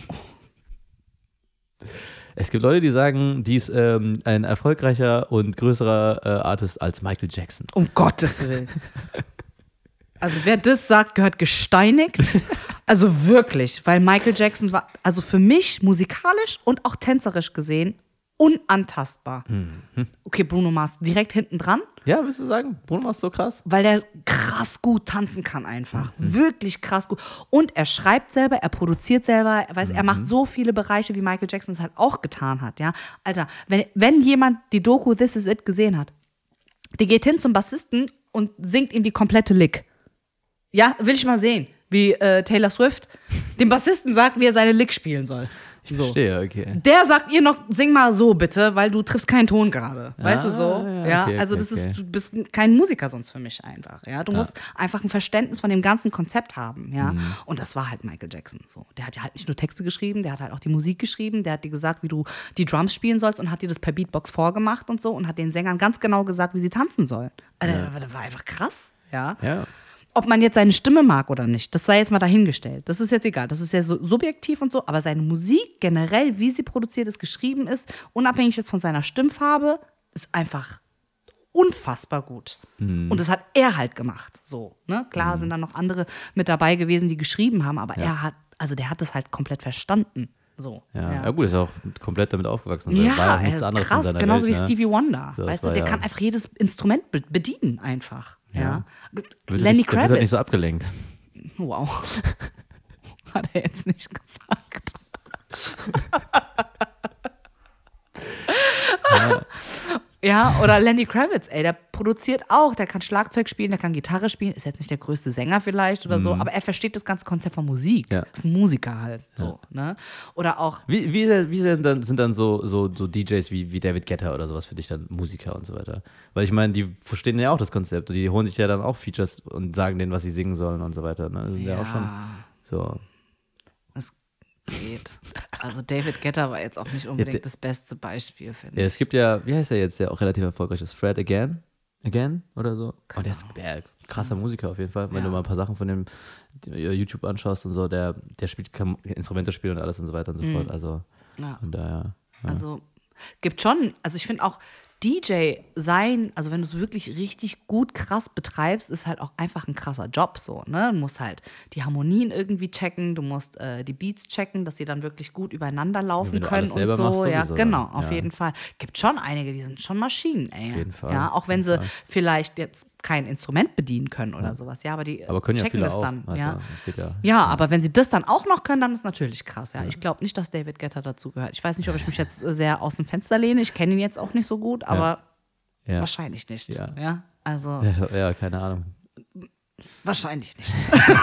Es gibt Leute, die sagen, die ist ein erfolgreicher und größerer Artist als Michael Jackson. Um Gottes Willen. Also wer das sagt, gehört gesteinigt. Also wirklich, weil Michael Jackson war, also für mich musikalisch und auch tänzerisch gesehen, unantastbar. Okay, Bruno Mars direkt hinten dran, Ja, willst du sagen, Bruno Mars ist so krass? weil der krass gut tanzen kann einfach. Wirklich krass gut. Und er schreibt selber, er produziert selber, er macht so viele Bereiche, wie Michael Jackson es halt auch getan hat. Ja? Alter, wenn jemand die Doku This Is It gesehen hat, die geht hin zum Bassisten und singt ihm die komplette Lick. Ja, will ich mal sehen, wie Taylor Swift dem Bassisten sagt, wie er seine Lick spielen soll. Ich verstehe, okay. Der sagt ihr noch, sing mal so bitte, weil du triffst keinen Ton gerade. Weißt du so? Ja, okay, also du bist kein Musiker sonst für mich einfach. Ja, du musst einfach ein Verständnis von dem ganzen Konzept haben. Ja, und das war halt Michael Jackson. So, der hat ja halt nicht nur Texte geschrieben, der hat halt auch die Musik geschrieben. Der hat dir gesagt, wie du die Drums spielen sollst und hat dir das per Beatbox vorgemacht und so und hat den Sängern ganz genau gesagt, wie sie tanzen sollen. Also, das war einfach krass. Ja. Ob man jetzt seine Stimme mag oder nicht, das sei jetzt mal dahingestellt. Das ist jetzt egal. Das ist ja so subjektiv und so. Aber seine Musik generell, wie sie produziert ist, geschrieben ist, unabhängig jetzt von seiner Stimmfarbe, ist einfach unfassbar gut. Und das hat er halt gemacht. So, ne? Klar sind dann noch andere mit dabei gewesen, die geschrieben haben, aber der hat das halt komplett verstanden. So, ja, gut, ist auch komplett damit aufgewachsen. Ja, war ja nichts anderes krass, in seiner genauso Welt, wie ne? Stevie Wonder. So, weißt du, der kann einfach jedes Instrument bedienen einfach. Ja. Lenny Kravitz. Der wird halt nicht so abgelenkt. Wow. Hat er jetzt nicht gesagt. Ja, oder Lenny Kravitz, ey, der produziert auch, der kann Schlagzeug spielen, der kann Gitarre spielen, ist jetzt nicht der größte Sänger vielleicht oder so, aber er versteht das ganze Konzept von Musik. Ja. Ist ein Musiker halt, so, ne? Oder auch... Wie sind dann so DJs wie David Guetta oder sowas für dich dann Musiker und so weiter? Weil ich meine, die verstehen ja auch das Konzept und die holen sich ja dann auch Features und sagen denen, was sie singen sollen und so weiter, ne? Das sind ja auch schon so... Geht. Also David Guetta war jetzt auch nicht unbedingt das beste Beispiel, finde ich. Ja, es gibt ja, wie heißt der jetzt, der auch relativ erfolgreich ist? Fred Again oder so? Oh, der ist krasser Musiker auf jeden Fall. Wenn du mal ein paar Sachen von dem YouTube anschaust und so, der spielt, kann Instrumente spielen und alles und so weiter und so fort. Also von daher. Ja. Also gibt schon, also ich finde auch DJ sein, also wenn du es wirklich richtig gut krass betreibst, ist halt auch einfach ein krasser Job so, ne? Du musst halt die Harmonien irgendwie checken, du musst die Beats checken, dass sie dann wirklich gut übereinander laufen können und so. Machst, ja, sowieso, genau, auf jeden Fall. Gibt schon einige, die sind schon Maschinen, ey. Auf jeden Fall. Ja, auch wenn sie vielleicht jetzt kein Instrument bedienen können oder sowas, ja, aber die können checken ja das auch. dann. Also, ja. das geht Aber wenn sie das dann auch noch können, dann ist natürlich krass, ja. Ich glaube nicht, dass David Guetta dazu gehört. Ich weiß nicht, ob ich mich jetzt sehr aus dem Fenster lehne, ich kenne ihn jetzt auch nicht so gut, aber wahrscheinlich nicht. Ja. Also. Ja, keine Ahnung. Wahrscheinlich nicht.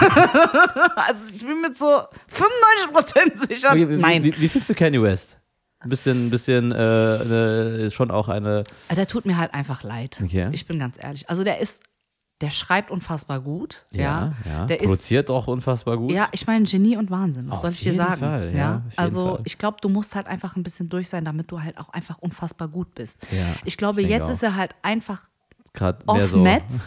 Also ich bin mir so 95% sicher. Okay, nein. Wie findest du Kanye West? Ein bisschen ist schon auch eine. Der tut mir halt einfach leid. Okay. Ich bin ganz ehrlich. Also der schreibt unfassbar gut. Ja. Der produziert auch unfassbar gut. Ja, ich meine Genie und Wahnsinn. Was soll ich dir sagen? Fall, ja. auf jeden Also Fall. ich glaube, du musst halt einfach ein bisschen durch sein, damit du halt auch einfach unfassbar gut bist. Ja, ich glaube, jetzt ist er halt einfach gerade mehr off so. Metz.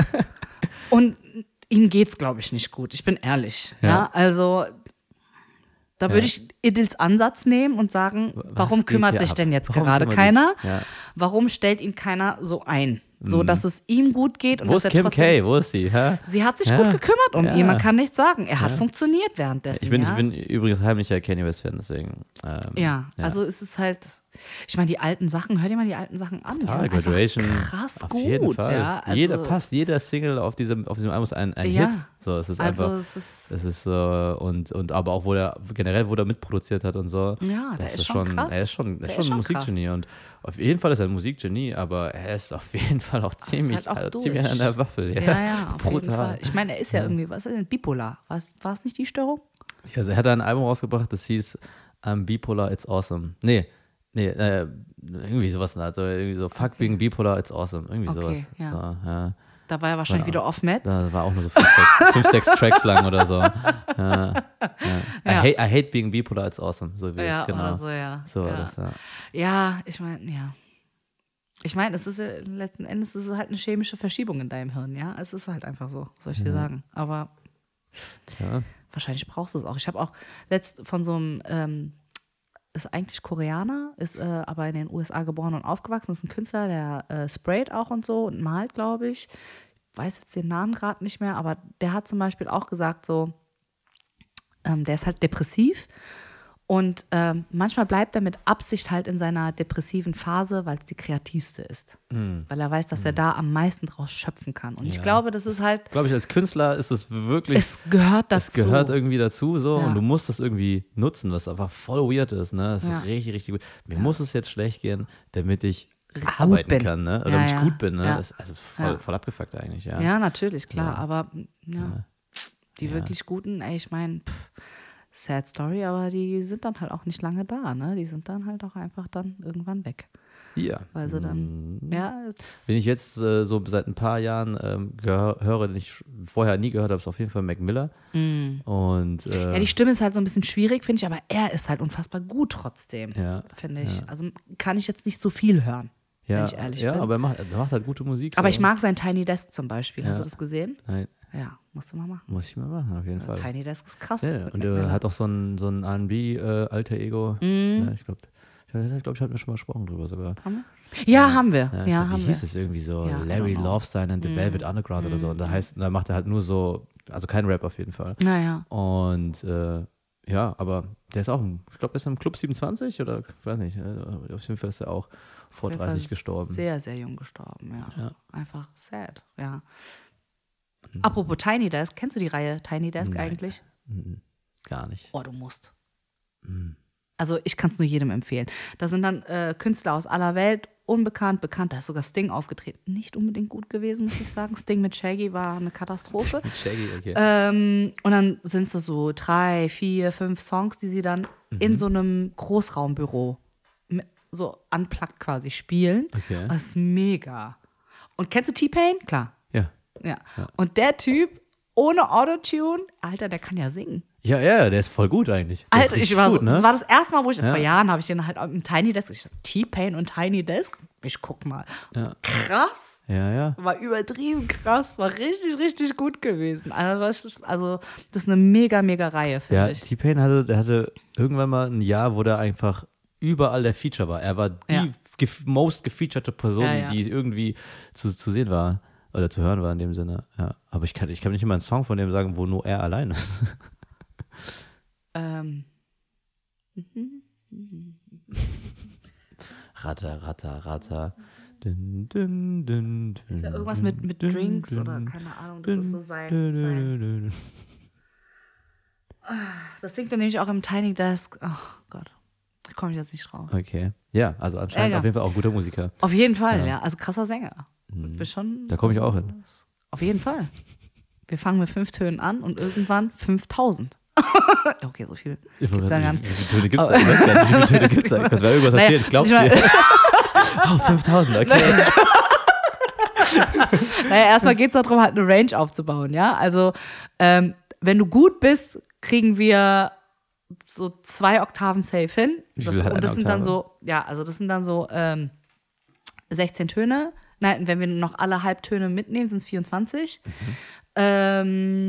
Und ihm geht's, glaube ich, nicht gut. Ich bin ehrlich. Ja. Also da würde ich Idils Ansatz nehmen und sagen, warum kümmert sich denn jetzt gerade keiner? Ja. Warum stellt ihn keiner so ein? So, dass es ihm gut geht. Und Wo dass ist Kim K? Wo ist sie? Hä? Sie hat sich gut gekümmert um ihn, man kann nichts sagen. Er hat funktioniert währenddessen. Ich bin übrigens heimlicher Kanye West-Fan, deswegen. Also es ist halt, ich meine, die alten Sachen, hör dir mal die alten Sachen an. Total, Graduation. Krass auf gut. jeden Fall. Ja, also, fast jeder Single auf diesem Album ist ein Ja. Hit. So, es ist Also einfach. es ist und aber auch, wo er mitproduziert hat und so. Ja, der das ist schon krass. Er ist schon Der ein ist schon Musikgenie. Und auf jeden Fall ist er ein Musikgenie, aber er ist auf jeden Fall auch ziemlich an der Waffel. Ja, auf jeden Brutal. Fall. Ich meine, er ist ja irgendwie, was ist denn, bipolar? War es nicht die Störung? Also er hat ein Album rausgebracht, das hieß I'm Bipolar, It's Awesome. Nee, irgendwie sowas. Also irgendwie so Fuck being bipolar, it's awesome. Irgendwie sowas. Ja. So, ja. Da war er wahrscheinlich wieder off-Metz. Da war auch nur so 5, 6 Tracks lang oder so. Ja. I hate being bipolar, it's awesome. So wie es, genau. Oder so, ja. So war das, ja. Ja, ich meine, Ich meine, es ist letzten Endes ist es halt eine chemische Verschiebung in deinem Hirn, ja. Es ist halt einfach so, soll ich dir sagen. Aber wahrscheinlich brauchst du es auch. Ich habe auch von so einem ist eigentlich Koreaner, ist aber in den USA geboren und aufgewachsen, ist ein Künstler, der sprayt auch und so und malt, glaube ich. Ich weiß jetzt den Namen gerade nicht mehr, aber der hat zum Beispiel auch gesagt, so, der ist halt depressiv und manchmal bleibt er mit Absicht halt in seiner depressiven Phase, weil es die kreativste ist. Weil er weiß, dass er da am meisten draus schöpfen kann. Und ich glaube, das ist halt. Glaube ich, als Künstler ist es wirklich. Es gehört dazu. Es gehört irgendwie dazu, so. Ja. Und du musst das irgendwie nutzen, was einfach voll weird ist, ne? Das ist richtig, richtig gut. Mir muss es jetzt schlecht gehen, damit ich arbeiten kann, ne? Oder damit ich gut bin, ne? Ja. Das ist voll abgefuckt eigentlich, ja. Ja, natürlich, klar. Aber die wirklich Guten, ey, ich meine, sad story, aber die sind dann halt auch nicht lange da, ne? Die sind dann halt auch einfach dann irgendwann weg. Ja. Weil sie dann, Wenn ich jetzt so seit ein paar Jahren höre, den ich vorher nie gehört habe, ist auf jeden Fall Mac Miller. Und, ja, die Stimme ist halt so ein bisschen schwierig, finde ich, aber er ist halt unfassbar gut trotzdem, finde ich. Ja. Also kann ich jetzt nicht so viel hören, wenn ich ehrlich bin. Ja, aber er macht halt gute Musik. Aber so. ich mag sein Tiny Desk zum Beispiel. Hast du das gesehen? Nein. Ja, musst du mal machen. Muss ich mal machen, auf jeden Fall. Tiny Desk ist krass. Ja, und er hat auch so ein R&B-Alter Ego. Ja, ich glaube, ich hatte mir schon mal gesprochen drüber sogar. Ja, haben wir. Ja, wie hieß es irgendwie so? Ja, Larry Lovesign and the Velvet Underground oder so. Und da macht er halt nur so, also kein Rap auf jeden Fall. Naja. Und ja, aber der ist auch, ich glaube, er ist im Club 27 oder ich weiß nicht. Auf jeden Fall ist er auch vor 30 gestorben. Sehr, sehr jung gestorben, ja. Einfach sad, ja. Apropos Tiny Desk, kennst du die Reihe Tiny Desk eigentlich? Gar nicht. Oh, du musst. Also ich kann es nur jedem empfehlen. Da sind dann Künstler aus aller Welt, unbekannt, bekannt. Da ist sogar Sting aufgetreten. Nicht unbedingt gut gewesen, muss ich sagen. Sting mit Shaggy war eine Katastrophe. Mit Shaggy, okay. Und dann sind es so 3, 4, 5 Songs, die sie dann in so einem Großraumbüro so unplugged quasi spielen. Okay. Das ist mega. Und kennst du T-Pain? Klar. Ja. Und der Typ ohne Autotune, Alter, der kann ja singen. Ja, der ist voll gut eigentlich. Alter, das war das erste Mal, wo Ja. vor Jahren habe ich den halt im Tiny Desk, ich dachte, T-Pain und Tiny Desk, ich guck mal. Ja. Krass. Ja. War übertrieben krass, war richtig, richtig gut gewesen. Das ist eine mega, mega Reihe, finde ich. T-Pain hatte irgendwann mal ein Jahr, wo der einfach überall der Feature war. Er war die most gefeaturete Person, die irgendwie zu sehen war. Oder zu hören war in dem Sinne. Ja. Aber ich kann nicht immer einen Song von dem sagen, wo nur er allein ist. Ratter. Dun, dun, dun, dun, Ja, irgendwas mit Drinks oder keine Ahnung, das ist so sein. Das singt er nämlich auch im Tiny Desk. Oh Gott, da komme ich jetzt nicht drauf. Okay. Ja, also anscheinend auf jeden Fall auch guter Musiker. Auf jeden Fall, ja. Also krasser Sänger. Da komme ich auch hin. Auf jeden Fall. Wir fangen mit 5 Tönen an und irgendwann 5000. Okay, so viel. Wie viele Töne gibt es da? Ich weiß gar nicht, wie viele Töne gibt es da? Das wäre irgendwas erzählt, ich glaub's dir. Oh, 5000, okay. Naja, erstmal geht es darum, halt eine Range aufzubauen, ja. Also, wenn du gut bist, kriegen wir so 2 Oktaven safe hin. Das sind dann so, das sind dann so 16 Töne. Nein, wenn wir noch alle Halbtöne mitnehmen, sind es 24. Das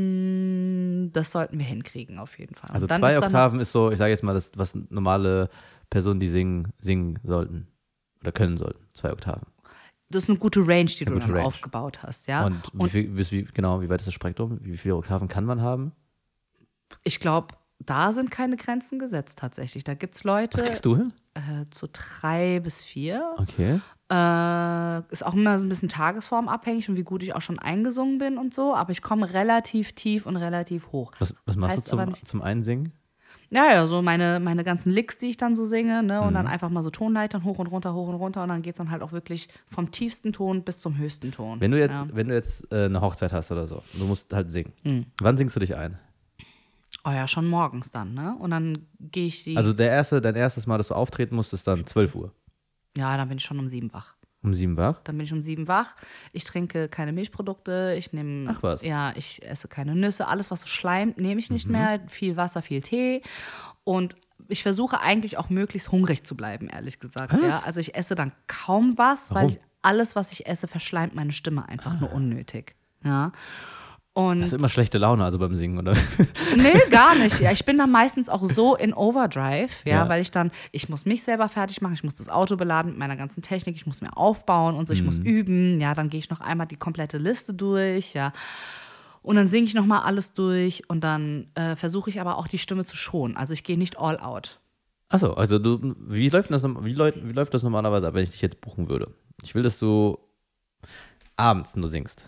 sollten wir hinkriegen, auf jeden Fall. Also 2 Oktaven ist so, ich sage jetzt mal, das, was normale Personen, die singen sollten oder können sollten. 2 Oktaven. Das ist eine gute Range, die du dann aufgebaut hast, ja. Und wie weit ist das Spektrum? Wie viele Oktaven kann man haben? Ich glaube, da sind keine Grenzen gesetzt tatsächlich. Da gibt es Leute. Was kriegst du hin? Zu 3 bis 4. Okay. Ist auch immer so ein bisschen tagesformabhängig und wie gut ich auch schon eingesungen bin und so, aber ich komme relativ tief und relativ hoch. Was machst du zum Einsingen? Ja, so meine ganzen Licks, die ich dann so singe, ne, und dann einfach mal so Tonleitern hoch und runter und dann geht es dann halt auch wirklich vom tiefsten Ton bis zum höchsten Ton. Wenn du jetzt eine Hochzeit hast oder so, du musst halt singen. Wann singst du dich ein? Oh ja, schon morgens dann, ne? Und dann gehe ich Also dein erstes Mal, dass du auftreten musst, ist dann 12 Uhr. Ja, dann bin ich schon um 7 wach. Um 7 wach? Dann bin ich um 7 wach. Ich trinke keine Milchprodukte. Ich nehme. Ach was. Ja, ich esse keine Nüsse. Alles, was so schleimt, nehme ich nicht mehr. Viel Wasser, viel Tee. Und ich versuche eigentlich auch möglichst hungrig zu bleiben, ehrlich gesagt. Was? Ja, also ich esse dann kaum was, Warum? weil alles, was ich esse, verschleimt meine Stimme einfach nur unnötig. Ja. Und Hast du immer schlechte Laune also beim Singen, oder? Nee, gar nicht. Ja, ich bin dann meistens auch so in Overdrive, Ja. weil ich muss mich selber fertig machen, ich muss das Auto beladen mit meiner ganzen Technik, ich muss mir aufbauen und so, ich muss üben, ja, dann gehe ich noch einmal die komplette Liste durch, ja. Und dann singe ich nochmal alles durch und dann versuche ich aber auch die Stimme zu schonen. Also ich gehe nicht all out. Achso, also wie läuft das normalerweise ab, wenn ich dich jetzt buchen würde? Ich will, dass du abends nur singst.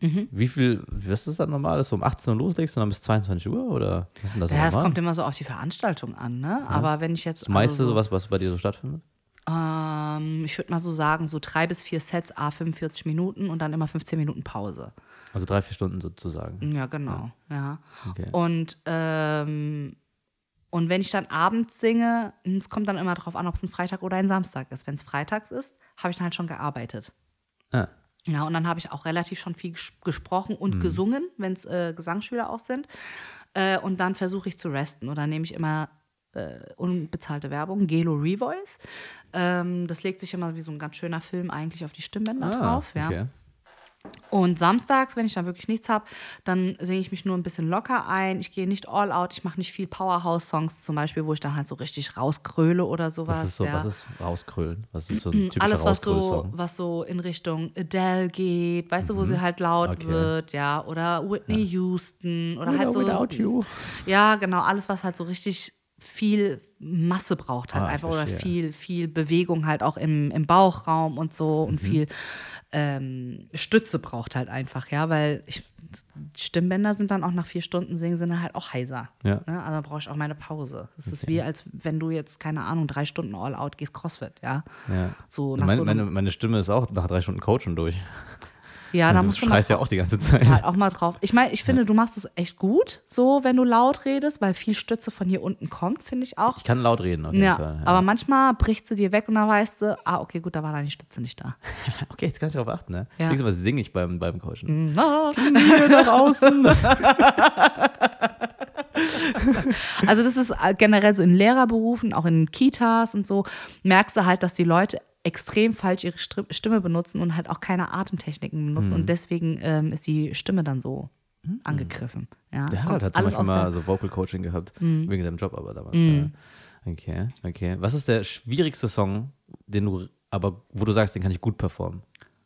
Was ist das normal? Dass du um 18 Uhr loslegst und dann bis 22 Uhr? Oder was ist denn das Ja, es normal? kommt immer so auf die Veranstaltung an, ne? Ja. Aber wenn ich jetzt. Das meiste sowas, was bei dir so stattfindet? Ich würde mal so sagen, so 3 bis 4 Sets, 45 Minuten und dann immer 15 Minuten Pause. Also 3-4 Stunden sozusagen. Ja, genau. Ja. Okay. Und Und wenn ich dann abends singe, es kommt dann immer darauf an, ob es ein Freitag oder ein Samstag ist. Wenn es freitags ist, habe ich dann halt schon gearbeitet. Ah. Ja, und dann habe ich auch relativ schon viel gesprochen und gesungen, wenn es Gesangsschüler auch sind. Und dann versuche ich zu resten. Oder nehme ich immer unbezahlte Werbung, Gelo Revoice. Das legt sich immer wie so ein ganz schöner Film eigentlich auf die Stimmbänder drauf. Ja. Okay. Und samstags, wenn ich dann wirklich nichts habe, dann singe ich mich nur ein bisschen locker ein. Ich gehe nicht all out, ich mache nicht viel Powerhouse-Songs zum Beispiel, wo ich dann halt so richtig rauskröle oder sowas. Was ist rauskrölen? Was ist so ein typischer Alles, Rauskröl-Song? was so in Richtung Adele geht, weißt du, wo sie halt laut wird, ja, oder Whitney Houston oder halt so. Without You. Ja, genau, alles, was halt so richtig viel Masse braucht halt Ich einfach oder verstehe. viel Bewegung halt auch im Bauchraum und so und viel Stütze braucht halt einfach, ja, weil Stimmbänder sind dann auch nach 4 Stunden singen, sind dann halt auch heiser. Ja. Ne? Also brauche ich auch meine Pause. Das ist wie, als wenn du jetzt, keine Ahnung, 3 Stunden all out gehst, Crossfit, ja. Ja. So nach so einem, Meine Stimme ist auch nach 3 Stunden Coachen durch. ja, da Du musst du schreist mal ja auch die ganze musst Zeit. halt auch mal drauf. Ich meine, ich finde, du machst es echt gut, so wenn du laut redest, weil viel Stütze von hier unten kommt, finde ich auch. Ich kann laut reden auf jeden Ja, Fall. Ja. aber manchmal bricht sie dir weg und dann weißt du, okay, gut, da war deine Stütze nicht da. Okay, jetzt kann ich darauf achten, ne? Ja. Nächstes Mal singe ich beim Coachen. Na. Knie nach außen. Also das ist generell so in Lehrerberufen, auch in Kitas und so, merkst du halt, dass die Leute extrem falsch ihre Stimme benutzen und halt auch keine Atemtechniken benutzen und deswegen ist die Stimme dann so angegriffen. Ja, Der es Harald kommt hat zum alles Beispiel aus mal so Vocal Coaching gehabt, wegen seinem Job aber damals. Ja. Okay. Was ist der schwierigste Song, wo du sagst, den kann ich gut performen?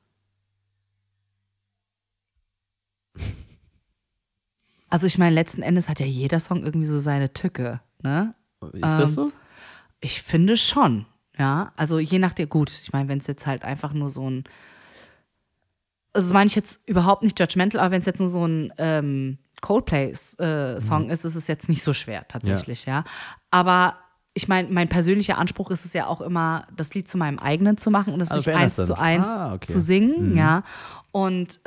Also ich meine, letzten Endes hat ja jeder Song irgendwie so seine Tücke, ne? Ist das so? Ich finde schon, ja. Also je nachdem, gut, ich meine, wenn es jetzt halt einfach nur so ein, also das meine ich jetzt überhaupt nicht judgmental, aber wenn es jetzt nur so ein Coldplay-Song ist es jetzt nicht so schwer tatsächlich, ja. Aber ich meine, mein persönlicher Anspruch ist es ja auch immer, das Lied zu meinem eigenen zu machen und es nicht veränderst 1:1 okay. zu singen, ja. Und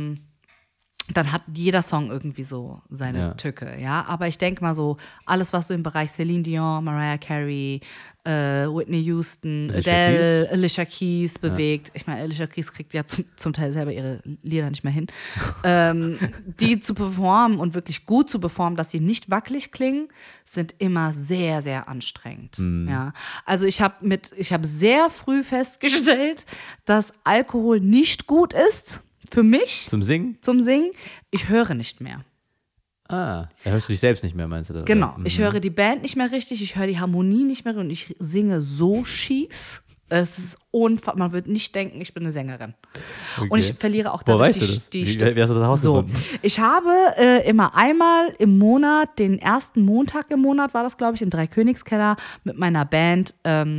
dann hat jeder Song irgendwie so seine Tücke, ja. Aber ich denke mal so, alles, was so im Bereich Celine Dion, Mariah Carey, Whitney Houston, Adele, Alicia Keys bewegt. Ich meine, Alicia Keys kriegt ja zum Teil selber ihre Lieder nicht mehr hin. Die zu performen und wirklich gut zu performen, dass sie nicht wackelig klingen, sind immer sehr, sehr anstrengend. Ja. Also ich habe sehr früh festgestellt, dass Alkohol nicht gut ist. Für mich. Zum Singen? Zum Singen. Ich höre nicht mehr. Da hörst du dich selbst nicht mehr, meinst du? Genau. Ich höre die Band nicht mehr richtig, ich höre die Harmonie nicht mehr und ich singe so schief. Es ist unfassbar. Man wird nicht denken, ich bin eine Sängerin. Okay. Und ich verliere auch dadurch die Stimme. Wie hast du das herausgefunden? Ich habe immer einmal im Monat, den ersten Montag im Monat war das, glaube ich, im Dreikönigskeller mit meiner Band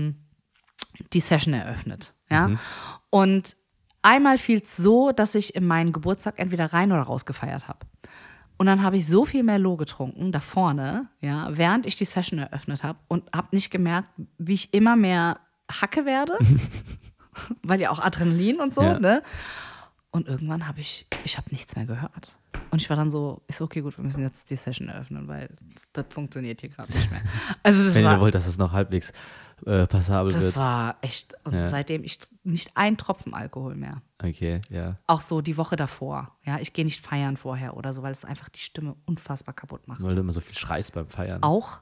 die Session eröffnet. Ja? Und einmal fiel es so, dass ich in meinen Geburtstag entweder rein oder raus gefeiert habe. Und dann habe ich so viel Merlot getrunken, da vorne, ja, während ich die Session eröffnet habe und habe nicht gemerkt, wie ich immer mehr Hacke werde, weil ja auch Adrenalin und so, ne? Und irgendwann habe ich nichts mehr gehört. Und ich war dann so, ist okay, gut, wir müssen jetzt die Session eröffnen, weil das funktioniert hier gerade nicht mehr. Also Wenn ihr wollt, dass es noch halbwegs passabel wird. Das war echt, und seitdem ich nicht einen Tropfen Alkohol mehr. Okay, ja. Auch so die Woche davor. Ja, ich gehe nicht feiern vorher oder so, weil es einfach die Stimme unfassbar kaputt macht. Weil du immer so viel schreist beim Feiern. Auch?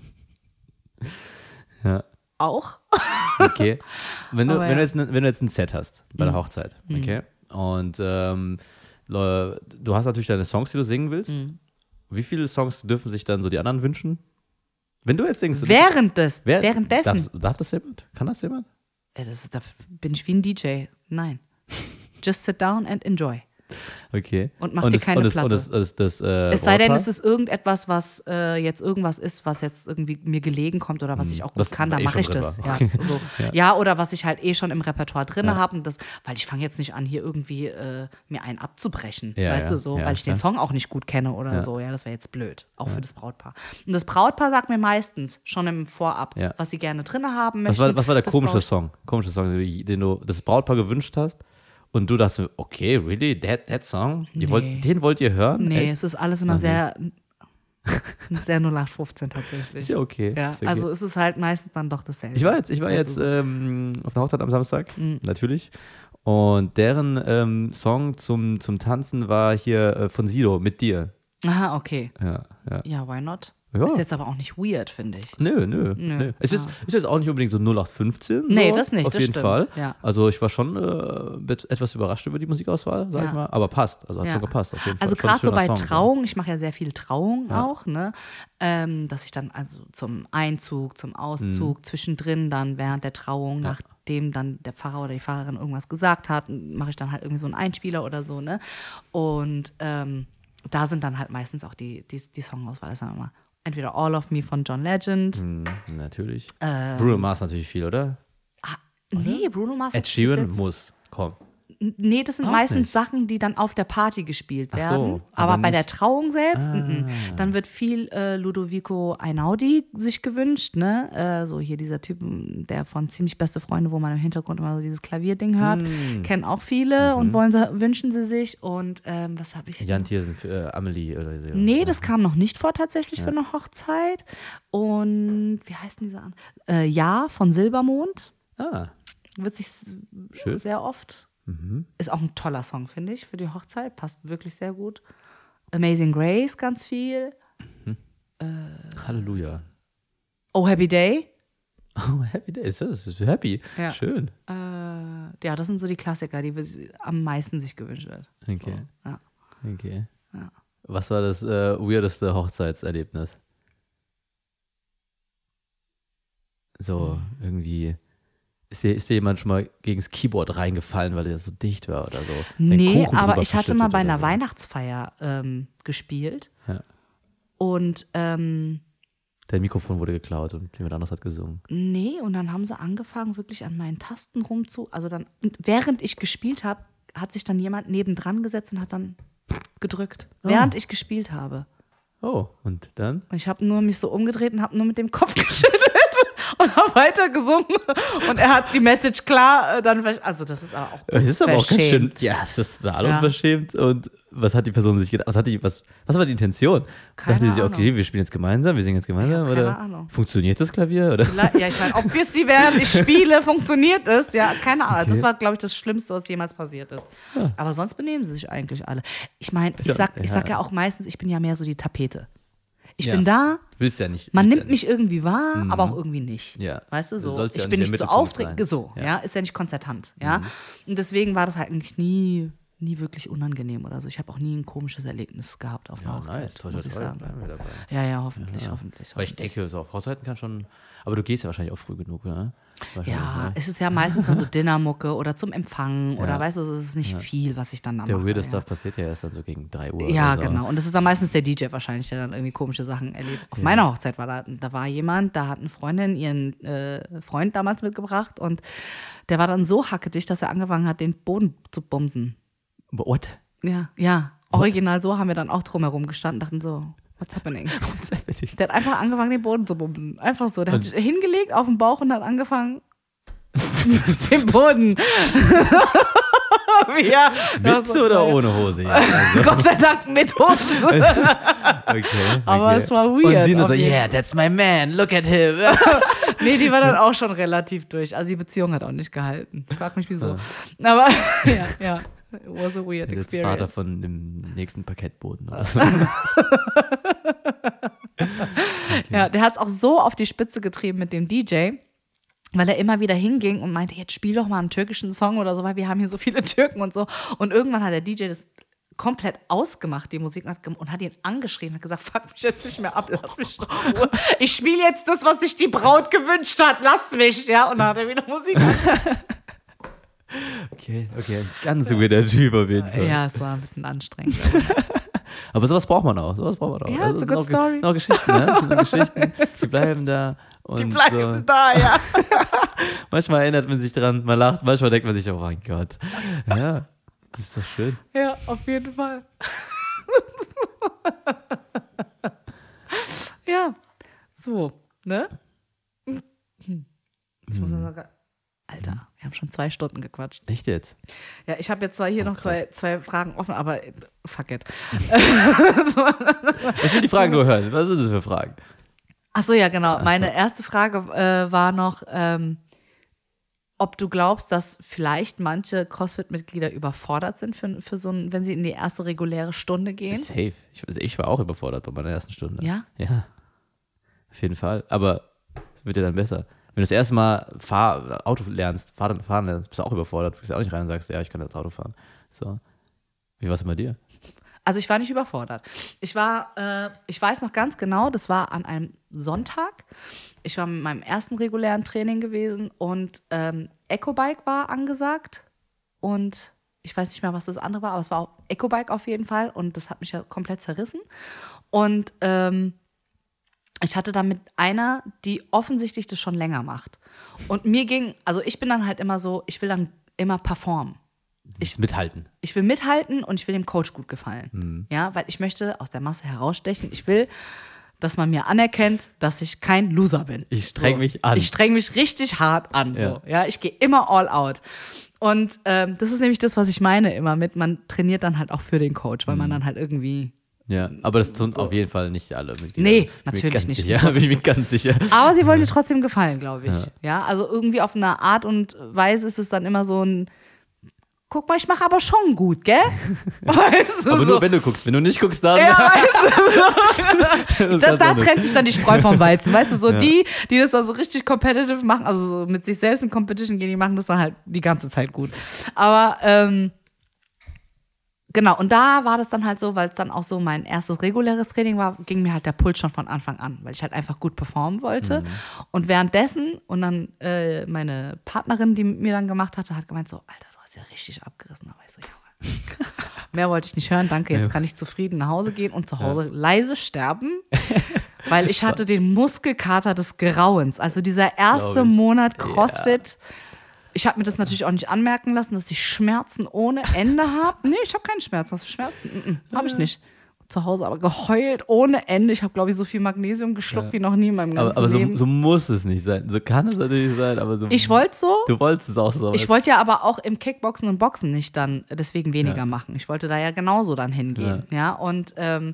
Ja. Auch? Okay. Wenn du jetzt ein Set hast bei der Hochzeit, okay? Und du hast natürlich deine Songs, die du singen willst. Wie viele Songs dürfen sich dann so die anderen wünschen? Wenn du jetzt singst. Währenddessen. Darf das jemand? Kann das jemand? Da bin ich wie ein DJ. Nein. Just sit down and enjoy. Okay. Und mach dir keine Platte. Es sei denn, es ist irgendetwas, was jetzt irgendwas ist, was jetzt irgendwie mir gelegen kommt oder was ich auch gut kann, dann mache ich das. Ja, so. Ja, oder was ich halt schon im Repertoire drin habe. Weil ich fange jetzt nicht an, hier irgendwie mir einen abzubrechen, weißt du, so, weil ich den Song auch nicht gut kenne oder so. Ja, das wäre jetzt blöd, auch für das Brautpaar. Und das Brautpaar sagt mir meistens schon im Vorab, was sie gerne drin haben möchten. Was war der komische Song, den du das Brautpaar gewünscht hast? Und du dachtest, okay, really? That song? Den wollt ihr hören? Nee, Echt? es ist alles immer sehr. Sehr 0815 tatsächlich. Ist ja okay. Ja, ist okay. also ist es halt meistens dann doch dasselbe. Ich war jetzt auf der Hochzeit am Samstag, natürlich. Und deren Song zum Tanzen war hier von Sido, Mit dir. Aha, okay. Ja. Ja, why not? Ja. Ist jetzt aber auch nicht weird, finde ich. Nö. Es ist jetzt auch nicht unbedingt so 0815. Nee, so, das nicht, auf das jeden stimmt, Fall. ja. Also ich war schon etwas überrascht über die Musikauswahl, sag ich mal. Aber passt, also hat Ja. schon gepasst. Auf jeden Fall. Also Schon ein gerade so bei schöner Song, Trauung, ich mache ja sehr viel Trauung auch, ne? Dass ich dann also zum Einzug, zum Auszug, zwischendrin dann während der Trauung, nachdem dann der Pfarrer oder die Pfarrerin irgendwas gesagt hat, mache ich dann halt irgendwie so einen Einspieler oder so, ne? Und da sind dann halt meistens auch die Songauswahl, das sagen wir mal. Entweder All of Me von John Legend. Natürlich. Bruno Mars natürlich viel, oder? Nee, Bruno Mars. Ed Sheeran muss, komm. Nee, das sind Auch meistens nicht. Sachen, die dann auf der Party gespielt Ach so, werden. aber aber bei der nicht- Trauung selbst, dann wird viel Ludovico Einaudi sich gewünscht, ne? So hier dieser Typ, der von Ziemlich beste Freunde, wo man im Hintergrund immer so dieses Klavierding hört, kennen auch viele und wünschen sie sich. Und was habe ich? Jan Tiersen, Amelie oder so. Nee, das kam noch nicht vor tatsächlich für eine Hochzeit. Und wie heißt denn dieser andere? Ja, von Silbermond. Ah, Wird sich schön. sehr oft. Ist auch ein toller Song, finde ich, für die Hochzeit. Passt wirklich sehr gut. Amazing Grace, ganz viel. Halleluja. Oh, Happy Day. Oh, Happy Days, das ist happy. Ja. Schön. Ja, das sind so die Klassiker, die am meisten sich gewünscht wird. Okay. Ja. Okay. Ja. Was war das weirdeste Hochzeitserlebnis? So, irgendwie. Ist dir jemand schon mal gegen das Keyboard reingefallen, weil der so dicht war oder so? Nee, Kuchen aber drüber ich hatte mal bei verschüttet einer oder so? Weihnachtsfeier gespielt. Ja. Und Dein Mikrofon wurde geklaut und jemand anderes hat gesungen. nee, und dann haben sie angefangen, wirklich an meinen Tasten also dann, während ich gespielt habe, hat sich dann jemand nebendran gesetzt und hat dann gedrückt, während ich gespielt habe. Oh, und dann? Und ich habe nur mich so umgedreht und habe nur mit dem Kopf geschüttelt und habe weiter gesungen. Und er hat die Message klar, also das ist auch Das ist aber auch ganz schön. unverschämt. Ja, es ist total Ja. unverschämt. Und was hat die Person sich gedacht? Was war die Intention? Keine Dachte sie, Ahnung. okay, wir spielen jetzt gemeinsam, wir singen jetzt gemeinsam? Ja, keine oder Ahnung. funktioniert das Klavier? Oder? Ja, ich meine, obviously, während ich spiele, funktioniert es. Ja, keine Ahnung. Okay. Das war, glaube ich, das Schlimmste, was jemals passiert ist. Aber sonst benehmen sie sich eigentlich alle. Ich meine, ich ja- sag ja auch meistens, ich bin ja mehr so die Tapete. Ich Ja. bin da, Willst ja nicht. man willst nimmt ja mich irgendwie wahr, aber auch irgendwie nicht. Ja. Weißt du, Du so. sollst ja Ich auch bin nicht nicht der so Mittelpunkt aufregend, sein. so, Ja. ja, ist ja nicht konzertant, ja. Und deswegen war das halt eigentlich nie wirklich unangenehm oder so. Ich habe auch nie ein komisches Erlebnis gehabt auf einer Ja, Hochzeit, nice. Toll, muss ich sagen. bleiben wir dabei. Ja, hoffentlich. Weil ich denke, so auf Hochzeiten kann schon. Aber du gehst ja wahrscheinlich auch früh genug, ne? Wahrscheinlich, Ja, ne? es ist ja meistens dann so Dinnermucke oder zum Empfang oder Ja. weißt du, es ist nicht viel, was ich dann da Der mache. weirde ja. Stuff passiert ja erst dann so gegen 3 Uhr. Ja, oder so. genau. Und das ist dann meistens der DJ wahrscheinlich, der dann irgendwie komische Sachen erlebt. Auf meiner Hochzeit da war jemand, da hat eine Freundin ihren Freund damals mitgebracht und der war dann so hackedicht, dass er angefangen hat, den Boden zu bumsen. What? Ja. Original so haben wir dann auch drumherum gestanden, dachten so, what's happening? What's happening? Der hat einfach angefangen, den Boden zu bumsen. Einfach so. Der hat sich hingelegt auf den Bauch und hat angefangen, den Boden. Ja, Mit oder ohne Hose? Ja, also. Gott sei Dank mit Hosen. Okay. Aber es war weird. Und sie nur so, auf jeden yeah, that's my man, look at him. Nee, die war dann auch schon relativ durch. Also die Beziehung hat auch nicht gehalten. Ich frag mich wieso. Aber ja. It was a weird Jetzt experience. Vater von dem nächsten Parkettboden oder so. Ja, der hat es auch so auf die Spitze getrieben mit dem DJ, weil er immer wieder hinging und meinte, jetzt spiel doch mal einen türkischen Song oder so, weil wir haben hier so viele Türken und so. Und irgendwann hat der DJ das komplett ausgemacht, die Musik, und hat ihn angeschrien, hat gesagt, fuck mich jetzt nicht mehr ab, lass mich doch in Ruhe. Ich spiele jetzt das, was sich die Braut gewünscht hat, lasst mich. Ja, und dann hat er wieder Musik angemacht. Okay. Ganz weirder Typ auf jeden Fall. Ja, es war ein bisschen anstrengend. Aber sowas braucht man auch. Ja, it's a good sind auch story. Noch Geschichten, ne? Das sind Geschichten, die bleiben da. Und Die bleiben so. da, ja. Manchmal erinnert man sich dran, man lacht, manchmal denkt man sich, oh mein Gott. Ja, das ist doch schön. Ja, auf jeden Fall. Ja, so, ne? Ich muss mal sagen, Alter, Wir haben schon 2 Stunden gequatscht. Echt jetzt? Ja, ich habe jetzt zwar hier noch zwei Fragen offen, aber fuck it. Ich will die Fragen nur hören. Was sind das für Fragen? Achso, ja, genau. Meine erste Frage war noch, ob du glaubst, dass vielleicht manche CrossFit-Mitglieder überfordert sind für so ein, wenn sie in die erste reguläre Stunde gehen. Safe. Ich war auch überfordert bei meiner ersten Stunde. Ja? Ja. Auf jeden Fall. Aber es wird ja dann besser. Wenn du das erste Mal Auto lernst, fahren lernst, bist du auch überfordert. Du gehst ja auch nicht rein und sagst, ja, ich kann jetzt Auto fahren. So. Wie war es bei dir? Also ich war nicht überfordert. Ich weiß noch ganz genau, das war an einem Sonntag. Ich war mit meinem ersten regulären Training gewesen und Ecobike war angesagt. Und ich weiß nicht mehr, was das andere war, aber es war auch Ecobike auf jeden Fall. Und das hat mich ja komplett zerrissen. Und ich hatte da mit einer, die offensichtlich das schon länger macht. Und ich bin dann halt immer so, ich will dann immer performen. Mithalten. Ich will mithalten und ich will dem Coach gut gefallen. Mhm. Ja, weil ich möchte aus der Masse herausstechen. Ich will, dass man mir anerkennt, dass ich kein Loser bin. Ich streng mich an. Ich streng mich richtig hart an. Ja. So. Ja, ich gehe immer all out. Und das ist nämlich das, was ich meine immer mit, man trainiert dann halt auch für den Coach, weil man dann halt irgendwie... Ja, aber das tun auf jeden Fall nicht alle Mitglieder. Nee, natürlich nicht. Ja, bin ich mir ganz sicher. Aber sie wollen dir trotzdem gefallen, glaube ich. Ja, also irgendwie auf eine Art und Weise ist es dann immer so ein, guck mal, ich mache aber schon gut, gell? Weißt du, aber so. nur wenn du guckst. Wenn du nicht guckst, dann... Ja, weißt du, da trennt sich dann die Spreu vom Weizen. Weißt du, so die das dann so richtig competitive machen, also so mit sich selbst in Competition gehen, die machen das dann halt die ganze Zeit gut. Aber genau, und da war das dann halt so, weil es dann auch so mein erstes reguläres Training war, ging mir halt der Puls schon von Anfang an, weil ich halt einfach gut performen wollte. Und währenddessen, und dann meine Partnerin, die mit mir dann gemacht hatte, hat gemeint so, Alter, du hast ja richtig abgerissen. Aber ich so, ja, mehr wollte ich nicht hören, danke, jetzt kann ich zufrieden nach Hause gehen und zu Hause leise sterben. Weil ich hatte den Muskelkater des Grauens. Also dieser erste Monat CrossFit. Ich habe mir das natürlich auch nicht anmerken lassen, dass ich Schmerzen ohne Ende habe. Nee, ich habe keine Schmerzen. Hast du Schmerzen? Habe ich nicht. Zu Hause aber geheult ohne Ende. Ich habe, glaube ich, so viel Magnesium geschluckt wie noch nie in meinem ganzen Leben. Aber so muss es nicht sein. So kann es natürlich sein, aber so. Ich wollte so. Du wolltest es auch so. Ich wollte ja aber auch im Kickboxen und Boxen nicht dann deswegen weniger machen. Ich wollte da ja genauso dann hingehen. Ja, und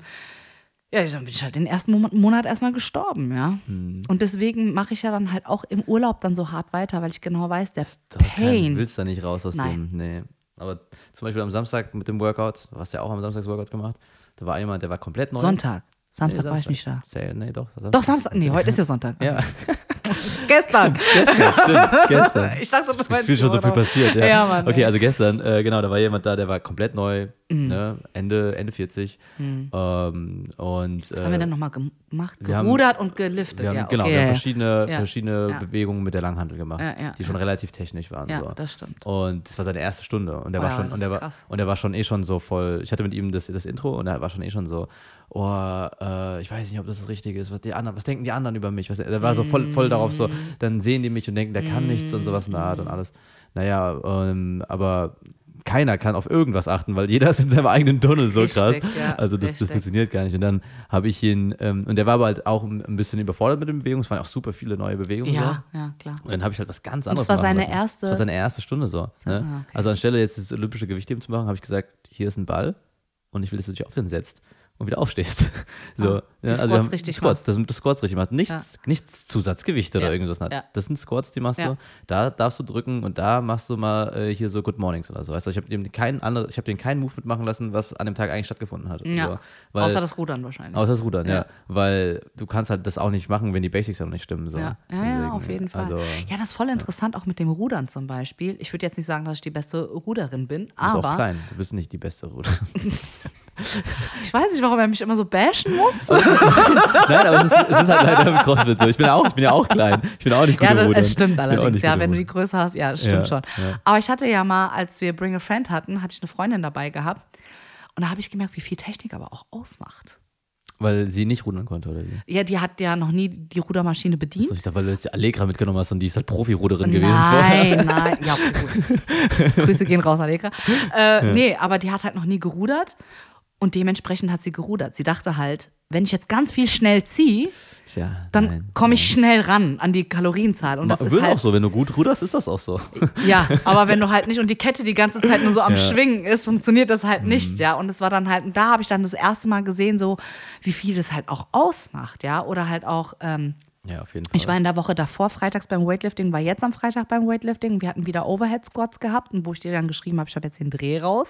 ja, dann bin ich halt den ersten Monat erstmal gestorben, ja. Und deswegen mache ich ja dann halt auch im Urlaub dann so hart weiter, weil ich genau weiß, der Pain. Du willst da nicht raus aus dem, nee. Aber zum Beispiel am Samstag mit dem Workout, du hast ja auch am Samstag das Workout gemacht, da war jemand, der war komplett neu. Samstag war ich nicht da. Nee, doch. Doch, Samstag. Nee, heute ist ja Sonntag. Ja. Gestern, stimmt, gestern. Ich dachte, das war schon so viel passiert, ja. Ja, Mann. Okay, also gestern, genau, da war jemand da, der war komplett neu, ne, Ende 40. Und, was haben wir denn nochmal gemacht? Gerudert und geliftet, wir haben, ja. Genau, okay, wir haben verschiedene Bewegungen mit der Langhantel gemacht, die schon relativ technisch waren. Ja, so. das stimmt. Und das war seine erste Stunde. Und der war schon, und der war schon schon so voll, ich hatte mit ihm das Intro und er war schon schon so, ich weiß nicht, ob das Richtige ist, was denken die anderen über mich? Der war so voll darauf so, dann sehen die mich und denken, der kann nichts und sowas in der Art und alles. Naja, aber keiner kann auf irgendwas achten, weil jeder ist in seinem eigenen Tunnel so krass. Ja, also das funktioniert gar nicht. Und dann habe ich ihn, und der war aber halt auch ein bisschen überfordert mit den Bewegungen. Es waren auch super viele neue Bewegungen. Ja, so. Ja, klar. Und dann habe ich halt was ganz anderes gemacht. Das war seine erste Stunde so. Ne? Okay. Also anstelle jetzt das olympische Gewichtheben zu machen, habe ich gesagt, hier ist ein Ball und ich will, dass du dich auf den setzt und wieder aufstehst. So, die Squats richtig machst. Das Squats richtig macht. Nichts Zusatzgewichte oder irgendwas. Ja. Das sind Squats, die machst du. Da darfst du drücken und da machst du mal hier so Good Mornings oder so. Weißt du, ich habe den keinen Move mitmachen lassen, was an dem Tag eigentlich stattgefunden hat. Ja. So. Außer das Rudern wahrscheinlich. Außer das Rudern, ja. Weil du kannst halt das auch nicht machen, wenn die Basics ja noch nicht stimmen. So. Ja, auf jeden Fall. Also, ja, das ist voll interessant, auch mit dem Rudern zum Beispiel. Ich würde jetzt nicht sagen, dass ich die beste Ruderin bin, aber... Du bist auch klein, du bist nicht die beste Ruderin. Ich weiß nicht, warum er mich immer so bashen muss. Nein, aber es ist halt leider im CrossFit so. Ich bin ja auch klein. Ich bin auch nicht gut im Rudern. Ja, es stimmt allerdings. Ja, wenn du die Größe hast, ja, das stimmt schon. Ja. Aber ich hatte ja mal, als wir Bring a Friend hatten, hatte ich eine Freundin dabei gehabt. Und da habe ich gemerkt, wie viel Technik aber auch ausmacht. Weil sie nicht rudern konnte, oder wie? Ja, die hat ja noch nie die Rudermaschine bedient. Ich dachte, weil du jetzt die Allegra mitgenommen hast und die ist halt Profi-Ruderin gewesen. Nein. Ja, gut. Grüße gehen raus, Allegra. Nee, aber die hat halt noch nie gerudert. Und dementsprechend hat sie gerudert. Sie dachte halt, wenn ich jetzt ganz viel schnell ziehe, dann komme ich schnell ran an die Kalorienzahl. Und das ist halt auch so, wenn du gut ruderst, ist das auch so. Ja, aber wenn du halt nicht und die Kette die ganze Zeit nur so am Schwingen ist, funktioniert das halt nicht, ja. Und es war dann halt, und da habe ich dann das erste Mal gesehen, so wie viel das halt auch ausmacht, ja. Oder halt auch, ja, auf jeden Fall. ich war in der Woche davor freitags beim Weightlifting, war jetzt am Freitag beim Weightlifting. Wir hatten wieder Overhead Squats gehabt und wo ich dir dann geschrieben habe, ich habe jetzt den Dreh raus.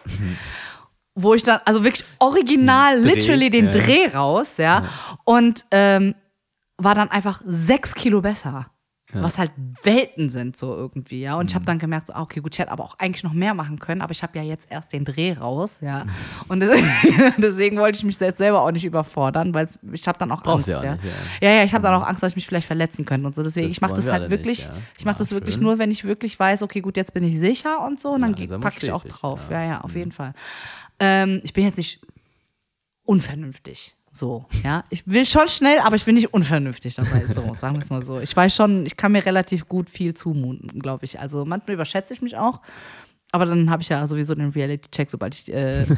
Wo ich dann, also wirklich original, literally den Dreh raus, ja. Und war dann einfach 6 Kilo besser. Ja. Was halt Welten sind so irgendwie, ja. Und ich habe dann gemerkt, so, okay, gut, ich hätte aber auch eigentlich noch mehr machen können, aber ich habe ja jetzt erst den Dreh raus, ja. Und deswegen wollte ich mich jetzt selber auch nicht überfordern, weil ich habe dann auch Angst, ja. Nicht, ja, ich habe dann auch Angst, dass ich mich vielleicht verletzen könnte und so. Deswegen, ich mache das halt wirklich, ich mache das wirklich nur, wenn ich wirklich weiß, okay, gut, jetzt bin ich sicher und so. Und dann packe ich auch drauf. Ja, auf jeden Fall. Ich bin jetzt nicht unvernünftig. So, ja. Ich will schon schnell, aber ich bin nicht unvernünftig dabei, so, sagen wir es mal so. Ich weiß schon, ich kann mir relativ gut viel zumuten, glaube ich. Also manchmal überschätze ich mich auch, aber dann habe ich ja sowieso den Reality-Check, sobald ich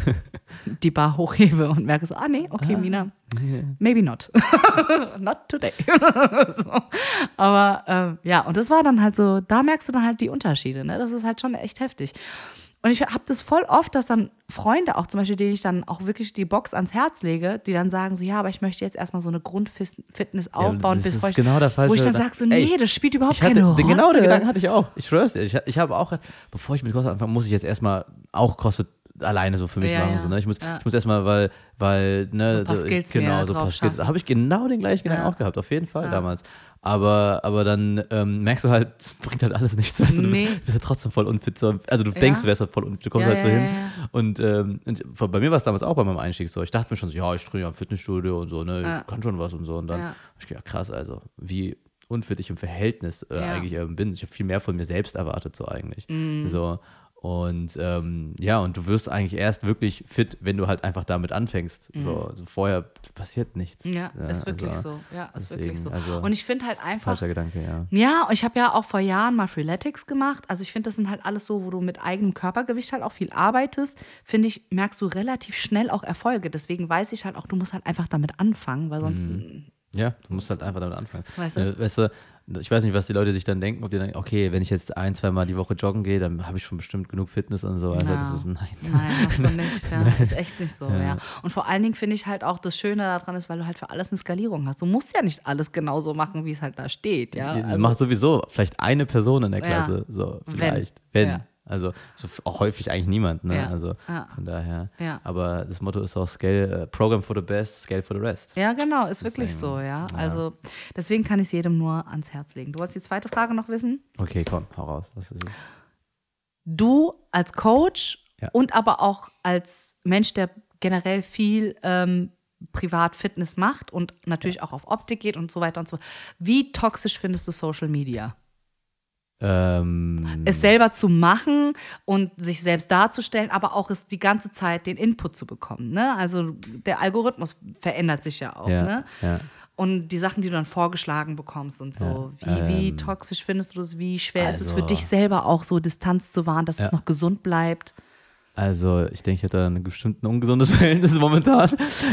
die Bar hochhebe und merke so, nee, okay, Mina, maybe not. Not today. So. Aber ja, und das war dann halt so, da merkst du dann halt die Unterschiede, ne? Das ist halt schon echt heftig. Und ich habe das voll oft, dass dann Freunde auch zum Beispiel, denen ich dann auch wirklich die Box ans Herz lege, die dann sagen so, ja, aber ich möchte jetzt erstmal so eine Grundfitness aufbauen. Das ist genau der falsche. Wo ich dann sage so, nee, das spielt überhaupt keine Rolle. Genau den Gedanken hatte ich auch. Ich schwör's dir. Ich habe auch, bevor ich mit CrossFit anfange, muss ich jetzt erstmal auch CrossFit alleine so für mich machen. So, ne? Ich muss erstmal, weil ne, so ein paar Skills genau, so ein paar Skills. Da habe ich genau den gleichen Gedanken auch gehabt, auf jeden Fall damals. Aber dann merkst du halt, es bringt halt alles nichts. Weißt du, du bist ja trotzdem voll unfit. Also du denkst, du wärst halt voll unfit, du kommst halt so hin. Ja. Und bei mir war es damals auch bei meinem Einstieg so. Ich dachte mir schon so, ja, ich trainiere am Fitnessstudio und so, ne, ich kann schon was und so. Und dann habe ich gedacht, krass, also wie unfit ich im Verhältnis eigentlich bin. Ich habe viel mehr von mir selbst erwartet, so eigentlich. So. Und und du wirst eigentlich erst wirklich fit, wenn du halt einfach damit anfängst. So vorher passiert nichts. Ja, ist wirklich so. Ja, ist deswegen, wirklich so. Also, und ich finde halt einfach. Falscher Gedanke, ja. Ja, und ich habe ja auch vor Jahren mal Freeletics gemacht. Also ich finde, das sind halt alles so, wo du mit eigenem Körpergewicht halt auch viel arbeitest. Finde ich, merkst du relativ schnell auch Erfolge. Deswegen weiß ich halt auch, du musst halt einfach damit anfangen, weil sonst. Ja, du musst halt einfach damit anfangen. Weißt du, ich weiß nicht, was die Leute sich dann denken, ob die denken, okay, wenn ich jetzt 1-2 Mal die Woche joggen gehe, dann habe ich schon bestimmt genug Fitness und so. Also das ist Nein, hast du nicht. Ja, ist echt nicht so. Ja. Und vor allen Dingen finde ich halt auch, das Schöne daran ist, weil du halt für alles eine Skalierung hast. Du musst ja nicht alles genauso machen, wie es halt da steht. Ja? Das macht sowieso vielleicht eine Person in der Klasse. So, vielleicht. Wenn. Ja. Also so auch häufig eigentlich niemand, ne? Ja. Also von daher. Ja. Aber das Motto ist auch Program for the best, Scale for the rest. Ja, genau, ist wirklich so, ja. Also deswegen kann ich es jedem nur ans Herz legen. Du wolltest die zweite Frage noch wissen? Okay, komm, hau raus. Was ist sie? Du als Coach und aber auch als Mensch, der generell viel privat Fitness macht und natürlich auch auf Optik geht und so weiter und so. Wie toxisch findest du Social Media? Es selber zu machen und sich selbst darzustellen, aber auch es die ganze Zeit den Input zu bekommen. Ne? Also der Algorithmus verändert sich ja auch. Ne? Ja. Und die Sachen, die du dann vorgeschlagen bekommst und so. Wie toxisch findest du das? Wie schwer ist es für dich selber auch so Distanz zu wahren, dass es noch gesund bleibt? Also ich denke, ich habe da ein bestimmt ungesundes Verhältnis momentan.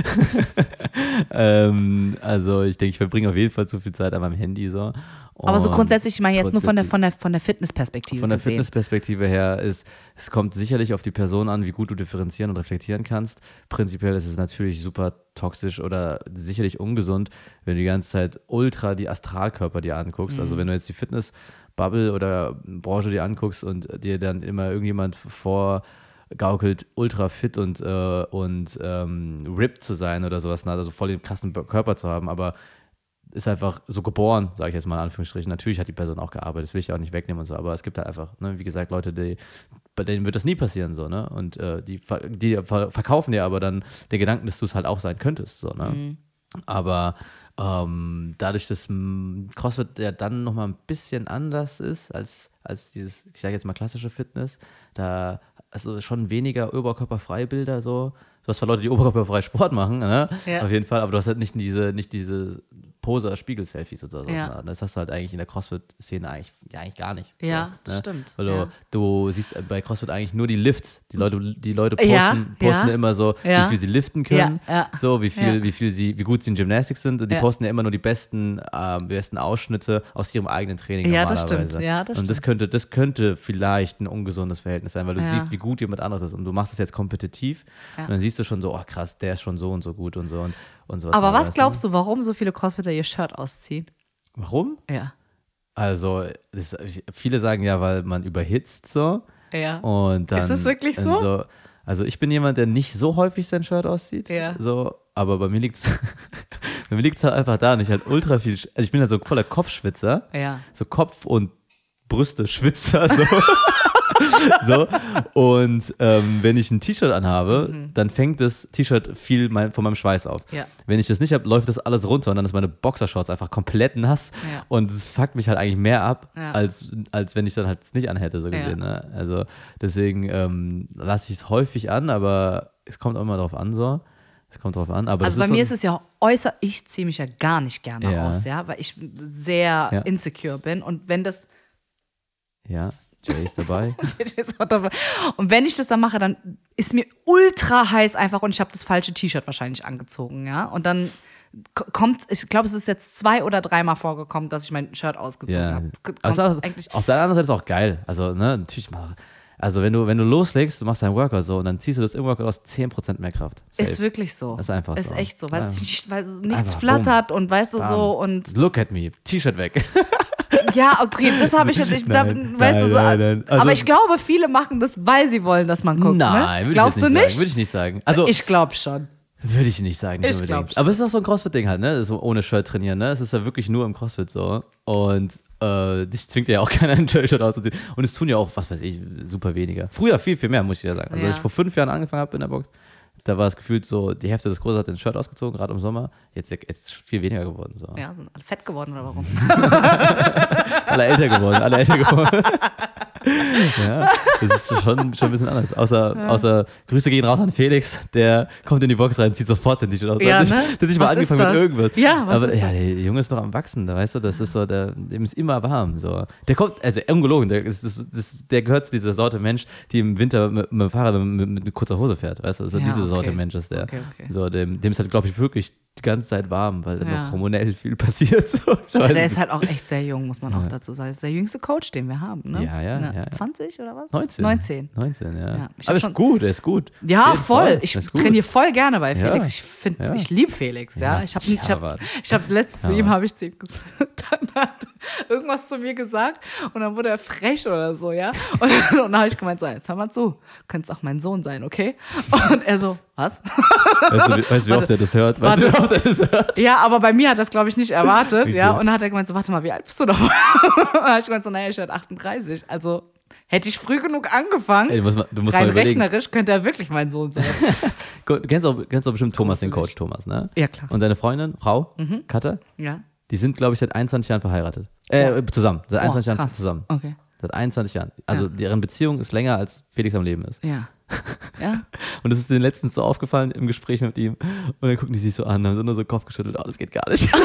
Also ich denke, ich verbringe auf jeden Fall zu viel Zeit an meinem Handy so. Aber so grundsätzlich, ich meine jetzt nur von der Fitnessperspektive. Von der Fitnessperspektive her es kommt sicherlich auf die Person an, wie gut du differenzieren und reflektieren kannst. Prinzipiell ist es natürlich super toxisch oder sicherlich ungesund, wenn du die ganze Zeit ultra die Astralkörper dir anguckst. Also wenn du jetzt die Fitnessbubble oder Branche dir anguckst und dir dann immer irgendjemand vorgaukelt, ultra fit und ripped zu sein oder sowas, also voll den krassen Körper zu haben, aber ist einfach so geboren, sage ich jetzt mal in Anführungsstrichen. Natürlich hat die Person auch gearbeitet, das will ich auch nicht wegnehmen und so, aber es gibt halt einfach, ne, wie gesagt, Leute, bei denen wird das nie passieren, so, ne, und die verkaufen dir aber dann den Gedanken, dass du es halt auch sein könntest, so, ne, aber dadurch, dass CrossFit ja dann nochmal ein bisschen anders ist als dieses, ich sage jetzt mal klassische Fitness, da also schon weniger Oberkörperfreibilder so. Du hast zwar Leute, die oberkörperfrei Sport machen, ne? Ja. Auf jeden Fall, aber du hast halt nicht diese Poser-Spiegel-Selfies oder sowas. Ja. Das hast du halt eigentlich in der CrossFit-Szene eigentlich gar nicht. Ja, so, das stimmt. Weil Ja. du siehst bei CrossFit eigentlich nur die Lifts. Die Leute Ja, posten ja. immer so, Ja. wie viel sie liften können, Ja, ja. so wie gut sie in Gymnastik sind. Und die Ja. posten ja immer nur die besten Ausschnitte aus ihrem eigenen Training Ja, das normalerweise. stimmt. Ja, das und das könnte vielleicht ein ungesundes Verhältnis sein, weil du Ja. siehst, wie gut jemand anderes ist und du machst es jetzt kompetitiv Ja. und dann siehst du schon so, oh krass, der ist schon so und so gut und so und sowas. Aber was weißt du? glaubst du, warum so viele Crossfitter ihr Shirt ausziehen? Warum? Ja. Also, viele sagen ja, weil man überhitzt so. Ja. Und dann, Ist das wirklich so? Also ich bin jemand, der nicht so häufig sein Shirt auszieht. Ja. So, aber bei mir liegt es halt einfach da. Und ich halt ultra viel, also ich bin halt so voller Kopfschwitzer. Ja. So Kopf und Brüste Schwitzer. So. So. Und wenn ich ein T-Shirt anhabe, dann fängt das T-Shirt viel von meinem Schweiß auf. Ja. Wenn ich das nicht habe, läuft das alles runter und dann ist meine Boxershorts einfach komplett nass. Ja. Und das fuckt mich halt eigentlich mehr ab, Ja. als wenn ich dann halt es nicht anhätte, so gesehen. Ja. Ne? Also deswegen lasse ich es häufig an, aber es kommt auch immer drauf an, so. Es kommt drauf an. Aber Also bei mir ist es ja äußerst, ich ziehe mich ja gar nicht gerne Ja. aus, ja, weil ich sehr Ja. insecure bin und wenn das Ja, Jay ist dabei. und wenn ich das dann mache, dann ist mir ultra heiß einfach und ich habe das falsche T-Shirt wahrscheinlich angezogen, ja, und dann kommt, ich glaube, es ist jetzt 2 oder 3 Mal vorgekommen, dass ich mein Shirt ausgezogen Ja. habe. Also auf der anderen Seite ist es auch geil. Also, ne, natürlich also wenn du loslegst, du machst deinen Workout so und dann ziehst du das im Workout aus 10% mehr Kraft. Safe. Ist wirklich so. Das ist einfach ist so. echt so, weil Ja. es nichts Einfach flattert und weißt du Bam. so und Look at me, T-Shirt weg. ja, okay, das habe ich jetzt nicht, Nein, weißt du so. nein. Also- aber ich glaube, viele machen das, weil sie wollen, dass man guckt. Nein, ne? Glaubst du nicht? Würde ich nicht sagen. Also, Ich glaube schon. würde ich nicht sagen, nicht Ich glaub unbedingt. schon. Aber es ist auch so ein CrossFit-Ding halt, ne? So ohne Shirt trainieren, ne? Es ist ja wirklich nur im CrossFit so. Und dich zwingt ja auch keiner ein Shirt auszuziehen. Und es tun ja auch, was weiß ich, super weniger. Früher viel, viel mehr, muss ich ja sagen. Also Ja. als ich vor 5 Jahren angefangen habe in der Box, da war es gefühlt so, die Hälfte des Kurses hat ein Shirt ausgezogen, gerade im Sommer. Jetzt ist viel weniger geworden. So. Ja, sind alle fett geworden oder warum? Alle älter geworden. Ja, das ist schon ein bisschen anders. Außer Grüße gehen raus an Felix, der kommt in die Box rein, zieht sofort sein T-Shirt aus. Ja, Der ne? hat nicht mal Was ist angefangen mit das? irgendwas. Ja, was aber ist ja, das? der Junge ist noch am Wachsen, da weißt du, das ist so, dem ist immer warm. So. Der kommt, also ungelogen, der gehört zu dieser Sorte Mensch, die im Winter mit dem Fahrrad mit kurzer Hose fährt, weißt du? Also Ja, diese Sorte okay. Mensch ist der. Okay. So, dem ist halt, glaube ich, wirklich die ganze Zeit warm, weil Ja. noch hormonell viel passiert. So. Ich Ja, weiß der nicht. ist halt auch echt sehr jung, muss man auch dazu sagen. Das ist der jüngste Coach, den wir haben, ne? Ja. 20 oder was? 19. 19. 19, ja. Ja, ich hab Aber ist schon- gut, er ist gut. Ja, Auf jeden voll. Fall. Ich Ist gut. trainiere voll gerne bei Ja. Felix. Ja. Ich liebe Felix, ja. Ich habe letztens zu ihm, habe ich zu ihm gesagt, dann hat er irgendwas zu mir gesagt und dann wurde er frech oder so, ja. Und dann habe ich gemeint, so, jetzt hör mal zu, du könntest auch mein Sohn sein, okay? Und er so, was? Weißt du, wie oft er das hört? Weißt du, wie oft er das hört? Ja, aber bei mir hat das, glaube ich, nicht erwartet, Okay. ja. Und dann hat er gemeint, so, warte mal, wie alt bist du doch? Und dann habe ich gemeint, so, naja, ich werde 38. Also hätte ich früh genug angefangen, Ey, du musst rein mal überlegen. rechnerisch könnte er wirklich mein Sohn sein. Du kennst auch bestimmt Thomas, den Gruselig. Coach Thomas, ne? Ja, klar. Und seine Freundin, Frau, Katha, Ja. die sind, glaube ich, seit 21 Jahren verheiratet. Zusammen. Seit 21 Jahren krass. zusammen. Okay. Seit 21 Jahren. Also Ja. deren Beziehung ist länger, als Felix am Leben ist. Ja. Ja. Und das ist denen letztens so aufgefallen im Gespräch mit ihm. Und dann gucken die sich so an, haben so nur so Kopf geschüttelt. Oh, das geht gar nicht.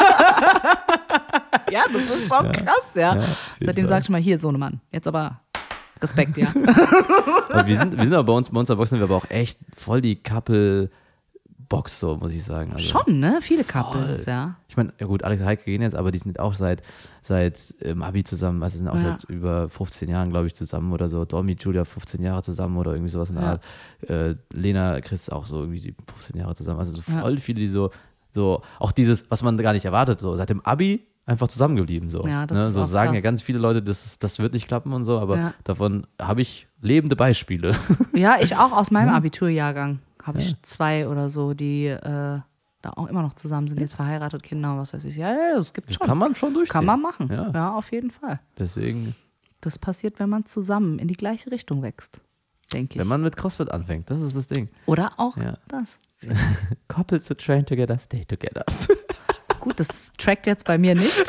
Ja, das ist schon krass, ja. Ja, auf jeden Seitdem Fall. sag ich mal, hier, Sohnemann, jetzt aber Respekt, ja. Aber wir sind aber bei uns in der Box sind wir aber auch echt voll die Couple-Box, so muss ich sagen. Also, Schon, ne? Viele Couples, ja. Ich meine, ja gut, Alex und Heike gehen jetzt, aber die sind auch seit Abi zusammen, also sind auch Ja. seit über 15 Jahren, glaube ich, zusammen oder so. Domi, Julia 15 Jahre zusammen oder irgendwie sowas in der Ja. Art. Lena, Chris auch so irgendwie 15 Jahre zusammen. Also so Ja. voll viele, die so, auch dieses, was man gar nicht erwartet, so seit dem Abi einfach zusammengeblieben. So, Ja, das ne? ist So auch sagen ja krass. ganz viele Leute, das wird nicht klappen und so, aber Ja. davon habe ich lebende Beispiele. Ja, ich auch aus meinem Abiturjahrgang habe ich 2 oder so, die da auch immer noch zusammen sind, jetzt verheiratet, Kinder, was weiß ich. Ja, das gibt's Das schon. kann man schon durchziehen. Kann man machen. Ja. Ja, auf jeden Fall. Deswegen, Das passiert, wenn man zusammen in die gleiche Richtung wächst, denke ich. wenn man mit CrossFit anfängt, das ist das Ding. Oder auch Ja. das. Couples to train together, stay together. Gut, das trackt jetzt bei mir nicht.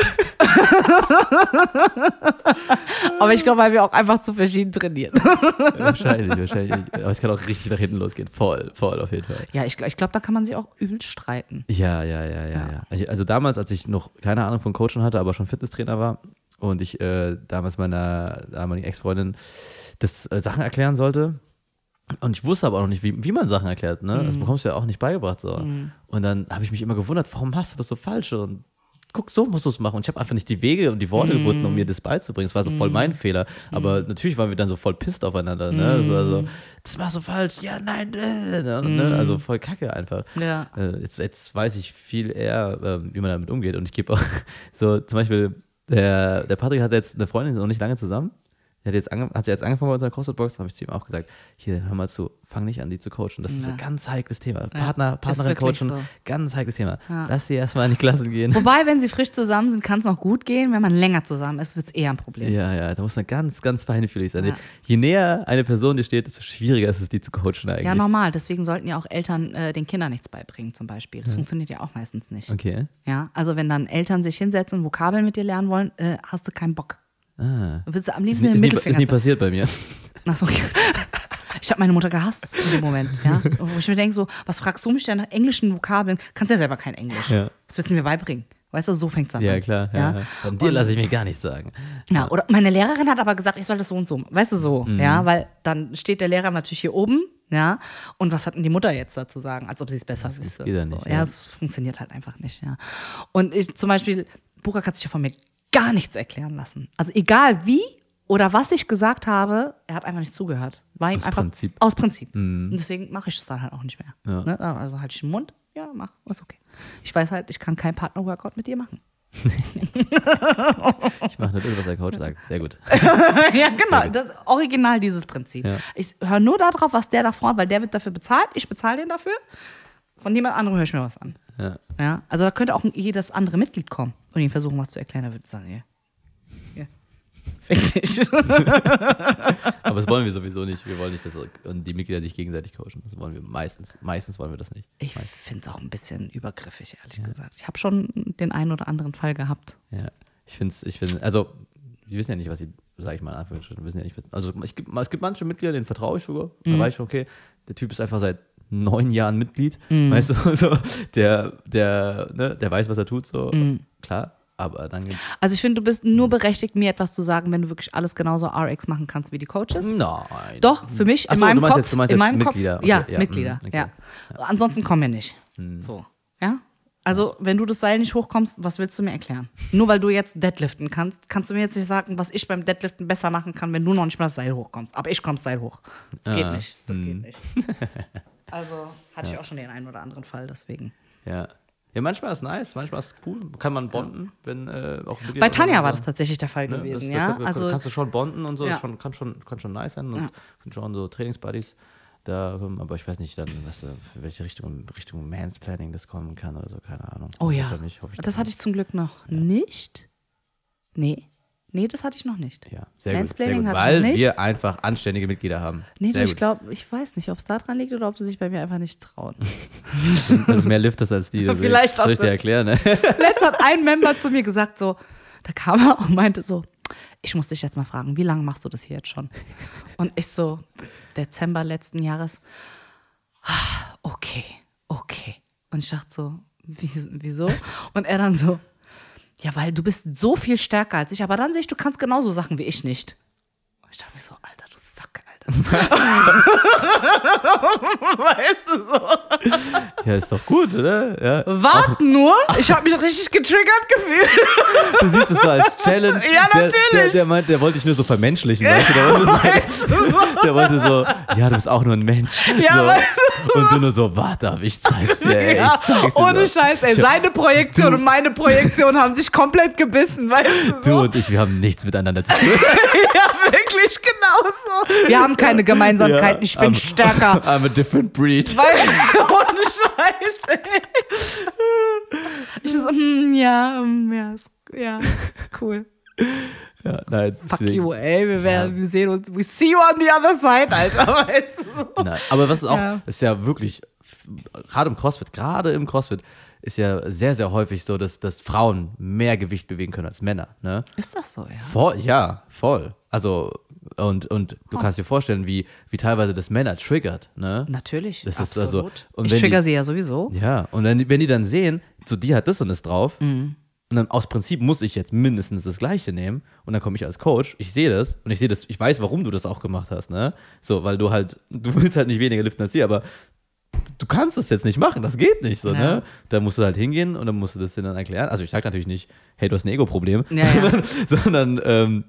Aber ich glaube, weil wir auch einfach zu verschieden trainieren. Wahrscheinlich. Aber es kann auch richtig nach hinten losgehen. Voll auf jeden Fall. Ja, ich glaube, da kann man sich auch übel streiten. Ja. Also damals, als ich noch keine Ahnung von Coachen hatte, aber schon Fitnesstrainer war und ich damals meiner damaligen Ex-Freundin das Sachen erklären sollte. Und ich wusste aber auch noch nicht, wie man Sachen erklärt. Ne? Das bekommst du ja auch nicht beigebracht. So. Und dann habe ich mich immer gewundert, warum hast du das so falsch? Und guck, so musst du es machen. Und ich habe einfach nicht die Wege und die Worte gefunden, um mir das beizubringen. Das war so voll mein Fehler. Aber natürlich waren wir dann so voll pisst aufeinander. Ne? Das war so, das machst du falsch. Ja, nein. Ne? Also voll kacke einfach. Ja. Jetzt weiß ich viel eher, wie man damit umgeht. Und ich gebe auch so, zum Beispiel, der Patrick hat jetzt eine Freundin, noch nicht lange zusammen. Hat sie jetzt angefangen bei unserer CrossFit-Box, habe ich zu ihm auch gesagt, hier, hör mal zu, fang nicht an, die zu coachen. Das ist ein ganz heikles Thema. Partnerin coachen, so. Ganz heikles Thema. Ja. Lass die erstmal in die Klassen gehen. Wobei, wenn sie frisch zusammen sind, kann es noch gut gehen. Wenn man länger zusammen ist, wird es eher ein Problem. Ja, da muss man ganz, ganz feinfühlig sein. Ja. Je näher eine Person dir steht, desto schwieriger ist es, die zu coachen eigentlich. Ja, normal. Deswegen sollten ja auch Eltern den Kindern nichts beibringen zum Beispiel. Das funktioniert ja auch meistens nicht. Okay. Ja, also wenn dann Eltern sich hinsetzen und Vokabeln mit dir lernen wollen, hast du keinen Bock. Würdest du am liebsten den Mittelfinger ist nie passiert bei mir. Ach so. Ich habe meine Mutter gehasst in dem Moment. Ja? Wo ich mir denke, so, was fragst du mich denn nach englischen Vokabeln? Kannst ja selber kein Englisch. Ja. Was willst du mir beibringen? Weißt du, so fängt es an. Ja, klar. Ja. Von dir lasse ich mir gar nichts sagen. Ja, oder meine Lehrerin hat aber gesagt, ich soll das so und so. Weißt du, so. Ja, weil dann steht der Lehrer natürlich hier oben. Ja, und was hat denn die Mutter jetzt dazu sagen? Als ob sie es besser wüsste. Das geht ja nicht. So. Ja, das funktioniert halt einfach nicht. Ja. Und zum Beispiel, Burak hat sich ja von mir gar nichts erklären lassen. Also egal wie oder was ich gesagt habe, er hat einfach nicht zugehört. War ihm einfach Prinzip. Aus Prinzip. Und deswegen mache ich es dann halt auch nicht mehr. Ja. Ne? Also halte ich den Mund, ja, mach, ist okay. Ich weiß halt, ich kann keinen Partner-Workout mit dir machen. Ich mache nicht was der Coach sagt. Sehr gut. Ja, genau. Das ist original dieses Prinzip. Ja. Ich höre nur darauf, was der da vorne, weil der wird dafür bezahlt. Ich bezahle den dafür. Von jemand anderem höre ich mir was an. Ja. Also da könnte auch jedes andere Mitglied kommen und ihm versuchen, was zu erklären. Da würde ich sagen, ja. Fick dich. Aber das wollen wir sowieso nicht. Wir wollen nicht, dass die Mitglieder sich gegenseitig coachen. Das wollen wir meistens wollen wir das nicht. Ich finde es auch ein bisschen übergriffig, ehrlich gesagt. Ich habe schon den einen oder anderen Fall gehabt. Ja, ich finde, also, wir wissen ja nicht, was sie, sage ich mal in Anführungsstrichen, wissen ja nicht, also es gibt manche Mitglieder, denen vertraue ich sogar. Da weiß ich, okay, der Typ ist einfach seit 9 Jahren Mitglied, weißt du, so, der weiß, was er tut, so, klar. Aber dann gibt's also ich finde, du bist nur berechtigt, mir etwas zu sagen, wenn du wirklich alles genauso RX machen kannst wie die Coaches. Nein. Doch, für mich, in meinem Kopf. Du meinst jetzt Mitglieder. Okay, ja, Mitglieder, okay. Ja. Ansonsten kommen wir nicht. So, ja? Also, wenn du das Seil nicht hochkommst, was willst du mir erklären? Nur weil du jetzt Deadliften kannst, kannst du mir jetzt nicht sagen, was ich beim Deadliften besser machen kann, wenn du noch nicht mal das Seil hochkommst. Aber ich komme das Seil hoch. Das geht nicht. Das geht nicht. Also, hatte ich auch schon den einen oder anderen Fall, deswegen. Ja. Ja, manchmal ist es nice, manchmal ist es cool. Kann man bonden, wenn auch bei Tanja war das tatsächlich der Fall gewesen, ja. Also kannst du schon bonden und so, kann schon nice sein und sind schon so Trainingsbuddies da, aber ich weiß nicht dann, für welche Richtung Mansplaining das kommen kann oder so, keine Ahnung. Oh ja, das hatte ich zum Glück noch nicht. Nee, das hatte ich noch nicht. Ja, sehr gut, weil wir einfach anständige Mitglieder haben. Nee, ich weiß nicht, ob es daran liegt oder ob sie sich bei mir einfach nicht trauen. Also mehr Lifters als die. Also vielleicht soll ich dir erklären, ne? Letztens hat ein Member zu mir gesagt, so, da kam er und meinte so, ich muss dich jetzt mal fragen, wie lange machst du das hier jetzt schon? Und ich so, Dezember letzten Jahres, okay. Und ich dachte so, wieso? Und er dann so, ja, weil du bist so viel stärker als ich, aber dann sehe ich, du kannst genauso Sachen wie ich nicht. Und ich dachte mir so, Alter, du Sacke, Alter. Weißt du so? Ja, ist doch gut, oder? Ja. Warte nur, ich habe mich richtig getriggert gefühlt. Du siehst es so als Challenge. Ja, natürlich. Der wollte dich nur so vermenschlichen, weißt du? Der wollte so, ja, du bist auch nur ein Mensch. Ja, so. weißt du? Und du nur so, warte, ich zeig's dir, ey, ja, ich zeig's dir. Ohne Scheiß, ey, seine Projektion und meine Projektion haben sich komplett gebissen, weißt du so? Du und ich, wir haben nichts miteinander zu tun. Ja, wirklich genauso. Wir haben keine Gemeinsamkeiten, ich bin stärker. I'm a different breed. Ohne Scheiß, ey. Ich so, ja, cool. Ja, nein, fuck you, ey, wir sehen uns, we see you on the other side, Alter, weißt du? Nein, aber was ist auch, ist ja wirklich, gerade im CrossFit, ist ja sehr, sehr häufig so, dass Frauen mehr Gewicht bewegen können als Männer. Ne? Ist das so, ja? Voll. Also, und du kannst dir vorstellen, wie teilweise das Männer triggert. Ne? Natürlich, das ist absolut. Also, und ich trigger sie ja sowieso. Ja, und wenn die dann sehen, so die hat das und das drauf, und dann aus Prinzip muss ich jetzt mindestens das Gleiche nehmen, und dann komme ich als Coach, ich sehe das, und ich weiß, warum du das auch gemacht hast, ne? So, weil du willst halt nicht weniger liften als sie, aber du kannst das jetzt nicht machen, das geht nicht so, ne? Da musst du halt hingehen und dann musst du das denen dann erklären. Also ich sage natürlich nicht, hey, du hast ein Ego-Problem, sondern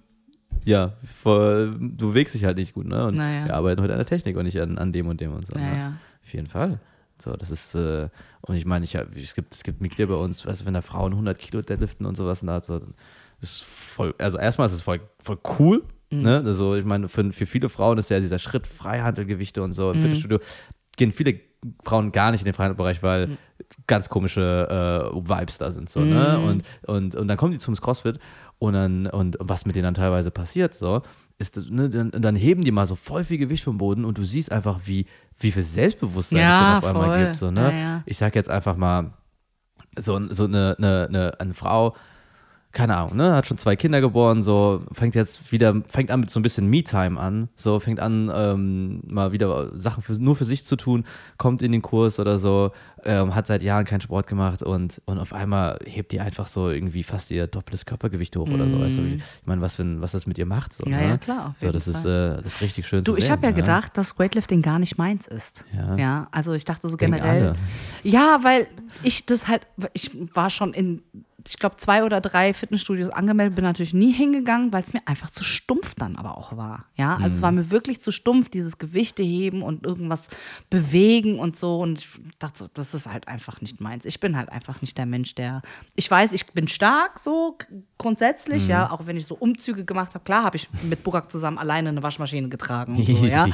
du wägst dich halt nicht gut, ne? Und wir arbeiten heute an der Technik und nicht an dem und dem und so. Ne? Auf jeden Fall. So, das ist, und ich meine, es gibt Mitglieder bei uns, weißt du, wenn da Frauen 100 Kilo deadliften und sowas, das ist voll, also erstmal ist es voll cool, ne? Also ich meine, für viele Frauen ist ja dieser Schritt Freihandelgewichte und so, im Fitnessstudio gehen viele Frauen gar nicht in den Freihandelbereich, weil ganz komische Vibes da sind, so, ne? Und dann kommen die zum CrossFit und was mit denen dann teilweise passiert, so, ist, ne, dann heben die mal so voll viel Gewicht vom Boden und du siehst einfach, wie viel Selbstbewusstsein es dann auf einmal gibt. So, ne? Ja. Ich sag jetzt einfach mal, so eine Frau, keine Ahnung, ne, hat schon 2 Kinder geboren, so, fängt an mit so ein bisschen Me-Time an, so, fängt an, mal wieder Sachen nur für sich zu tun, kommt in den Kurs oder so, hat seit Jahren keinen Sport gemacht und auf einmal hebt die einfach so irgendwie fast ihr doppeltes Körpergewicht hoch oder so, weißt du, ich meine, was das mit ihr macht, so, ja, ne? Ja, klar, auf jeden so, das Fall. ist richtig schön zu sehen. Du, ich habe ja gedacht, dass Weightlifting gar nicht meins ist. Ja, also ich dachte so generell. Alle. Ja, weil ich war schon in, ich glaube, 2 oder 3 Fitnessstudios angemeldet, bin natürlich nie hingegangen, weil es mir einfach zu stumpf dann aber auch war. Ja, also es war mir wirklich zu stumpf, dieses Gewichte heben und irgendwas bewegen und so. Und ich dachte so, das ist halt einfach nicht meins. Ich bin halt einfach nicht der Mensch, ich weiß, ich bin stark so grundsätzlich, ja, auch wenn ich so Umzüge gemacht habe. Klar habe ich mit Burak zusammen alleine eine Waschmaschine getragen und so, ja.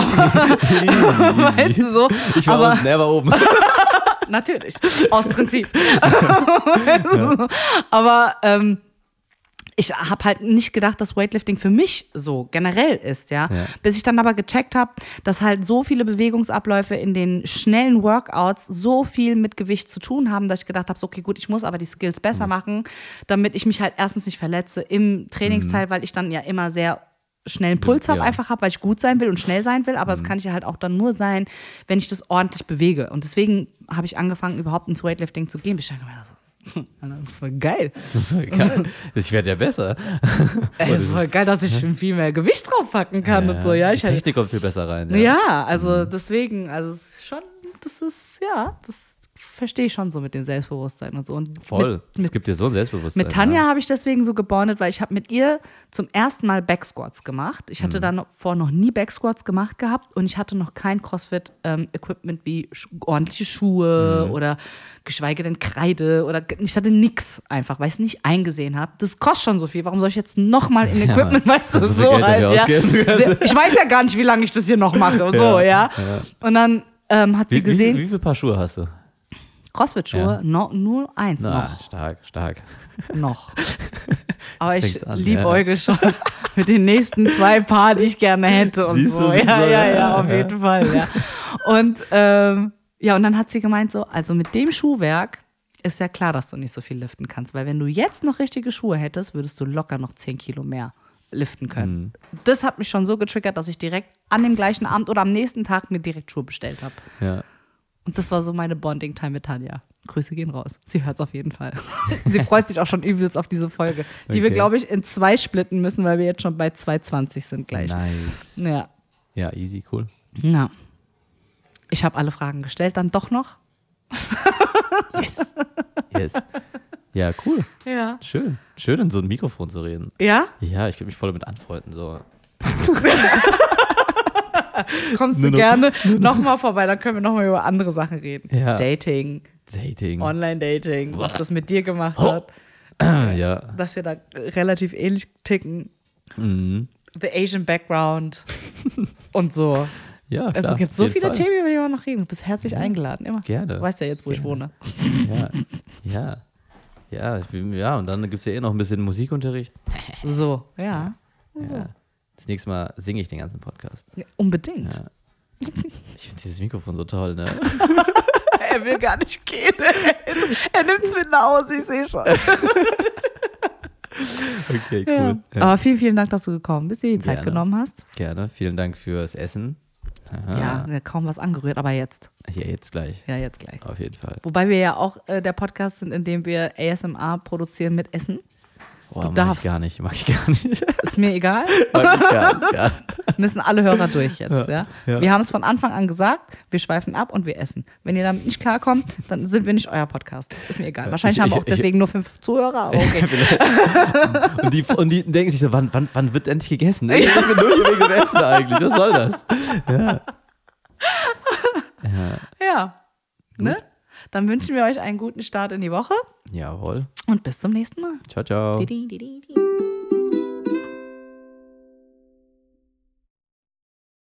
Weißt du so. Ich war unten, er war oben. Natürlich, aus Prinzip. Aber ich habe halt nicht gedacht, dass Weightlifting für mich so generell ist, ja. Bis ich dann aber gecheckt habe, dass halt so viele Bewegungsabläufe in den schnellen Workouts so viel mit Gewicht zu tun haben, dass ich gedacht habe, so, okay, gut, ich muss aber die Skills besser machen, damit ich mich halt erstens nicht verletze im Trainingsteil, weil ich dann ja immer sehr schnellen Puls habe, weil ich gut sein will und schnell sein will, aber das kann ich ja halt auch dann nur sein, wenn ich das ordentlich bewege. Und deswegen habe ich angefangen, überhaupt ins Weightlifting zu gehen. Ich dachte mir so, das ist voll geil. Das ist voll geil. Ich werde ja besser. Es ist voll geil, dass ich viel mehr Gewicht draufpacken kann und so. Ja, die Technik kommt viel besser rein. Ja, also deswegen, also es ist schon, das verstehe ich schon so mit dem Selbstbewusstsein und so. Und voll, es gibt dir so ein Selbstbewusstsein. Mit Tanja habe ich deswegen so gebondet, weil ich habe mit ihr zum ersten Mal Backsquats gemacht. Ich hatte dann vorher noch nie Backsquats gemacht gehabt und ich hatte noch kein CrossFit-Equipment wie ordentliche Schuhe oder geschweige denn Kreide oder ich hatte nichts einfach, weil ich es nicht eingesehen habe. Das kostet schon so viel, warum soll ich jetzt nochmal in Equipment, weißt du, so halt, ja. Ich weiß ja gar nicht, wie lange ich das hier noch mache, so, ja. Und dann hat sie gesehen. Wie viele Paar Schuhe hast du? CrossFit-Schuhe, nur eins noch. Stark. Noch. Aber ich liebäugel schon mit den nächsten 2 Paar, die ich gerne hätte und Siehst so. Du, ja, auf jeden Fall, ja. Und und dann hat sie gemeint so, also mit dem Schuhwerk ist ja klar, dass du nicht so viel liften kannst, weil wenn du jetzt noch richtige Schuhe hättest, würdest du locker noch 10 Kilo mehr liften können. Das hat mich schon so getriggert, dass ich direkt an dem gleichen Abend oder am nächsten Tag mir direkt Schuhe bestellt habe. Ja. Und das war so meine Bonding-Time mit Tanja. Grüße gehen raus. Sie hört es auf jeden Fall. Und sie freut sich auch schon übelst auf diese Folge, die wir, glaube ich, in 2 splitten müssen, weil wir jetzt schon bei 2,20 sind gleich. Nice. Ja. Ja, easy, cool. Ja. Ich habe alle Fragen gestellt, dann doch noch. Yes. Ja, cool. Ja. Schön in so ein Mikrofon zu reden. Ja? Ja, ich könnte mich voll damit anfreunden. So. Kommst du gerne nochmal vorbei, dann können wir nochmal über andere Sachen reden. Ja. Dating. Online-Dating, was das mit dir gemacht hat. Ja. Dass wir da relativ ähnlich ticken. The Asian Background und so. Ja, klar. Es gibt so viele Themen, über die wir noch reden. Du bist herzlich eingeladen, immer. Gerne. Du weißt ja jetzt, wo ich wohne. Ja, und dann gibt es ja noch ein bisschen Musikunterricht. So, ja. So. Das nächste Mal singe ich den ganzen Podcast. Ja, unbedingt. Ja. Ich finde dieses Mikrofon so toll, ne? Er will gar nicht gehen. Er nimmt es mit nach Hause, ich sehe schon. Okay, Ja. cool. Ja. Aber vielen, vielen Dank, dass du gekommen bist, dir die Zeit Gerne. genommen hast. Gerne. Vielen Dank fürs Essen. Aha. Ja, kaum was angerührt, aber jetzt. Hier, jetzt gleich. Ja, jetzt gleich. Auf jeden Fall. Wobei wir ja auch der Podcast sind, in dem wir ASMR produzieren mit Essen. Boah, mag darfst. ich gar nicht. Ist mir egal. Mag ich gar nicht. Müssen alle Hörer durch jetzt. Ja. Ja. Wir haben es von Anfang an gesagt, wir schweifen ab und wir essen. Wenn ihr damit nicht klarkommt, dann sind wir nicht euer Podcast. Ist mir egal. Wahrscheinlich haben wir auch deswegen nur 5 Zuhörer, aber okay. Und die denken sich so, wann wird endlich gegessen? Ich bin nur hier wegen dem Essen eigentlich. Was soll das? Ja. Ne? Dann wünschen wir euch einen guten Start in die Woche Jawohl. und bis zum nächsten Mal. Ciao, ciao. Didi, didi, didi.